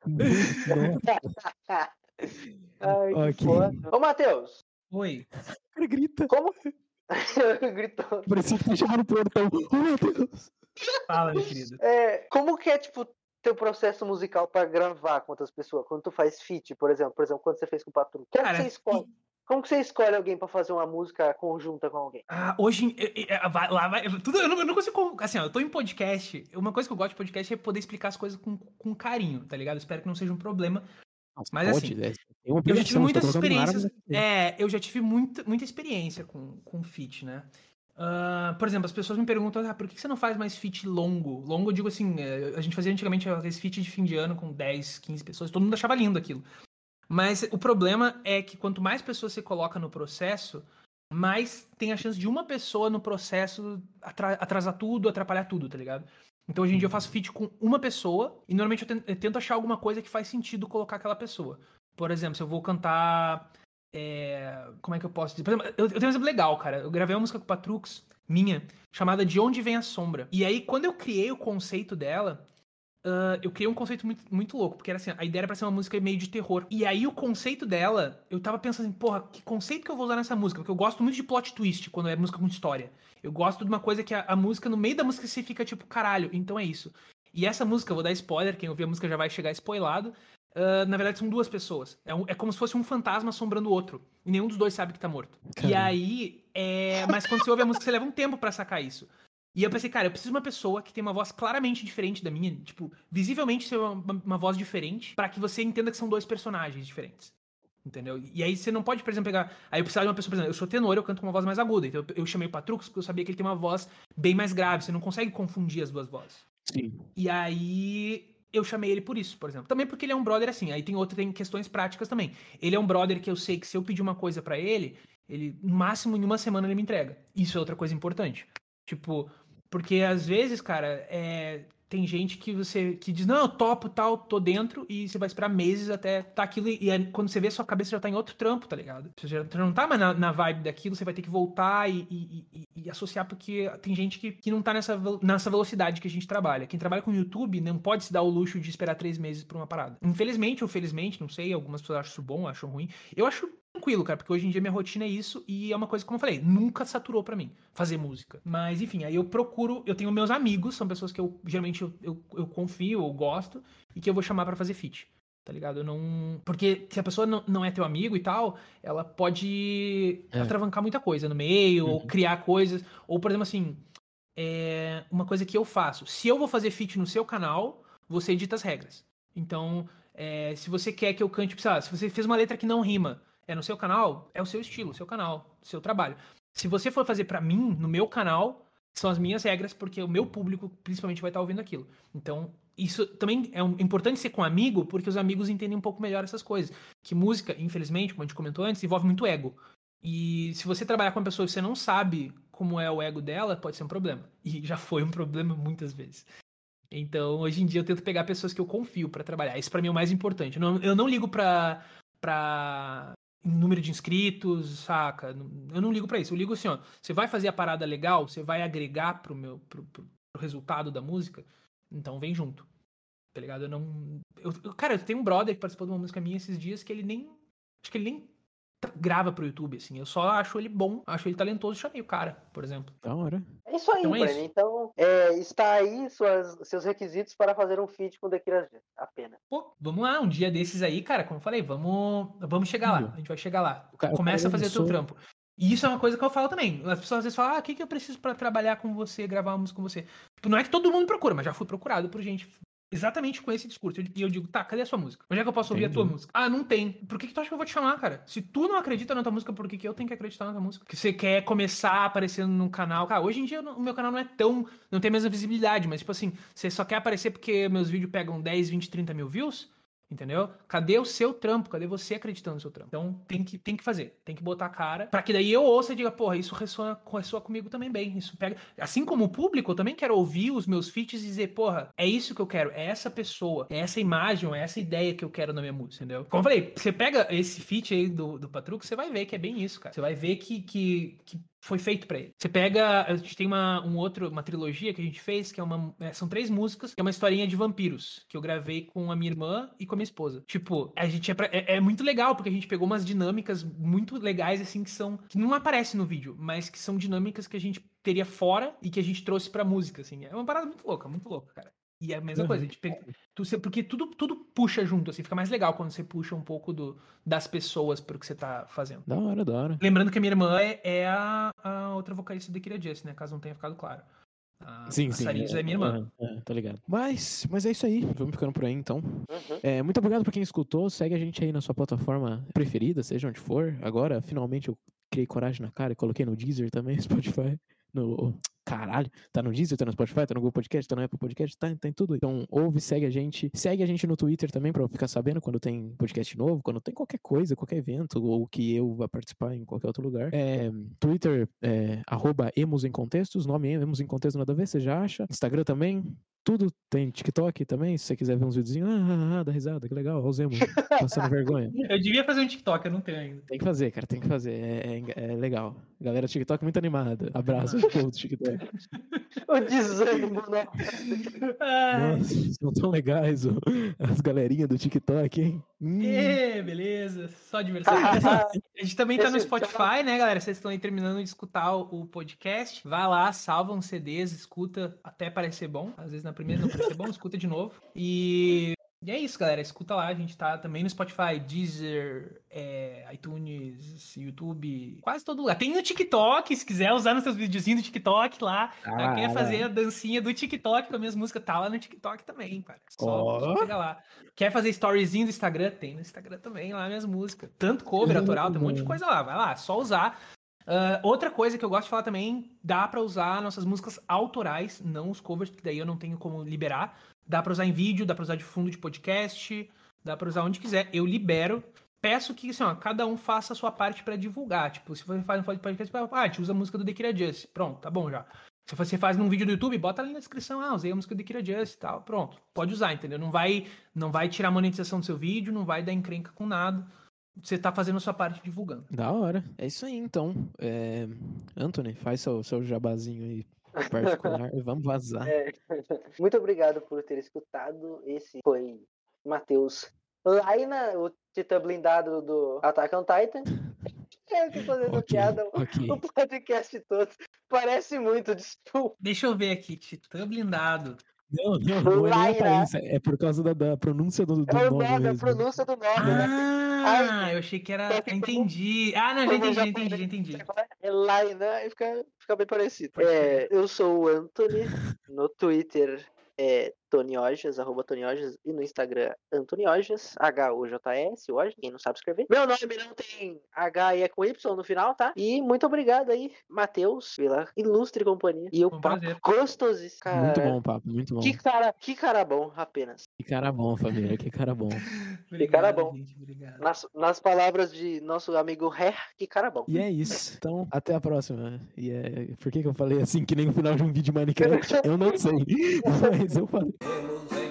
Speaker 2: Ai, que
Speaker 1: Ok.
Speaker 2: foda. Ô, Matheus,
Speaker 3: Oi.
Speaker 1: O cara grita.
Speaker 2: como. Gritou.
Speaker 1: Parecia que tá chamando o portão. Oh, meu Deus.
Speaker 3: Fala, meu querido.
Speaker 2: É, como que é, tipo, teu processo musical pra gravar com outras pessoas? Quando tu faz feat, por exemplo, por exemplo, quando você fez com o Patru. Como
Speaker 3: Cara,
Speaker 2: que você escolhe? Como que você escolhe alguém pra fazer uma música conjunta com alguém?
Speaker 3: Ah, hoje, é, é, vai, lá vai, tudo, eu não, eu não consigo, assim, ó, eu tô em podcast, uma coisa que eu gosto de podcast é poder explicar as coisas com, com carinho, tá ligado? Eu espero que não seja um problema,
Speaker 1: Nossa,
Speaker 3: mas
Speaker 1: pode,
Speaker 3: assim,
Speaker 1: né? Tem uma
Speaker 3: eu já tive
Speaker 1: obrigação, você tá
Speaker 3: muitas
Speaker 1: colocando no ar,
Speaker 3: experiências,
Speaker 1: mas-
Speaker 3: é, eu já tive muita, muita experiência com, com feat, né? Uh, por exemplo, as pessoas me perguntam, ah, por que você não faz mais feat longo? Longo, eu digo assim, a gente fazia antigamente esse feat de fim de ano com dez, quinze pessoas, todo mundo achava lindo aquilo. Mas o problema é que quanto mais pessoas você coloca no processo, mais tem a chance de uma pessoa no processo atrasar tudo, atrapalhar tudo, tá ligado? Então hoje em dia eu faço feat com uma pessoa e normalmente eu tento achar alguma coisa que faz sentido colocar aquela pessoa. Por exemplo, se eu vou cantar... É... Como é que eu posso dizer? Por exemplo, eu, eu tenho um exemplo legal, cara. Eu gravei uma música com o Patrux, minha, chamada De Onde Vem a Sombra. E aí, quando eu criei o conceito dela, uh, eu criei um conceito muito, muito louco, porque era assim, a ideia era pra ser uma música meio de terror. E aí, o conceito dela, eu tava pensando assim, porra, que conceito que eu vou usar nessa música? Porque eu gosto muito de plot twist, quando é música com história. Eu gosto de uma coisa que a, a música, no meio da música, você fica tipo, caralho, então é isso. E essa música, eu vou dar spoiler, quem ouvir a música já vai chegar spoilado. Uh, na verdade, são duas pessoas. É, um, é como se fosse um fantasma assombrando o outro. E nenhum dos dois sabe que tá morto. Caramba. E aí, é... mas quando você ouve a música, você leva um tempo pra sacar isso. E eu pensei, cara, eu preciso de uma pessoa que tem uma voz claramente diferente da minha. Tipo, visivelmente ser uma, uma voz diferente, pra que você entenda que são dois personagens diferentes. Entendeu? E aí você não pode, por exemplo, pegar... Aí eu precisava de uma pessoa, por exemplo, eu sou tenor, eu canto com uma voz mais aguda. Então eu, eu chamei o Patrux porque eu sabia que ele tem uma voz bem mais grave. Você não consegue confundir as duas vozes.
Speaker 1: Sim.
Speaker 3: E aí... eu chamei ele por isso, por exemplo. Também porque ele é um brother assim. Aí tem outra, tem questões práticas também. Ele é um brother que eu sei que se eu pedir uma coisa pra ele, ele, no máximo, em uma semana ele me entrega. Isso é outra coisa importante. Tipo, porque às vezes, cara, é... tem gente que você que diz, não, eu topo tal, tô dentro, e você vai esperar meses até tá aquilo, e aí, quando você vê, sua cabeça já tá em outro trampo, tá ligado? Você já não tá mais na, na vibe daquilo, você vai ter que voltar e, e, e, e associar, porque tem gente que, que não tá nessa, nessa velocidade que a gente trabalha. Quem trabalha com YouTube não pode se dar o luxo de esperar três meses por uma parada. Infelizmente ou felizmente, não sei, algumas pessoas acham isso bom, acham ruim. Eu acho tranquilo, cara, porque hoje em dia minha rotina é isso e é uma coisa, como eu falei, nunca saturou pra mim fazer música. Mas, enfim, aí eu procuro, eu tenho meus amigos, são pessoas que eu, geralmente, eu, eu, eu confio, eu gosto, e que eu vou chamar pra fazer feat, tá ligado? Eu não... Porque se a pessoa não, não é teu amigo e tal, ela pode é. atravancar muita coisa no meio, uhum. ou criar coisas, ou, por exemplo, assim, é uma coisa que eu faço. Se eu vou fazer feat no seu canal, você edita as regras. Então, é, se você quer que eu cante, sei lá, se você fez uma letra que não rima, é no seu canal, é o seu estilo, o seu canal, o seu trabalho. Se você for fazer pra mim, no meu canal, são as minhas regras, porque o meu público, principalmente, vai estar ouvindo aquilo. Então, isso também é um, importante ser com amigo, porque os amigos entendem um pouco melhor essas coisas. Que música, infelizmente, como a gente comentou antes, envolve muito ego. E se você trabalhar com uma pessoa e você não sabe como é o ego dela, pode ser um problema. E já foi um problema muitas vezes. Então, hoje em dia, eu tento pegar pessoas que eu confio pra trabalhar. Isso pra mim é o mais importante. Eu não, eu não ligo pra... pra... número de inscritos, saca? Eu não ligo pra isso. Eu ligo assim, ó. Você vai fazer a parada legal? Você vai agregar pro meu pro, pro, pro resultado da música? Então vem junto. Tá ligado? Eu não... Eu, eu, cara, eu tenho um brother que participou de uma música minha esses dias que ele nem... Acho que ele nem grava pro YouTube, assim. Eu só acho ele bom, acho ele talentoso e chamei o cara, por exemplo.
Speaker 1: Da hora.
Speaker 2: É isso aí, então, é isso. Então, é, está aí suas, seus requisitos para fazer um feat com The Kira J. Apenas.
Speaker 3: Pô, vamos lá, um dia desses aí, cara, como eu falei, vamos, vamos chegar lá. A gente vai chegar lá.
Speaker 1: Cara,
Speaker 3: começa a fazer o teu
Speaker 1: sou...
Speaker 3: trampo. E isso é uma coisa que eu falo também. As pessoas às vezes falam, ah, o que, que eu preciso pra trabalhar com você, gravar uma música com você? Tipo, não é que todo mundo procura, mas já fui procurado por gente exatamente com esse discurso. E eu digo, tá, cadê a sua música? Onde é que eu posso ouvir Entendi. a tua música? Ah, não tem. Por que, que tu acha que eu vou te chamar, cara? Se tu não acredita na tua música, por que, que eu tenho que acreditar na tua música? Que você quer começar aparecendo num canal. Cara, hoje em dia o meu canal não é tão... Não tem a mesma visibilidade, mas tipo assim, você só quer aparecer porque meus vídeos pegam dez, vinte, trinta mil views? Entendeu? Cadê o seu trampo? Cadê você acreditando no seu trampo? Então tem que, tem que fazer, tem que botar a cara, pra que daí eu ouça e diga, porra, isso ressoa, ressoa comigo também bem, isso pega... Assim como o público, eu também quero ouvir os meus feats e dizer, porra, é isso que eu quero, é essa pessoa, é essa imagem, é essa ideia que eu quero na minha música, entendeu? Como eu falei, você pega esse feat aí do, do Patrux, você vai ver que é bem isso, cara. Você vai ver que, que, que foi feito pra ele. Você pega, a gente tem uma, um outro, uma trilogia que a gente fez, que é uma, é, são três músicas, que é uma historinha de vampiros, que eu gravei com a minha irmã e com a minha esposa. Tipo, a gente é, pra, é, é muito legal, porque a gente pegou umas dinâmicas muito legais, assim, que são, que não aparecem no vídeo, mas que são dinâmicas que a gente teria fora e que a gente trouxe pra música, assim. É uma parada muito louca, muito louca, cara. E é a mesma uhum. coisa, a gente pega, tu, porque tudo, tudo puxa junto, assim, fica mais legal quando você puxa um pouco do, das pessoas pro que você tá fazendo.
Speaker 1: Da hora, da hora.
Speaker 3: Lembrando que a minha irmã é, é a, a outra vocalista do Kira J, né, caso não tenha ficado claro. A,
Speaker 1: sim,
Speaker 3: a
Speaker 1: sim.
Speaker 3: Saris é, é minha irmã.
Speaker 1: É, é, tá ligado. Mas, mas é isso aí, vamos ficando por aí, então.
Speaker 2: Uhum.
Speaker 1: É, muito obrigado pra quem escutou, segue a gente aí na sua plataforma preferida, seja onde for. Agora, finalmente, eu criei coragem na cara e coloquei no Deezer também, Spotify. no... Caralho, tá no Deezer, tá no Spotify, tá no Google Podcast, tá no Apple Podcast, tá, tá em tudo. Então, ouve, segue a gente. Segue a gente no Twitter também pra ficar sabendo quando tem podcast novo, quando tem qualquer coisa, qualquer evento, ou que eu vá participar em qualquer outro lugar. É, Twitter, é, arroba Emos em Contextos, nome é Emos em Contexto nada a ver, você já acha. Instagram também. Tudo tem TikTok também, se você quiser ver uns videozinhos, ah, ah, ah, dá risada, que legal, olha os Emos passando vergonha.
Speaker 3: Eu devia fazer um TikTok, eu não tenho ainda.
Speaker 1: Tem que fazer, cara, tem que fazer, é, é, é legal. Galera do TikTok muito animada. Abraço ao povo do TikTok.
Speaker 2: O desânimo, né?
Speaker 1: Nossa, são tão legais ó, as galerinhas do TikTok, hein? Hum.
Speaker 3: É, beleza, só diversão. A gente também tá no Spotify, né, galera? Vocês estão aí terminando de escutar o podcast. Vai lá, salva uns C Ds, escuta até parecer bom. Às vezes na primeira não parecer bom, escuta de novo. E... E é isso, galera. Escuta lá. A gente tá também no Spotify, Deezer, é, iTunes, YouTube, quase todo lugar. Tem no TikTok, se quiser usar nos seus videozinhos do TikTok lá. Ah, quer fazer a dancinha do TikTok com as minhas músicas, tá lá no TikTok também, cara. Só, oh. só pegar lá. Quer fazer storyzinho do Instagram? Tem no Instagram também lá minhas músicas. Tanto cover, autoral, tem um monte de coisa lá. Vai lá, só usar. Uh, outra coisa que eu gosto de falar também, dá pra usar nossas músicas autorais, não os covers, porque daí eu não tenho como liberar. Dá pra usar em vídeo, dá pra usar de fundo de podcast, dá pra usar onde quiser. Eu libero. Peço que, assim, ó, cada um faça a sua parte pra divulgar. Tipo, se você faz um podcast, ah, a gente usa a música do The Kira Just. Pronto, tá bom já. Se você faz num vídeo do YouTube, bota ali na descrição, ah, usei a música do The Kira Just e tal. Pronto, pode usar, entendeu? Não vai, não vai tirar a monetização do seu vídeo, não vai dar encrenca com nada. Você tá fazendo a sua parte divulgando.
Speaker 1: Da hora. É isso aí, então. É... Anthony, faz seu, seu jabazinho aí particular e vamos vazar.
Speaker 2: É. Muito obrigado por ter escutado. Esse foi Matheus Laina, o titã blindado do Attack on Titan. É que fazendo okay, piada okay. O podcast todo. Parece muito, desculpa.
Speaker 3: Deixa eu ver aqui, titã blindado.
Speaker 1: Não, não, não é nem aparência, é por causa da, da pronúncia do, do
Speaker 2: é
Speaker 1: nome.
Speaker 2: É
Speaker 1: mesmo.
Speaker 2: a pronúncia do nome,
Speaker 3: ah,
Speaker 2: né?
Speaker 3: Ah, eu achei que era. É entendi. Ah, não, já entendi, já entendi, já entendi.
Speaker 2: É Laina e fica, fica bem parecido. É, eu sou o Anthony, no Twitter é Toniojas, arroba Toniojas, e no Instagram Antoniojas, H O J S, hoje, quem não sabe escrever. Meu nome não tem H e é com Y no final, tá? E muito obrigado aí, Matheus, pela ilustre companhia. E o um papo gostosíssimo. Cara,
Speaker 1: muito bom o papo, muito bom.
Speaker 2: Que cara, que cara bom, apenas.
Speaker 1: Que cara bom, família, que cara bom.
Speaker 2: Obrigado, que cara bom. Gente, nas, nas palavras de nosso amigo Ré, que cara bom.
Speaker 1: E é isso. Então, até a próxima. E é... Por que, que eu falei assim, que nem no final de um vídeo Minecraft? Eu não sei. Mas eu falei.